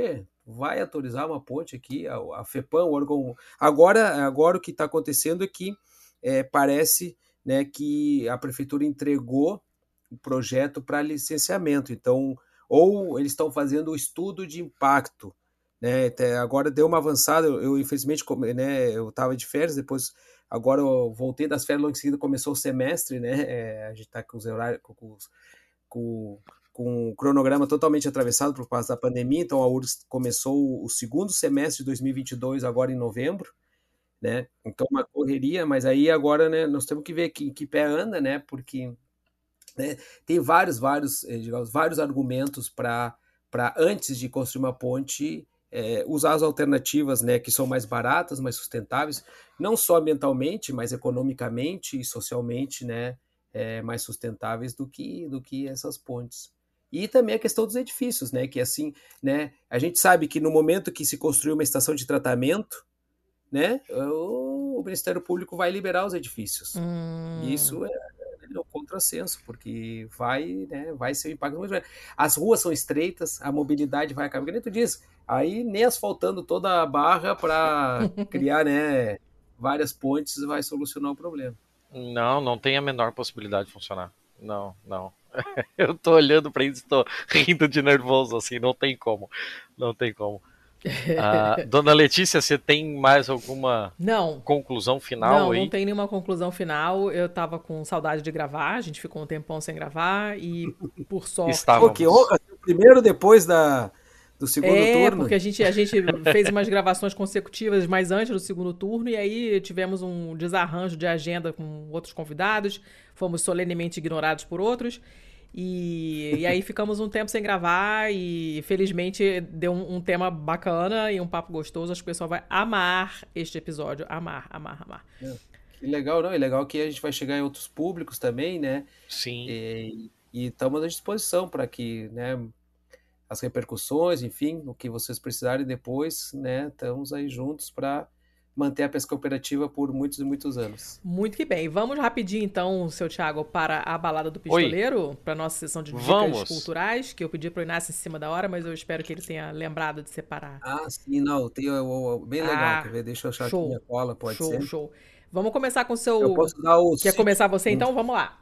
vai autorizar uma ponte aqui, a, a FEPAM, o órgão... Agora, agora o que está acontecendo é que é, parece, né, que a prefeitura entregou o projeto para licenciamento, então, ou eles estão fazendo o estudo de impacto, né, até agora deu uma avançada, eu, eu infelizmente, né, eu estava de férias, depois, agora eu voltei das férias, logo em seguida começou o semestre, né, é, a gente está com os horários, com, com, com, com o cronograma totalmente atravessado por causa da pandemia, então a U R G S começou o segundo semestre de dois mil e vinte e dois, agora em novembro, né, então uma correria, mas aí agora, né, nós temos que ver que, que pé anda, né, porque, né, tem vários, vários, digamos, vários argumentos para, antes de construir uma ponte, é, usar as alternativas, né, que são mais baratas, mais sustentáveis, não só ambientalmente, mas economicamente e socialmente, né, é, mais sustentáveis do que, do que essas pontes. E também a questão dos edifícios, né, que assim, né, a gente sabe que no momento que se construir uma estação de tratamento, né, o, o Ministério Público vai liberar os edifícios. Hum. E isso é é um contrassenso, porque vai, né, vai ser um impacto muito grande. As ruas são estreitas, a mobilidade vai acabar. Como tu diz, aí nem asfaltando toda a barra para criar, né, várias pontes vai solucionar o problema. Não, não tem a menor possibilidade de funcionar. Não, não. Eu tô olhando para isso e tô rindo de nervoso, assim, não tem como. Não tem como. Uh, Dona Letícia, você tem mais alguma não. conclusão final não, aí? Não, não tem nenhuma conclusão final. Eu tava com saudade de gravar, a gente ficou um tempão sem gravar e, por sorte... Estávamos. Pô, que honra, o primeiro depois da, do segundo é, turno. É, porque a gente, a gente fez umas gravações consecutivas mais antes do segundo turno e aí tivemos um desarranjo de agenda com outros convidados, fomos solenemente ignorados por outros. E, e aí ficamos um tempo sem gravar e felizmente deu um, um tema bacana e um papo gostoso. Acho que o pessoal vai amar este episódio. Amar, amar, amar. É, que legal, não? É legal que a gente vai chegar em outros públicos também, né? Sim. E, e estamos à disposição para que, né, as repercussões, enfim, o que vocês precisarem depois, né? Estamos aí juntos para manter a pesca cooperativa por muitos e muitos anos. Muito que bem. Vamos rapidinho, então, seu Thiago, para a Balada do Pistoleiro, para a nossa sessão de dicas Vamos. culturais, que eu pedi para o Inácio em cima da hora, mas eu espero que ele tenha lembrado de separar. Ah, sim, não, tem o, o, bem legal, ah, quer ver? Deixa eu achar show, aqui minha cola, pode show, ser? Show, show. Vamos começar com o seu... Eu posso dar o... Quer começar você, então? Vamos lá.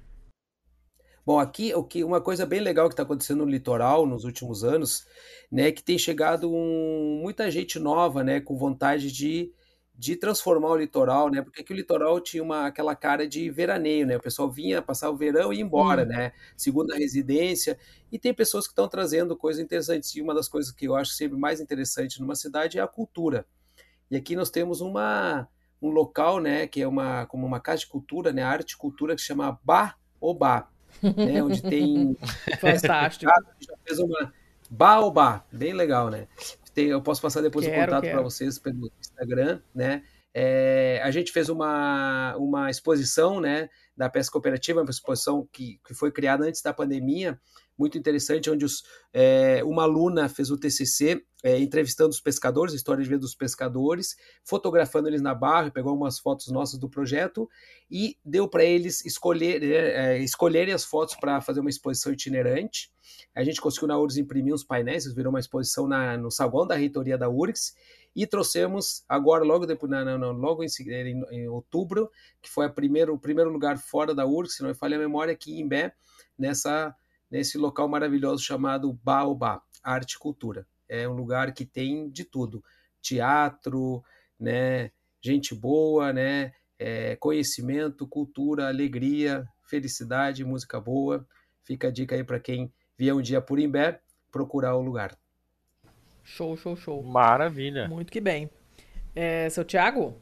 Bom, aqui o que, uma coisa bem legal que está acontecendo no litoral nos últimos anos, né, que tem chegado um, muita gente nova, né, com vontade de de transformar o litoral, né? Porque aqui o litoral tinha uma, aquela cara de veraneio, né? O pessoal vinha passar o verão e ir embora, hum. né? Segunda residência. E tem pessoas que estão trazendo coisas interessantes. E uma das coisas que eu acho sempre mais interessante numa cidade é a cultura. E aqui nós temos uma, um local, né? Que é uma, como uma casa de cultura, né? Arte e cultura que se chama Baobá, né? Onde tem... Fantástico. Já fez uma Baobá, bem legal, né? Tem, eu posso passar depois quero, o contato para vocês pelo Instagram, né? É, a gente fez uma, uma exposição, né, da pesca cooperativa, uma exposição que, que foi criada antes da pandemia, muito interessante, onde os, é, uma aluna fez o T C C é, entrevistando os pescadores, a história de vida dos pescadores, fotografando eles na barra, pegou umas fotos nossas do projeto e deu para eles escolher, é, escolherem as fotos para fazer uma exposição itinerante. A gente conseguiu na U R G S imprimir uns painéis, virou uma exposição na, no saguão da reitoria da U R G S, e trouxemos agora, logo, depois, não, não, não, logo em, em, em outubro, que foi a primeiro, o primeiro lugar fora da U R G S, se não me falha a memória, aqui em Imbé, nessa, nesse local maravilhoso chamado Baobá, Arte e Cultura. É um lugar que tem de tudo, teatro, né, gente boa, né, é, conhecimento, cultura, alegria, felicidade, música boa. Fica a dica aí para quem vier um dia por Imbé, procurar o lugar. Show, show, show. Maravilha. Muito que bem. É, seu Thiago?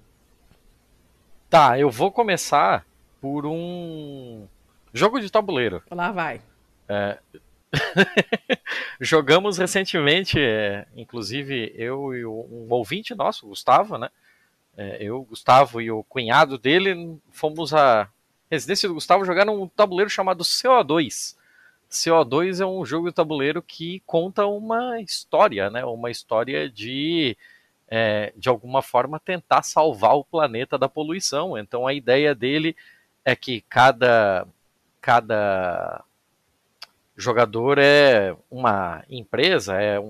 Tá, eu vou começar por um jogo de tabuleiro. Lá vai. É... Jogamos recentemente, é, inclusive eu e um ouvinte nosso, Gustavo, né? É, eu, o Gustavo e o cunhado dele fomos à residência do Gustavo jogar um tabuleiro chamado C O dois. C O dois é um jogo de tabuleiro que conta uma história, né? Uma história de, é, de alguma forma, tentar salvar o planeta da poluição. Então a ideia dele é que cada, cada jogador é uma empresa, é um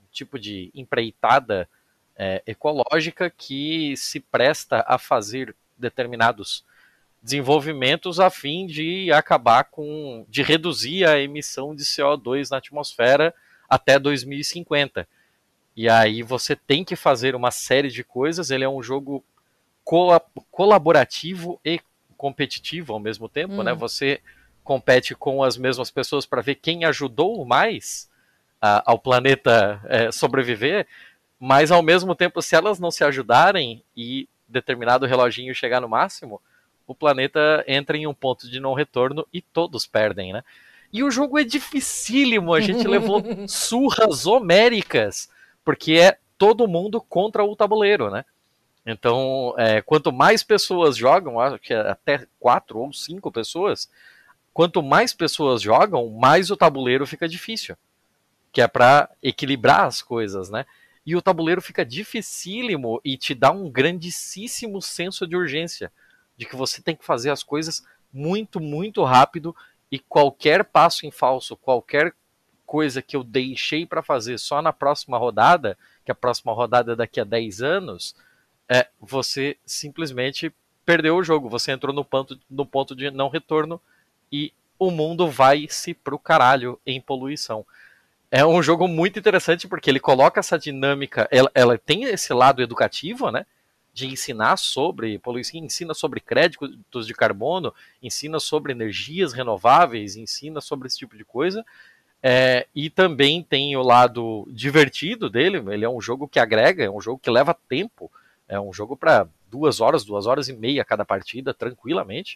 tipo de empreitada é, ecológica que se presta a fazer determinados desenvolvimentos a fim de acabar com, de reduzir a emissão de C O dois na atmosfera até dois mil e cinquenta. E aí você tem que fazer uma série de coisas. Ele é um jogo col- colaborativo e competitivo ao mesmo tempo, hum. né? Você compete com as mesmas pessoas para ver quem ajudou mais a, ao planeta é, sobreviver, mas ao mesmo tempo, se elas não se ajudarem e determinado reloginho chegar no máximo, o planeta entra em um ponto de não retorno e todos perdem, né? E o jogo é dificílimo, a gente levou surras homéricas, porque é todo mundo contra o tabuleiro, né? Então, é, quanto mais pessoas jogam, acho que até quatro ou cinco pessoas, quanto mais pessoas jogam, mais o tabuleiro fica difícil, que é para equilibrar as coisas, né? E o tabuleiro fica dificílimo e te dá um grandíssimo senso de urgência, de que você tem que fazer as coisas muito, muito rápido, e qualquer passo em falso, qualquer coisa que eu deixei para fazer só na próxima rodada, que a próxima rodada é daqui a dez anos, é, você simplesmente perdeu o jogo, você entrou no ponto, no ponto de não retorno e o mundo vai-se pro caralho em poluição. É um jogo muito interessante porque ele coloca essa dinâmica, ela, ela tem esse lado educativo, né? De ensinar sobre poluição, ensina sobre créditos de carbono, ensina sobre energias renováveis, ensina sobre esse tipo de coisa. É, e também tem o lado divertido dele, ele é um jogo que agrega, é um jogo que leva tempo, é um jogo para duas horas, duas horas e meia cada partida, tranquilamente.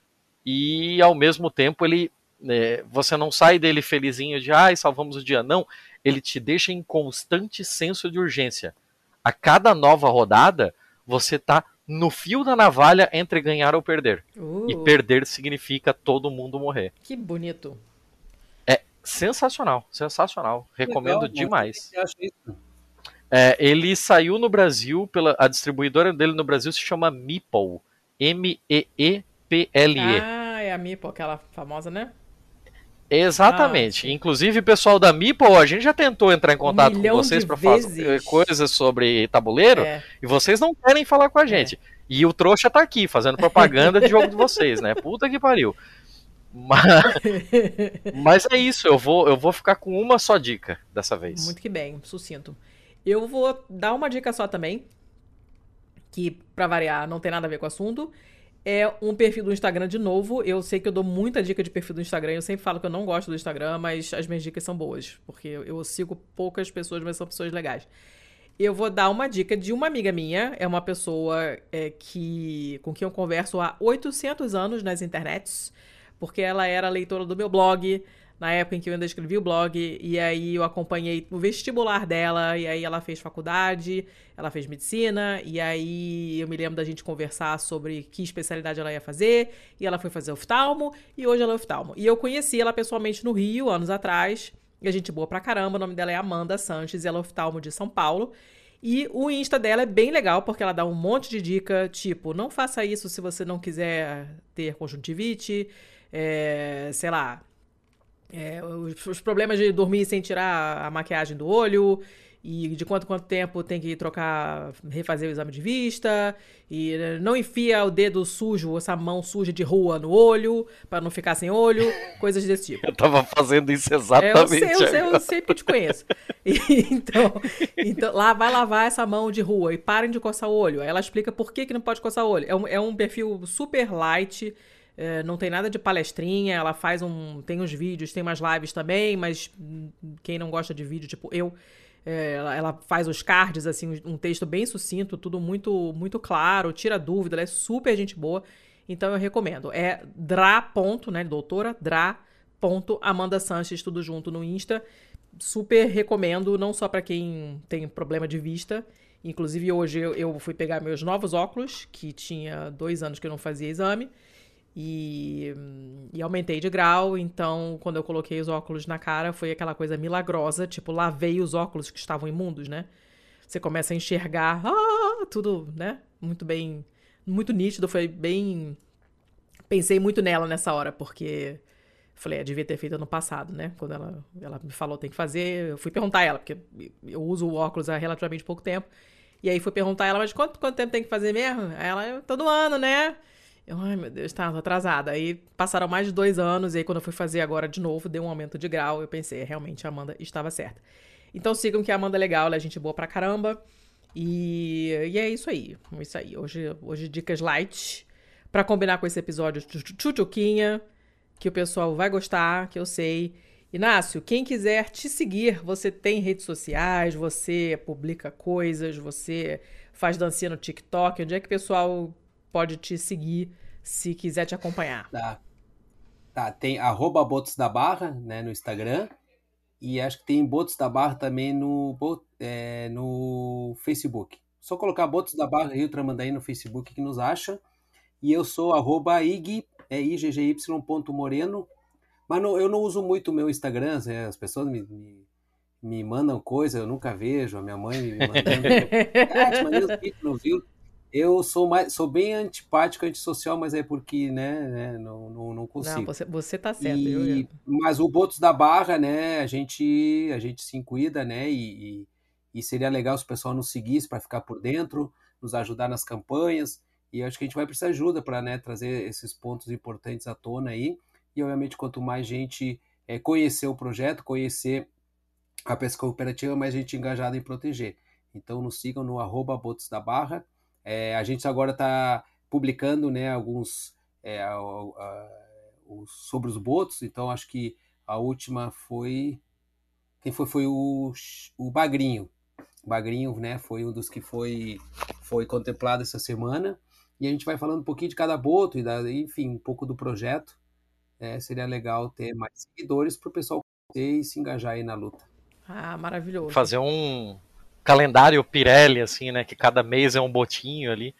E ao mesmo tempo ele, é, você não sai dele felizinho de ai, salvamos o dia, não, ele te deixa em constante senso de urgência. A cada nova rodada, você tá no fio da navalha entre ganhar ou perder. Uh. E perder significa todo mundo morrer. Que bonito. É sensacional, sensacional. Recomendo legal, demais. Você acha isso? É, ele saiu no Brasil, pela, a distribuidora dele no Brasil se chama Meeple. M E E P L E. Ah, é a Meeple, aquela famosa, né? Exatamente. Ah, inclusive, pessoal da Meeple, a gente já tentou entrar em contato um com vocês para fazer coisas sobre tabuleiro, é. E vocês não querem falar com a gente. É. E o trouxa tá aqui, fazendo propaganda de jogo de vocês, né? Puta que pariu. Mas, mas é isso, eu vou, eu vou ficar com uma só dica dessa vez. Muito que bem, sucinto. Eu vou dar uma dica só também, que, pra variar, não tem nada a ver com o assunto. É um perfil do Instagram de novo. Eu sei que eu dou muita dica de perfil do Instagram. Eu sempre falo que eu não gosto do Instagram, mas as minhas dicas são boas. Porque eu sigo poucas pessoas, mas são pessoas legais. Eu vou dar uma dica de uma amiga minha. É uma pessoa é, que, com quem eu converso há oitocentos anos nas internets. Porque ela era leitora do meu blog, na época em que eu ainda escrevi o blog, e aí eu acompanhei o vestibular dela, e aí ela fez faculdade, ela fez medicina, e aí eu me lembro da gente conversar sobre que especialidade ela ia fazer, e ela foi fazer oftalmo, e hoje ela é oftalmo. E eu conheci ela pessoalmente no Rio, anos atrás, e a gente boa pra caramba, o nome dela é Amanda Sanches, e ela é oftalmo de São Paulo, e o Insta dela é bem legal, porque ela dá um monte de dica, tipo, não faça isso se você não quiser ter conjuntivite, é, sei lá... É, os, os problemas de dormir sem tirar a maquiagem do olho, e de quanto quanto tempo tem que trocar, refazer o exame de vista, e não enfia o dedo sujo, essa mão suja de rua no olho, para não ficar sem olho, coisas desse tipo. Eu tava fazendo isso exatamente. É, eu, sei, eu, sei, eu sei porque eu te conheço. E, então, então, lá vai lavar essa mão de rua e parem de coçar o olho. Aí ela explica por que, que não pode coçar o olho. É um, é um perfil super light. É, não tem nada de palestrinha, ela faz um... Tem uns vídeos, tem umas lives também, mas quem não gosta de vídeo, tipo eu, é, ela, ela faz os cards, assim, um texto bem sucinto, tudo muito, muito claro, tira dúvida, ela é super gente boa, então eu recomendo. É dra. Né, doutora, dra. Amanda Sanches, tudo junto no Insta. Super recomendo, não só para quem tem problema de vista. Inclusive hoje eu, eu fui pegar meus novos óculos, que tinha dois anos que eu não fazia exame, E, e aumentei de grau, então quando eu coloquei os óculos na cara foi aquela coisa milagrosa, tipo, lavei os óculos que estavam imundos, né? Você começa a enxergar, ah, tudo, né? Muito bem, muito nítido, foi bem... Pensei muito nela nessa hora, porque Falei, é, devia ter feito ano passado, né? Quando ela, ela me falou, tem que fazer. Eu fui perguntar a ela, porque eu uso o óculos há relativamente pouco tempo. E aí fui perguntar a ela, mas quanto, quanto tempo tem que fazer mesmo? Aí ela, todo ano, né? Eu, ai, meu Deus, tá, tô atrasada. Aí passaram mais de dois anos, e aí quando eu fui fazer agora de novo, deu um aumento de grau. Eu pensei, realmente, a Amanda estava certa. Então sigam que a Amanda é legal, ela é gente boa pra caramba. E, e é isso aí. É isso aí. Hoje, hoje dicas light pra combinar com esse episódio tchutchuquinha, que o pessoal vai gostar, que eu sei. Inácio, quem quiser te seguir, você tem redes sociais, você publica coisas, você faz dancinha no TikTok. Onde é que o pessoal pode te seguir se quiser te acompanhar? Tá, tá tem arroba Botos da Barra, né, no Instagram. E acho que tem Botos da Barra também no, é, no Facebook. Só colocar Botos da Barra Rio Tramandaí no Facebook que nos acha. E eu sou arroba ig, é I G G Y ponto moreno. Mas não, eu não uso muito o meu Instagram, né? As pessoas me, me, me mandam coisa, eu nunca vejo, a minha mãe me mandando. Ah, te mandei os vídeos, não viu? Eu sou, mais, sou bem antipático, antissocial, mas é porque, né, né não, não, não consigo. Não, você, você tá certo. E, eu... Mas o Botos da Barra, né, a gente, a gente se cuida, né, e, e, e seria legal se o pessoal nos seguisse para ficar por dentro, nos ajudar nas campanhas, e acho que a gente vai precisar de ajuda para, né, trazer esses pontos importantes à tona aí, e obviamente quanto mais gente é, conhecer o projeto, conhecer a pesca cooperativa, mais gente engajada em proteger. Então nos sigam no arroba Botos da Barra. É, a gente agora está publicando, né, alguns é, a, a, os, sobre os botos, então acho que a última foi quem foi foi o, o Bagrinho o Bagrinho, né, foi um dos que foi, foi contemplado essa semana, e a gente vai falando um pouquinho de cada boto e da, enfim, um pouco do projeto. É, seria legal ter mais seguidores para o pessoal conhecer e se engajar aí na luta. Ah, maravilhoso. Fazer um calendário Pirelli, assim, né? Que cada mês é um botinho ali.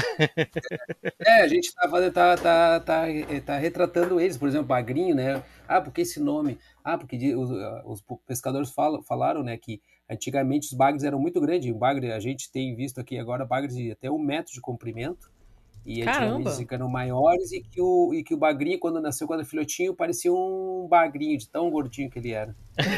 É, a gente tá, tá, tá, tá, tá retratando eles, por exemplo, Bagrinho, né? Ah, porque esse nome? Ah, porque os, os pescadores falam, falaram, né, que antigamente os bagres eram muito grandes. O bagre, a gente tem visto aqui agora bagres de até um metro de comprimento. E antigamente eles eram maiores, e que, o, e que o bagrinho, quando nasceu, quando era filhotinho, parecia um bagrinho, de tão gordinho que ele era.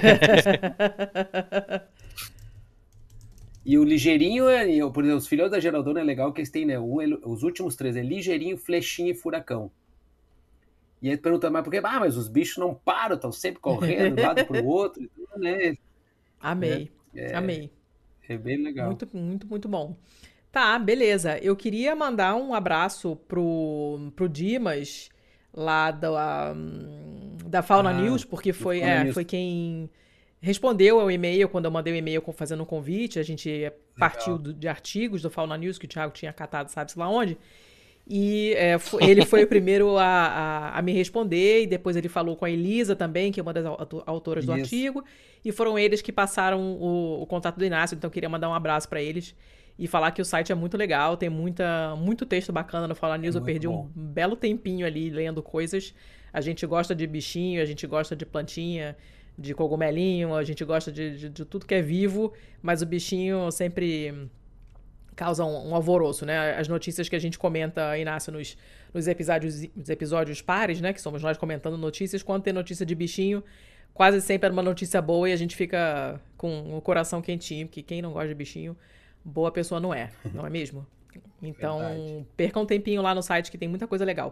E o ligeirinho, por exemplo, os filhotes da Geraldona é legal que eles têm, né? Um, os últimos três é ligeirinho, flechinha e furacão. E aí pergunta, mas por quê? Ah, mas os bichos não param, estão sempre correndo de um lado para o outro. Então, né? Amei, é, amei. É bem legal. Muito, muito, muito bom. Tá, beleza. Eu queria mandar um abraço pro, pro Dimas, lá da, da Fauna ah, News, porque foi, é, News. foi quem respondeu ao e-mail, quando eu mandei o e-mail fazendo um convite. A gente partiu do, de artigos do Fauna News, que o Thiago tinha catado, sabe-se lá onde. E é, foi, ele foi o primeiro a, a, a me responder, e depois ele falou com a Elisa também, que é uma das autoras do Isso. artigo, e foram eles que passaram o, o contato do Inácio, então eu queria mandar um abraço para eles. E falar que o site é muito legal, tem muita, muito texto bacana no Fauna News. É eu perdi bom. um belo tempinho ali lendo coisas. A gente gosta de bichinho, a gente gosta de plantinha, de cogumelinho, a gente gosta de, de, de tudo que é vivo, mas o bichinho sempre causa um, um alvoroço, né? As notícias que a gente comenta, Inácio, nos, nos, episódios, nos episódios pares, né? Que somos nós comentando notícias, quando tem notícia de bichinho, quase sempre é uma notícia boa e a gente fica com o coração quentinho, porque quem não gosta de bichinho... boa pessoa não é, não é mesmo? Então, Verdade. perca um tempinho lá no site que tem muita coisa legal.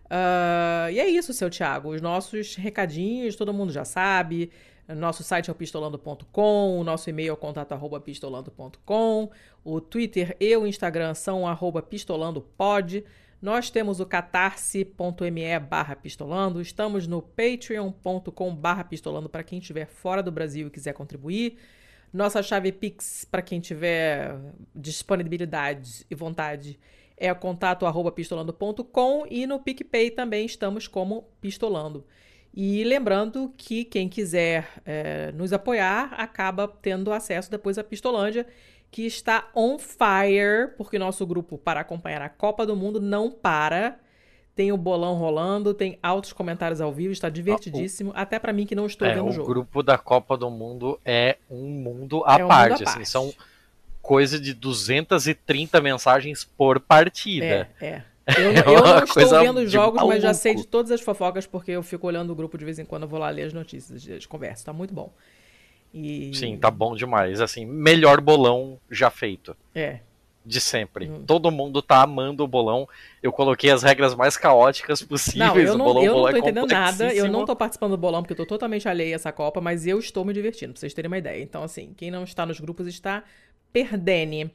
Uh, e é isso, seu Thiago. Os nossos recadinhos, todo mundo já sabe. Nosso site é o pistolando ponto com, o nosso e-mail é o contato arroba pistolando ponto com, o Twitter e o Instagram são arroba pistolandopod. Nós temos o catarse.me barra pistolando. Estamos no patreon.com barra pistolando para quem estiver fora do Brasil e quiser contribuir. Nossa chave Pix, para quem tiver disponibilidade e vontade, é contato arroba pistolando ponto com, e no PicPay também estamos como Pistolando. E lembrando que quem quiser é, nos apoiar acaba tendo acesso depois à Pistolândia, que está on fire, porque nosso grupo para acompanhar a Copa do Mundo não para. Tem o bolão rolando, tem altos comentários ao vivo, está divertidíssimo, ah, o... até para mim que não estou é, vendo o jogo. O grupo da Copa do Mundo é um mundo à é um parte, mundo à assim, parte. São coisa de duzentas e trinta mensagens por partida. É, é. Eu, É eu uma não estou coisa vendo os de jogos, mas já maluco. sei de todas as fofocas, porque eu fico olhando o grupo de vez em quando, eu vou lá ler as notícias, as conversas. Tá muito bom. E... Sim, tá bom demais. Assim, melhor bolão já feito. É. De sempre. Hum. Todo mundo tá amando o bolão. Eu coloquei as regras mais caóticas possíveis. Não, eu o não, bolão, eu o não bolão tô é entendendo nada, eu complexíssimo. não tô participando do bolão, porque eu tô totalmente alheia a essa Copa, mas eu estou me divertindo, pra vocês terem uma ideia. Então, assim, quem não está nos grupos está perdendo.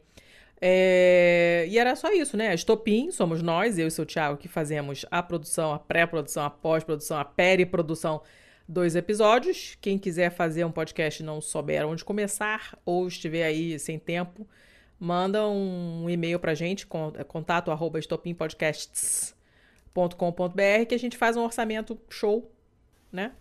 É... E era só isso, né? A Estopim, somos nós, eu e o seu Thiago, que fazemos a produção, a pré-produção, a pós-produção, a peri-produção dos episódios. Quem quiser fazer um podcast e não souber onde começar, ou estiver aí sem tempo, manda um e-mail pra gente, contato arroba estopimpodcasts ponto com ponto b r, que a gente faz um orçamento show, né?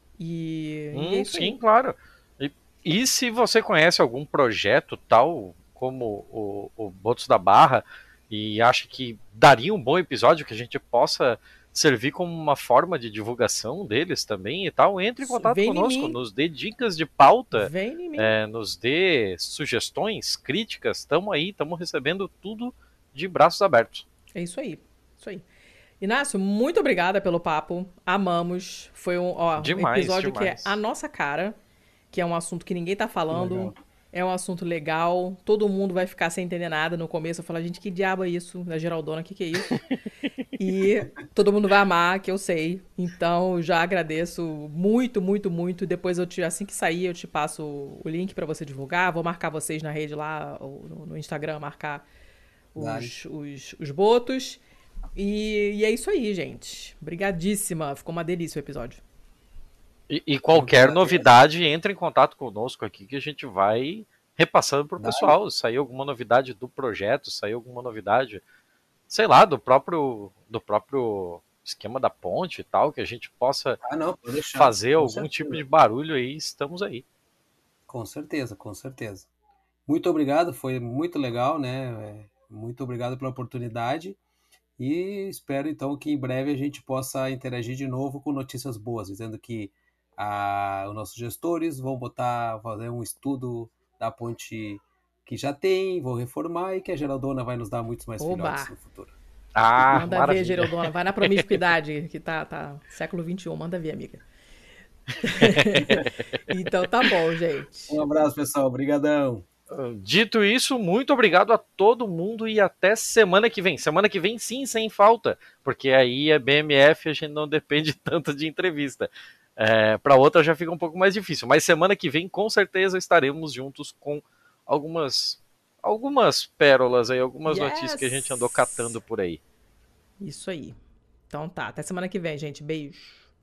E, Hum, e é isso sim, aí. claro. E, e se você conhece algum projeto tal como o, o Botos da Barra e acha que daria um bom episódio que a gente possa servir como uma forma de divulgação deles também e tal, entre em contato Vem em conosco, mim. nos dê dicas de pauta, Vem em mim. é, nos dê sugestões, críticas, estamos aí, estamos recebendo tudo de braços abertos. É isso aí. Isso aí. Inácio, muito obrigada pelo papo. Amamos. Foi um, ó, Demais, um episódio demais. que é a nossa cara, que é um assunto que ninguém tá falando. Legal. É um assunto legal. Todo mundo vai ficar sem entender nada no começo. Eu falo, gente, que diabo é isso? Da Geraldona, o que, que é isso? E todo mundo vai amar, que eu sei. Então, já agradeço muito, muito, muito. Depois, eu te, assim que sair, eu te passo o link pra você divulgar. Vou marcar vocês na rede lá, ou no, no Instagram, marcar os, os, os botos. E, e é isso aí, gente. Obrigadíssima. Ficou uma delícia o episódio. E, e qualquer novidade, entre em contato conosco aqui que a gente vai repassando pro pessoal. Saiu alguma novidade do projeto, saiu alguma novidade, sei lá, do próprio, do próprio esquema da ponte e tal, que a gente possa Ah, não, pode deixar. fazer Com algum certeza. tipo de barulho aí, estamos aí. Com certeza, com certeza. Muito obrigado, foi muito legal, né? Muito obrigado pela oportunidade e espero então que em breve a gente possa interagir de novo com notícias boas, dizendo que a, os nossos gestores vão botar, fazer um estudo da ponte que já tem, vão reformar e que a Geraldona vai nos dar muitos mais Oba! filhotes no futuro. Ah, Manda maravilha. ver, Geraldona. Vai na promiscuidade, que tá, tá século vinte e um. Manda ver, amiga. Então tá bom, gente. Um abraço, pessoal. Obrigadão. Dito isso, muito obrigado a todo mundo e até semana que vem. Semana que vem, sim, sem falta, porque aí é B M F, a gente não depende tanto de entrevista. É, para outra já fica um pouco mais difícil, mas semana que vem com certeza estaremos juntos com algumas algumas pérolas aí, algumas Yes! notícias que a gente andou catando por aí. Isso aí. Então tá, até semana que vem, gente. Beijo.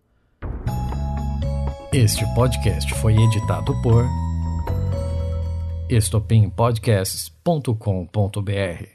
Este podcast foi editado por estopim podcasts ponto com ponto b r.